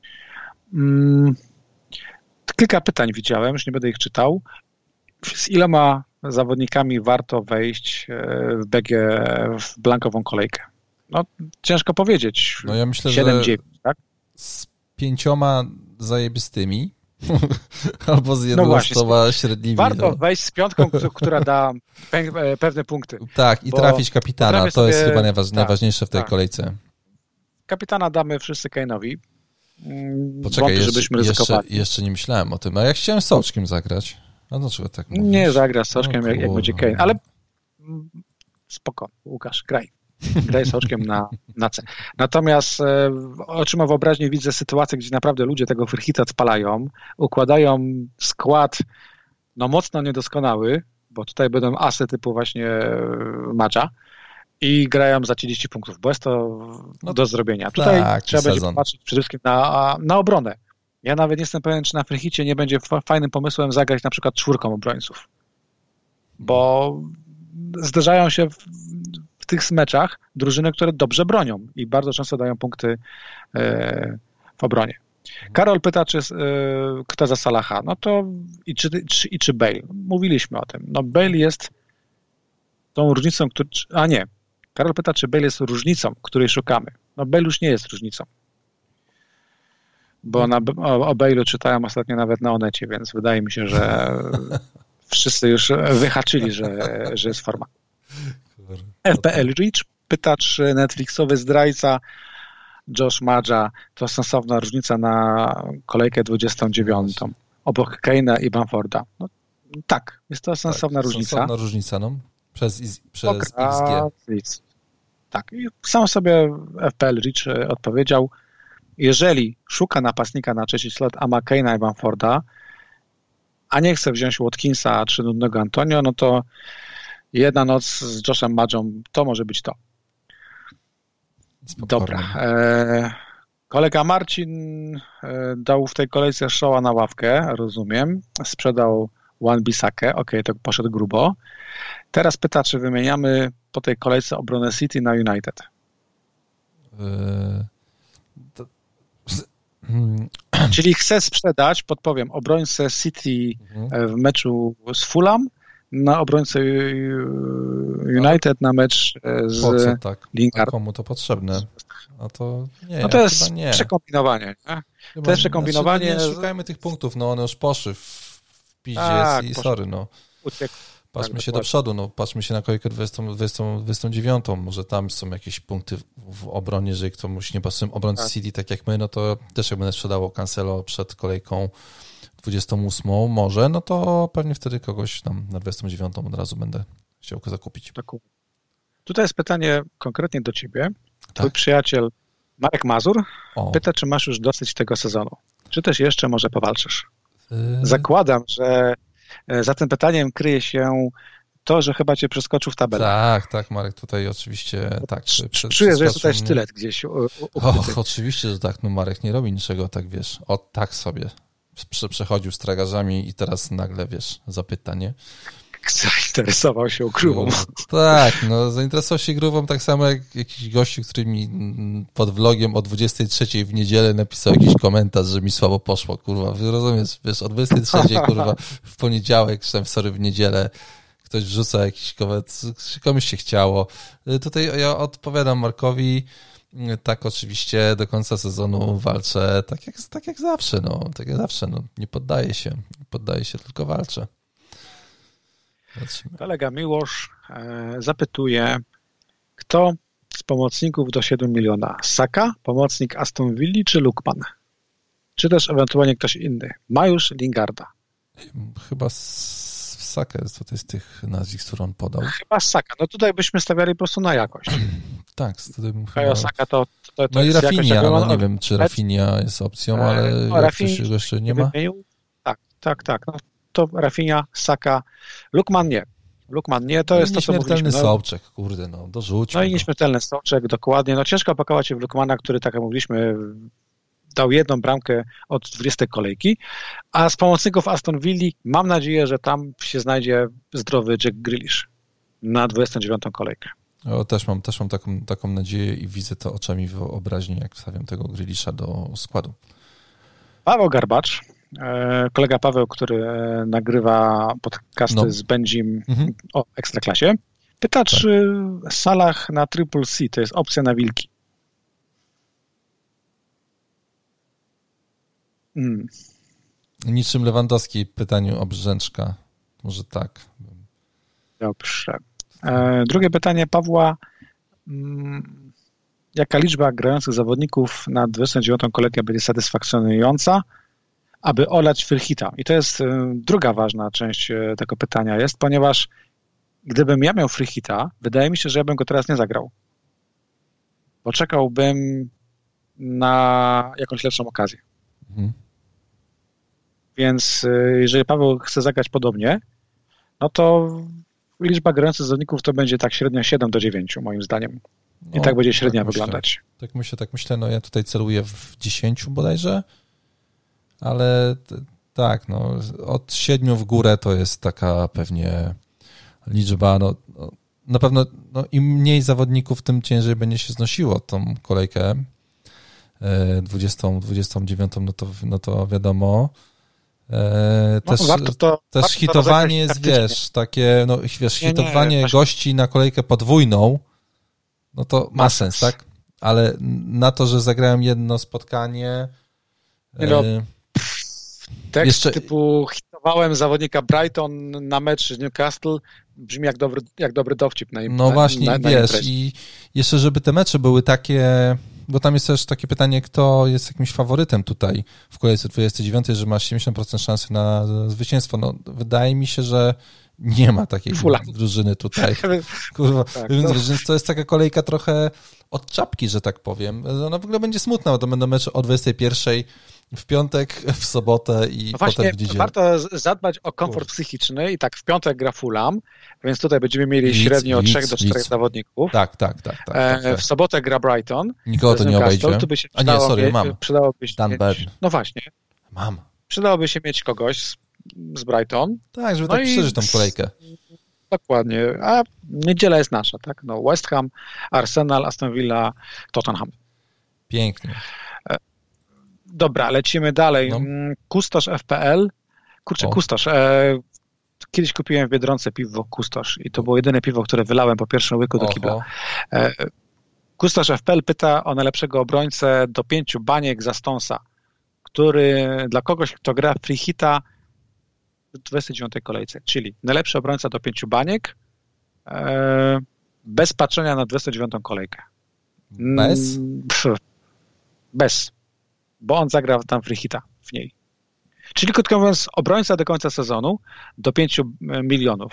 Kilka pytań widziałem, już nie będę ich czytał. Z iloma zawodnikami warto wejść w blankową kolejkę? No, ciężko powiedzieć. No ja myślę, 7-9, tak? Z 5 zajebistymi albo z jedną średnimi. Warto wejść z 5, która da pewne punkty. Tak, i trafić kapitana. To jest chyba najważniejsze w tej kolejce. Kapitana damy wszyscy Kane'owi. Poczekaj, jeszcze nie myślałem o tym. A jak chciałem z Soczkiem zagrać? A dlaczego tak mówisz? Nie zagra z Soczkiem, jak będzie Kane. Ale spoko, Łukasz, graj. Graj z oczkiem na C. Natomiast oczyma wyobraźni widzę sytuację, gdzie naprawdę ludzie tego Fyrhita odpalają, układają skład mocno niedoskonały, bo tutaj będą asy typu właśnie Macza i grają za 30 punktów, bo jest to do zrobienia. Tutaj trzeba będzie patrzeć przede wszystkim na obronę. Ja nawet nie jestem pewien, czy na Fyrhicie nie będzie fajnym pomysłem zagrać na przykład 4 obrońców, bo zdarzają się w tych meczach drużyny, które dobrze bronią i bardzo często dają punkty w obronie. Karol pyta, kto za Salaha. No to czy Bale. Mówiliśmy o tym. No Bale jest tą różnicą, Karol pyta, czy Bale jest różnicą, której szukamy. No Bale już nie jest różnicą. Bo o Bale'u czytałem ostatnio nawet na Onecie, więc wydaje mi się, że wszyscy już wyhaczyli, że jest forma. FPL Rich pyta, czy Netflixowy zdrajca Josh Madja to sensowna różnica na kolejkę 29 obok Kane'a i Bamforda. No, tak, jest to sensowna różnica. Sensowna różnica, no. Przez XG. Tak, i sam sobie FPL Rich odpowiedział, jeżeli szuka napastnika na trzeci slot, a ma Kane'a i Bamforda, a nie chce wziąć Watkinsa czy nudnego Antonio, no to jedna noc z Joshem Madją to może być to. Dobra. Kolega Marcin dał w tej kolejce Shawa na ławkę, rozumiem. Sprzedał Wan-Bissakę. Okej, to poszedł grubo. Teraz pyta, czy wymieniamy po tej kolejce obronę City na United. Czyli chce sprzedać, podpowiem, obrońcę City w meczu z Fulham na obrońcę United na mecz z Lingard. Komu to potrzebne? A to nie. No to jest przekombinowanie. To jest przekombinowanie. Nie szukajmy tych punktów, one już poszły w piździe i sorry, Uciekł. Patrzmy się do przodu, patrzmy się na kolejkę 29. Może tam są jakieś punkty w obronie, jeżeli komuś nie pasują obrońcy City, tak jak my, no to też jak będę sprzedało Cancelo przed kolejką 28 może, no to pewnie wtedy kogoś tam na 29 od razu będę chciał go zakupić. Tutaj jest pytanie konkretnie do ciebie. Twój przyjaciel Marek Mazur pyta, czy masz już dosyć tego sezonu? Czy też jeszcze może powalczysz? Zakładam, że za tym pytaniem kryje się to, że chyba cię przeskoczył w tabelę. Tak, Marek, tutaj oczywiście tak. Czuję, że jest tutaj sztylet gdzieś ukryty. Oczywiście, że tak, no Marek nie robi niczego, tak wiesz, tak sobie przechodził z tragarzami i teraz nagle, wiesz, zapytanie. Zainteresował się grówą. Tak, zainteresował się grówą tak samo jak jakiś gościu, który mi pod vlogiem o 23 w niedzielę napisał jakiś komentarz, że mi słabo poszło, kurwa, rozumiesz, wiesz, o 23 kurwa w poniedziałek, czy tam w niedzielę ktoś wrzuca jakiś komentarz, komuś się chciało. Tutaj ja odpowiadam Markowi, tak oczywiście do końca sezonu walczę, tak jak zawsze, nie poddaję się, tylko walczę. Kolega Miłosz zapytuje, kto z pomocników do 7 miliona? Saka, pomocnik Aston Villa czy Lukman? Czy też ewentualnie ktoś inny? Majusz, Lingarda. Chyba Saka jest tutaj z tych nazwisk, które on podał. Chyba Saka. No tutaj byśmy stawiali po prostu na jakość. Tak, tutaj bym chyba... Saka to no i jest Rafinha, jakość, nie wiem, czy Rafinha jest opcją, ale jak coś jeszcze nie ma? Tak. No to Rafinha, Saka, Lukman nie, to jest to, co mówiliśmy. Nieśmiertelny Sołczek, kurde, dorzućmy. No i nieśmiertelny Sołczek, dokładnie. No ciężko opakować się w Lukmana, który, tak jak mówiliśmy, dał jedną bramkę od 20 kolejki, a z pomocników Aston Villa mam nadzieję, że tam się znajdzie zdrowy Jack Grealish na 29 kolejkę. Też mam taką nadzieję i widzę to oczami wyobraźni, jak wstawiam tego Grealisha do składu. Paweł Garbacz, kolega Paweł, który nagrywa podcasty z Benzim o Ekstraklasie, pyta, czy Salah na Triple C to jest opcja na Wilki? Niczym Lewandowski, pytaniu o Brzęczka. Może tak. Dobrze. Drugie pytanie Pawła. Jaka liczba grających zawodników na 29. kolejkę będzie satysfakcjonująca, aby olać Firhita? I to jest druga ważna część tego pytania jest, ponieważ gdybym ja miał Firhita, wydaje mi się, że ja bym go teraz nie zagrał. Poczekałbym na jakąś lepszą okazję. Więc jeżeli Paweł chce zagrać podobnie, no to liczba grających zawodników to będzie tak średnio 7-9 moim zdaniem. I tak będzie średnia wyglądać. Tak myślę, ja tutaj celuję w 10 bodajże, ale tak, od 7 w górę to jest taka pewnie liczba, na pewno im mniej zawodników, tym ciężej będzie się znosiło tą kolejkę 29, no to wiadomo. Też hitowanie jest, wiesz, takie, hitowanie gości na kolejkę podwójną, no to ma sens, tak? Ale na to, że zagrałem jedno spotkanie... Tekst typu hitowałem zawodnika Brighton na mecz z Newcastle brzmi jak dobry dowcip na imprezie. No właśnie, wiesz, i jeszcze żeby te mecze były takie... Bo tam jest też takie pytanie, kto jest jakimś faworytem tutaj w kolejce 29, że ma 70% szansy na zwycięstwo. Wydaje mi się, że nie ma takiej drużyny tutaj. Kurwa, więc to jest taka kolejka trochę od czapki, że tak powiem. Ona w ogóle będzie smutna, bo to będą mecze o 21 w piątek, w sobotę i potem w niedzielę. Warto zadbać o komfort psychiczny i tak w piątek gra Fulham, więc tutaj będziemy mieli średnio 3 do 4 zawodników. Tak. W sobotę gra Brighton. Nikogo to nie obejdzie. Tu by się mam. Przydałoby się Dan Burn. No właśnie. Mam. Przydałoby się mieć kogoś z Brighton. Tak, żeby tak przeżyć tą kolejkę. Dokładnie. A niedziela jest nasza, tak? West Ham, Arsenal, Aston Villa, Tottenham. Pięknie. Dobra, lecimy dalej. Kustosz FPL. Kustosz. Kiedyś kupiłem w Biedronce piwo Kustosz i to było jedyne piwo, które wylałem po pierwszym łyku do kibla. Kustosz FPL pyta o najlepszego obrońcę do 5 baniek za Stonesa, który dla kogoś, kto gra free hita w 29 kolejce, czyli najlepszy obrońca do 5 baniek bez patrzenia na 29 kolejkę. Bez. Bo on zagra tam free hita w niej. Czyli krótko mówiąc, obrońca do końca sezonu do 5 milionów.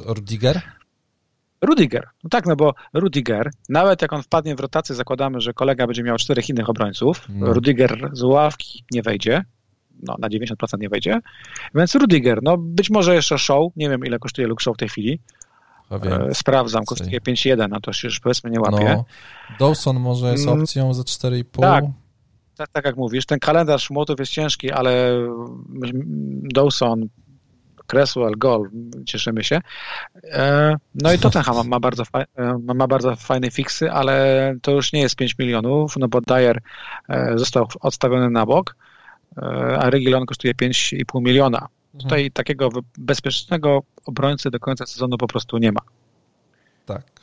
Rudiger. No tak, bo Rudiger, nawet jak on wpadnie w rotację, zakładamy, że kolega będzie miał 4 innych obrońców. Rudiger z ławki nie wejdzie, na 90% nie wejdzie. Więc Rudiger, być może jeszcze Shaw, nie wiem ile kosztuje Luke Shaw w tej chwili. Sprawdzam, kosztuje 5,1, to się już powiedzmy nie łapie. Dawson może jest opcją za 4,5. Tak jak mówisz, ten kalendarz młotów jest ciężki, ale Dawson, Cresswell, Goal, cieszymy się. No i Tottenham ma bardzo fajne fiksy, ale to już nie jest 5 milionów, bo Dyer został odstawiony na bok, a Reguilon kosztuje 5,5 miliona. Tutaj takiego bezpiecznego obrońcy do końca sezonu po prostu nie ma. Tak.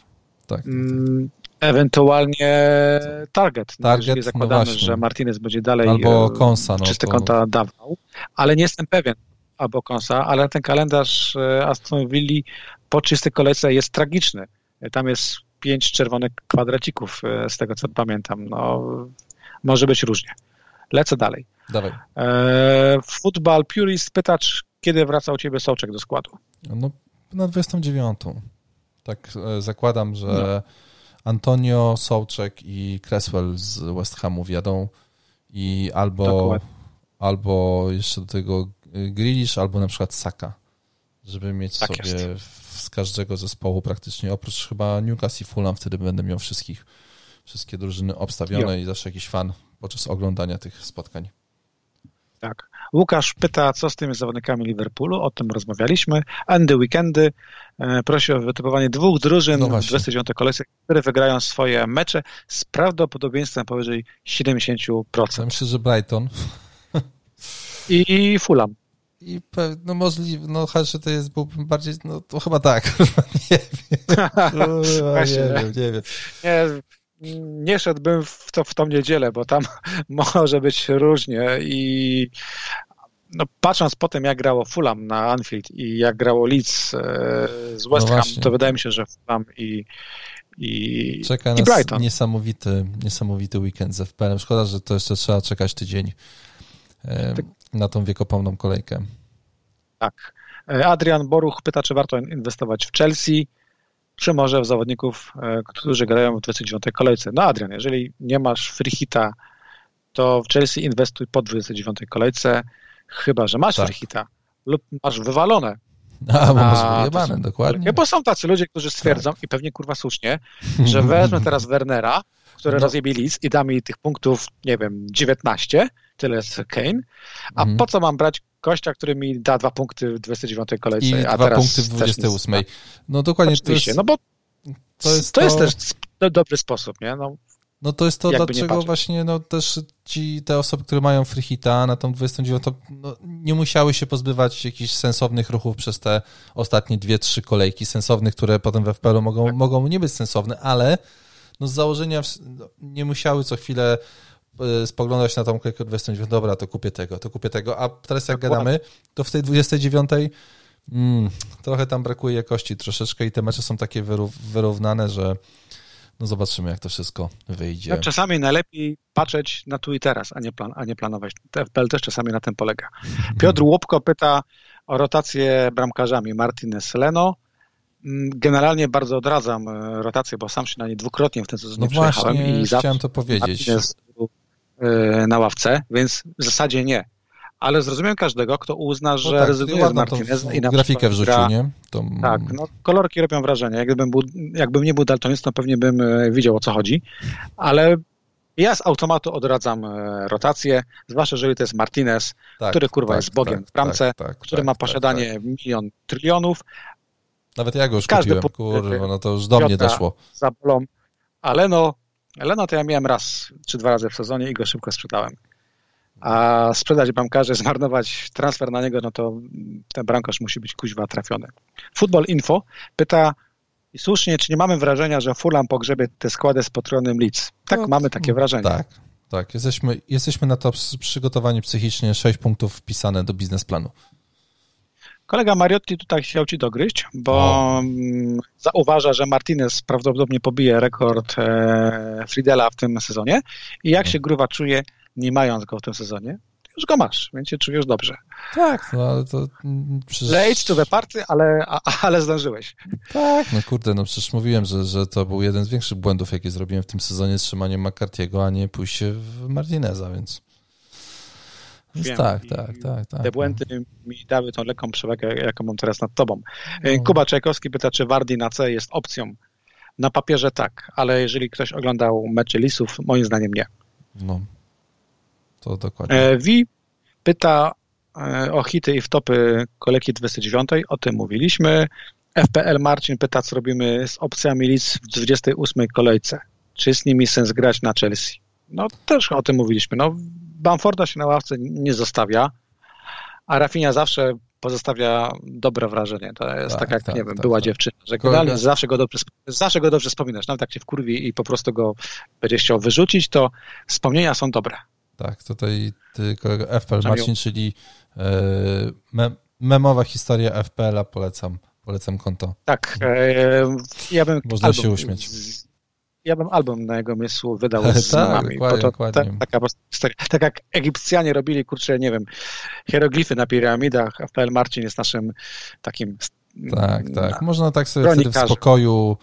Ewentualnie Target. Jeżeli zakładamy, że Martinez będzie dalej albo Konsa, czyste konta dawał, ale nie jestem pewien, albo Konsa, ale ten kalendarz Aston Villa po czystej kolejce jest tragiczny. Tam jest 5 czerwonych kwadracików, z tego co pamiętam. Może być różnie. Lecę dalej. Dawaj. Football Purist pyta, kiedy wraca u ciebie Souček do składu? Na 29. Tak zakładam, że Antonio, Souček i Cresswell z West Hamu wjadą i albo jeszcze do tego Grealish, albo na przykład Saka, żeby mieć sobie z każdego zespołu praktycznie, oprócz chyba Newcastle i Fulham, wtedy będę miał wszystkie drużyny obstawione i zawsze jakiś fan podczas oglądania tych spotkań. Tak. Łukasz pyta, co z tymi zawodnikami Liverpoolu, o tym rozmawialiśmy. Andy Weekendy prosi o wytypowanie 2 drużyn w 29. kolejce, które wygrają swoje mecze z prawdopodobieństwem powyżej 70%. Ja myślę, że Brighton. I Fulham. I możliwe, że to jest byłbym bardziej, to chyba tak. Nie wiem. Nie szedłbym w tą niedzielę, bo tam może być różnie i patrząc po tym, jak grało Fulham na Anfield i jak grało Leeds z West Ham, to wydaje mi się, że Fulham i czeka nas Brighton. Niesamowity weekend z FPL. Szkoda, że to jeszcze trzeba czekać tydzień na tą wiekopomną kolejkę. Tak. Adrian Boruch pyta, czy warto inwestować w Chelsea, czy może w zawodników, którzy grają w 29. kolejce. Adrian, jeżeli nie masz free hita, to w Chelsea inwestuj po 29. kolejce, chyba że masz free hita lub masz wywalone. Bo masz wyjebane, dokładnie. Bo są tacy ludzie, którzy stwierdzą, i pewnie słusznie, że wezmę teraz Wernera, który rozjebie Leeds i da mi tych punktów, 19, tyle jest Kane, a po co mam brać gościa, który mi da 2 punkty w 29 kolejce, i a 2 teraz punkty w 28. Dokładnie. Oczywiście, to jest też dobry sposób, nie? To jest to, dlaczego właśnie też te osoby, które mają free hita na tą 29, nie musiały się pozbywać jakichś sensownych ruchów przez te ostatnie 2-3 kolejki sensownych, które potem w FPL-u mogą nie być sensowne, ale z założenia nie musiały co chwilę spoglądać na tą kolejkę 29, dobra, to kupię tego, a teraz jak gadamy, to w tej 29 trochę tam brakuje jakości troszeczkę i te mecze są takie wyrównane, że zobaczymy, jak to wszystko wyjdzie. Czasami najlepiej patrzeć na tu i teraz, a nie planować. FPL też czasami na tym polega. Piotr Łopko pyta o rotację bramkarzami Martinez, Leno. Generalnie bardzo odradzam rotację, bo sam się na nie dwukrotnie w ten sezonie przejechałem. I chciałem to powiedzieć. Martinez był na ławce, więc w zasadzie nie. Ale zrozumiem każdego, kto uzna, że rezygnuje z Martinez i na grafikę wrzucił, nie? Tak, kolorki robią wrażenie. Jakbym nie był daltonistą, pewnie bym widział, o co chodzi. Ale ja z automatu odradzam rotację, zwłaszcza jeżeli to jest Martinez, który jest Bogiem w bramce, który ma posiadanie 1 trilionów. Nawet ja go już kupiłem, to już do mnie doszło. Zabolą. A Leno to ja miałem raz czy 2 razy w sezonie i go szybko sprzedałem. A sprzedać bramkarza, zmarnować transfer na niego, to ten bramkarz musi być kuźwa trafiony. Football Info pyta, i słusznie, czy nie mamy wrażenia, że Fulham pogrzebie te składy z potronym Leeds? Tak, mamy takie wrażenie. Tak. Jesteśmy na to przygotowani psychicznie, 6 punktów wpisane do biznesplanu. Kolega Mariotti tutaj chciał ci dogryźć, bo zauważa, że Martinez prawdopodobnie pobije rekord Friedela w tym sezonie i jak się Gruwa czuje, nie mając go w tym sezonie, już go masz, więc się czujesz dobrze. Tak, ale to... Late to the party, ale zdążyłeś. Tak, przecież mówiłem, że to był jeden z większych błędów, jakie zrobiłem w tym sezonie z trzymaniem McCarthy'ego, a nie pójście w Martineza, więc... Wiem. Tak. Te błędy mi dały tą lekką przewagę, jaką mam teraz nad tobą. Kuba Czajkowski pyta, czy Wardy na C jest opcją. Na papierze tak, ale jeżeli ktoś oglądał mecze Lisów, moim zdaniem nie. No, to dokładnie. Wi pyta o hity i wtopy kolejki 29, o tym mówiliśmy. FPL Marcin pyta, co robimy z opcjami Leeds w 28 kolejce. Czy jest z nimi sens grać na Chelsea? No też o tym mówiliśmy. No, Bamforda się na ławce nie zostawia, a Rafinha zawsze pozostawia dobre wrażenie. To jest tak jak, nie wiem, była dziewczyna, że generalnie zawsze go dobrze wspominasz. Nawet jak cię wkurwi i po prostu go będziesz chciał wyrzucić, to wspomnienia są dobre. Tak, tutaj ty, kolega FPL Marcin, czyli memowa historia FPL-a, polecam konto. Tak, ja bym można się uśmiać. Ja bym album na jego mysłu wydał z memami. Dokładnie. Taka historia. Tak jak Egipcjanie robili, kurczę, nie wiem, hieroglify na piramidach, FPL Marcin jest naszym takim... Tak. Można tak sobie wtedy w spokoju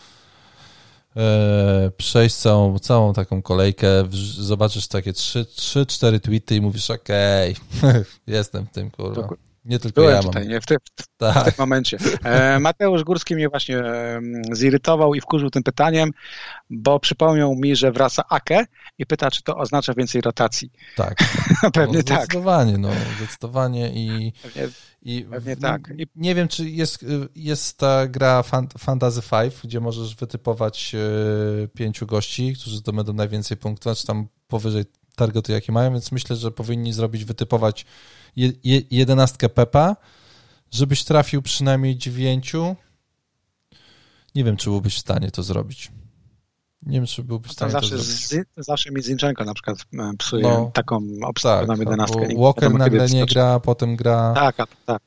przejść całą taką kolejkę, zobaczysz takie 3-4 tweety i mówisz, okej, jestem w tym, kurwa. Nie tylko byłem ja tutaj, mam. Nie? W tym momencie. Mateusz Górski mnie właśnie zirytował i wkurzył tym pytaniem, bo przypomniał mi, że wraca Ake i pyta, czy to oznacza więcej rotacji. Tak. Pewnie tak. Zdecydowanie pewnie tak. Nie wiem, czy jest ta gra Fantasy 5, gdzie możesz wytypować 5 gości, którzy zdobędą najwięcej punktów, znaczy tam powyżej targetu, jakie mają, więc myślę, że powinni wytypować 11 Pepa, żebyś trafił przynajmniej 9. Nie wiem, czy byłbyś w stanie to zrobić. Nie wiem, czy byłbyś w stanie to zrobić. Zawsze mi Zinchenko na przykład psuje taką obstawioną 11. Walker nagle nie gra, potem gra. Tak.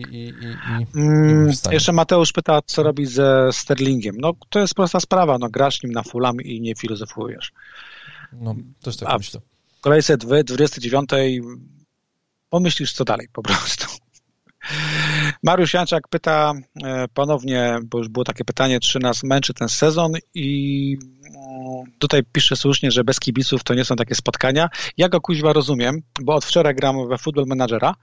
I jeszcze Mateusz pyta, co robić ze Sterlingiem. No, to jest prosta sprawa. No, grasz nim na Fulham i nie filozofujesz. No, też tak myślę. W kolejce 29 pomyślisz, co dalej po prostu. Mariusz Janczak pyta ponownie, bo już było takie pytanie, czy nas męczy ten sezon i tutaj pisze słusznie, że bez kibiców to nie są takie spotkania. Ja go kuźwa rozumiem, bo od wczoraj gram we Football Managera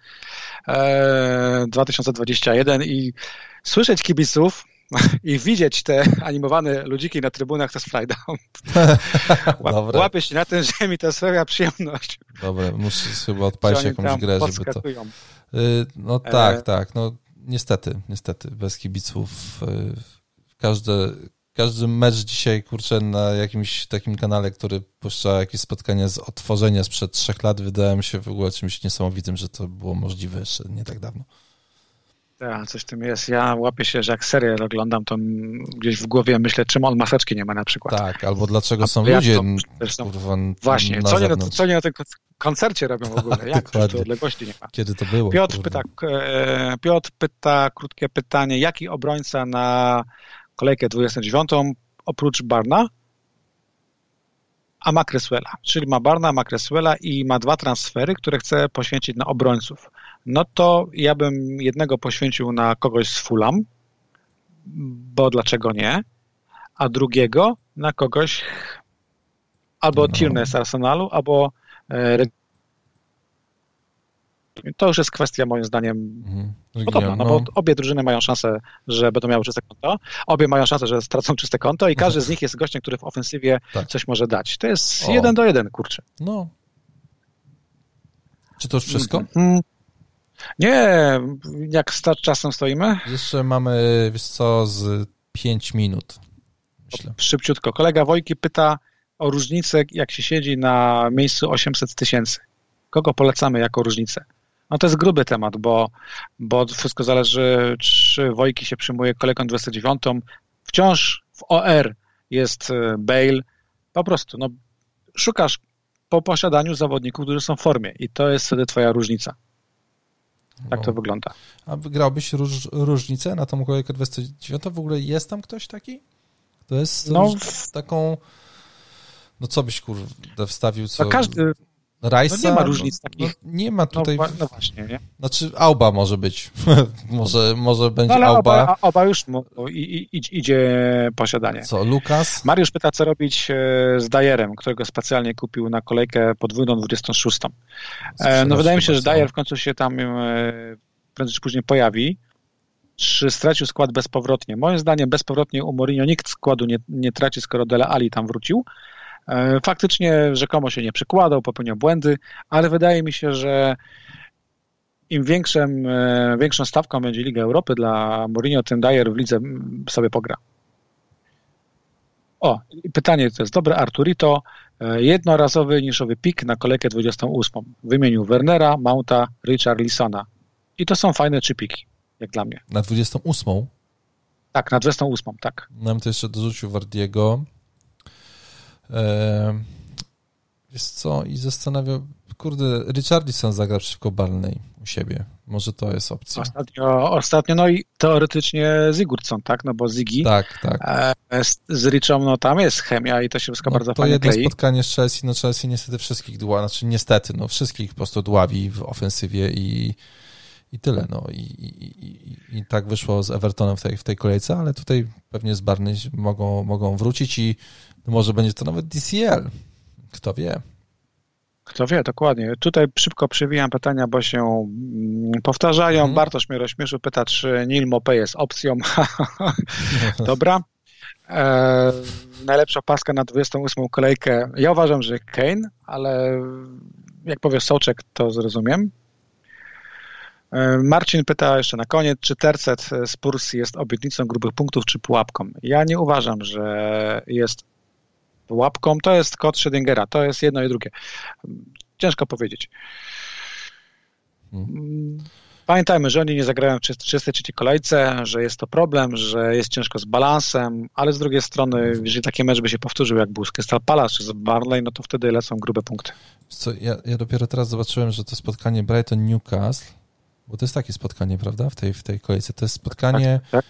2021 i słyszeć kibiców i widzieć te animowane ludziki na trybunach to jest frajda. Łapię się na tym, że mi to sprawia przyjemność. Dobra, muszę chyba odpalić jakąś grę, żeby to... No tak. No niestety, bez kibiców każdy mecz dzisiaj, kurczę, na jakimś takim kanale, który puszcza jakieś spotkania z otworzenia sprzed 3 lat, wydaje mi się w ogóle czymś niesamowitym, że to było możliwe jeszcze nie tak dawno. Tak, coś w tym jest. Ja łapię się, że jak serial oglądam, to gdzieś w głowie myślę, czym on maseczki nie ma na przykład. Tak, albo dlaczego są ludzie kurwa, właśnie, co nie na tym koncercie robią w ogóle? Jak to odległości nie ma? Kiedy to było? Piotr pyta krótkie pytanie, jaki obrońca na kolejkę 29 oprócz Barna? A ma Cresswella, czyli ma Barna, ma Cresswella i ma 2 transfery, które chce poświęcić na obrońców. No to ja bym jednego poświęcił na kogoś z Fulham, bo dlaczego nie? A drugiego na kogoś albo Tierney z Arsenalu, albo to już jest kwestia moim zdaniem podobna, no bo obie drużyny mają szansę, że będą miały czyste konto, obie mają szansę, że stracą czyste konto i każdy z nich jest gościem, który w ofensywie coś może dać. To jest 1-1, kurczę. No. Czy to już wszystko? Nie, jak czasem stoimy? Jeszcze mamy, wiesz co, z 5 minut. Myślę. Szybciutko. Kolega Wojki pyta o różnicę, jak się siedzi na miejscu 800 000. Kogo polecamy jako różnicę? No to jest gruby temat, bo wszystko zależy, czy Wojki się przyjmuje kolejką 29. Wciąż w OR jest Bale. Po prostu, no, szukasz po posiadaniu zawodników, którzy są w formie i to jest wtedy twoja różnica. Tak to wygląda. A wygrałbyś różnicę na tą kolejkę 29? W ogóle jest tam ktoś taki? To jest taką... No co byś, kurde, wstawił? Co... No Rajsa, nie ma różnic takich. Nie ma tutaj... No właśnie, nie? Znaczy Auba może być. może będzie ale Auba. Oba już idzie posiadanie. Co, Lukas? Mariusz pyta, co robić z Dyerem, którego specjalnie kupił na kolejkę podwójną 26. No wydaje mi się, że Dyer w końcu się tam prędzej czy później pojawi. Czy stracił skład bezpowrotnie? Moim zdaniem bezpowrotnie u Mourinho nikt składu nie traci, skoro Dele Alli tam wrócił. Faktycznie rzekomo się nie przykładał, popełniał błędy, ale wydaje mi się, że im większą stawką będzie Liga Europy dla Mourinho, tym Dyer w lidze sobie pogra. O, pytanie to jest dobre. Arturito, jednorazowy niszowy pik na kolejkę 28. Wymienił Wernera, Mounta, Richarlisona. I to są fajne 3 piki, jak dla mnie. Na 28? Tak, na 28, tak. Nam to jeszcze dorzucił Wardiego. Wiesz co, i zastanawiam, kurde, Richarlison zagra przeciwko Barney u siebie. Może to jest opcja. Ostatnio, no i teoretycznie Sigurdsson, tak? No bo Ziggy tak. Z Richą, no tam jest chemia i to się wszystko bardzo fajnie klei. To jedno spotkanie z Chelsea, no Chelsea niestety wszystkich dławi, znaczy niestety, no wszystkich po prostu dławi w ofensywie i tyle, no. I tak wyszło z Evertonem w tej kolejce, ale tutaj pewnie z Barney mogą wrócić i może będzie to nawet DCL. Kto wie? Kto wie, dokładnie. Tutaj szybko przewijam pytania, bo się powtarzają. Bartosz mnie rozśmieszył, pyta, czy Neil Maupay jest opcją. Dobra. Najlepsza paska na 28 kolejkę. Ja uważam, że Kane, ale jak powie Soczek, to zrozumiem. Marcin pyta jeszcze na koniec, czy tercet Spurs jest obietnicą grubych punktów, czy pułapką. Ja nie uważam, że jest pułapką. To jest kod Schrödingera. To jest jedno i drugie. Ciężko powiedzieć. Pamiętajmy, że oni nie zagrają w 33 kolejce, że jest to problem, że jest ciężko z balansem, ale z drugiej strony, jeżeli taki mecz by się powtórzył, jak był z Crystal Palace czy z Burnley, no to wtedy lecą grube punkty. Co, ja dopiero teraz zobaczyłem, że to spotkanie Brighton-Newcastle, bo to jest takie spotkanie, prawda, w tej kolejce. To jest spotkanie... Tak.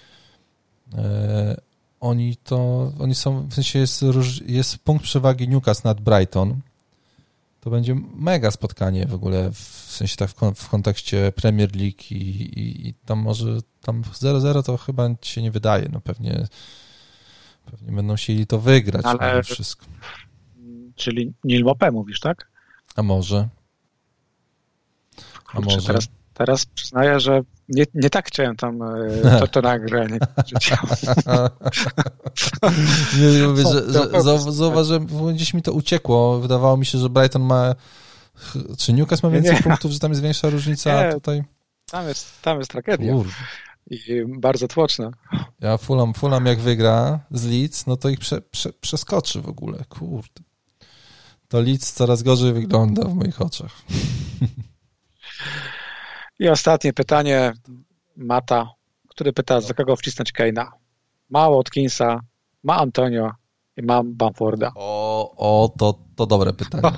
Oni są, w sensie jest punkt przewagi Newcastle nad Brighton. To będzie mega spotkanie w ogóle, w sensie tak w kontekście Premier League i tam może 0-0 to chyba się nie wydaje. No pewnie będą chcieli to wygrać. Ale wszystko. Czyli Neil Maupay mówisz, tak? A może? Teraz przyznaję, że nie tak chciałem tam to nagranie. Nie mówię, że zauważyłem, gdzieś mi to uciekło. Wydawało mi się, że Brighton ma... Czy Newcastle ma więcej punktów, że tam jest większa różnica? A tutaj... Tam jest tragedia. Kurde. I bardzo tłoczna. Ja Fulham jak wygra z Leeds, no to ich przeskoczy w ogóle. Kurde. To Leeds coraz gorzej wygląda w moich oczach. I ostatnie pytanie Mata, który pyta, za kogo wcisnąć Kane'a. Ma Watkinsa, ma Antonio i mam Bamforda. To dobre pytanie.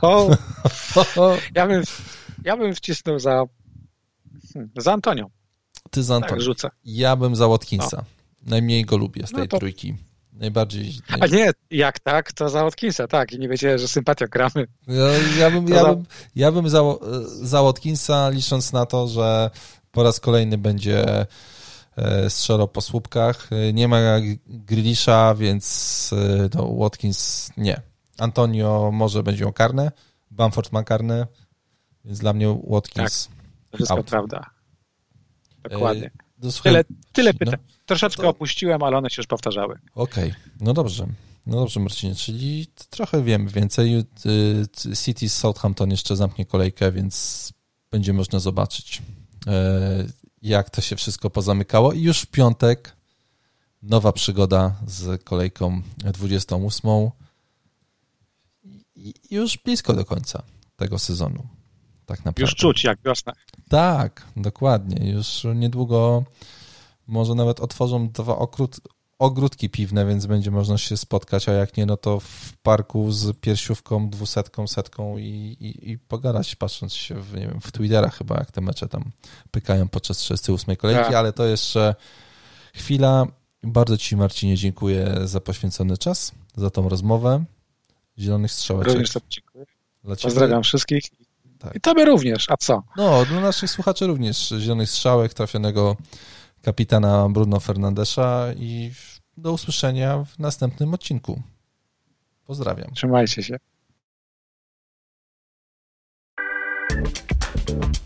Ja bym wcisnął za Antonio. Ty za Antonio. Tak, rzucę. Ja bym za Watkinsa. Najmniej go lubię z tej trójki. Najbardziej... A nie, jak tak, to za Watkinsa, tak. I nie wiecie, że sympatią gramy. Ja bym za Watkinsa, licząc na to, że po raz kolejny będzie strzelał po słupkach. Nie ma Grealisha, więc no, Watkins nie. Antonio może będzie miał karne, Bamford ma karne, więc dla mnie Watkins tak, to wszystko out. Prawda. Dokładnie. Tyle pytań. No, troszeczkę opuściłem, ale one się już powtarzały. Okej. No dobrze, Marcinie, czyli trochę wiemy więcej. City z Southampton jeszcze zamknie kolejkę, więc będzie można zobaczyć, jak to się wszystko pozamykało. I już w piątek nowa przygoda z kolejką 28. I już blisko do końca tego sezonu. Tak naprawdę. Już czuć jak wiosna. Tak, dokładnie. Już niedługo może nawet otworzą 2 ogródki piwne, więc będzie można się spotkać, a jak nie, no to w parku z piersiówką, 200, 100 i pogadać, patrząc się w Twitterach chyba, jak te mecze tam pykają podczas 38 kolejki, tak. Ale to jeszcze chwila. Bardzo Ci, Marcinie, dziękuję za poświęcony czas, za tą rozmowę. Zielonych strzałeczek. Również dziękuję. Dla ciebie... Pozdrawiam wszystkich. Tak. I tobie również, a co? No, dla naszych słuchaczy również zielonych strzałek, trafionego kapitana Bruno Fernandesza i do usłyszenia w następnym odcinku. Pozdrawiam. Trzymajcie się.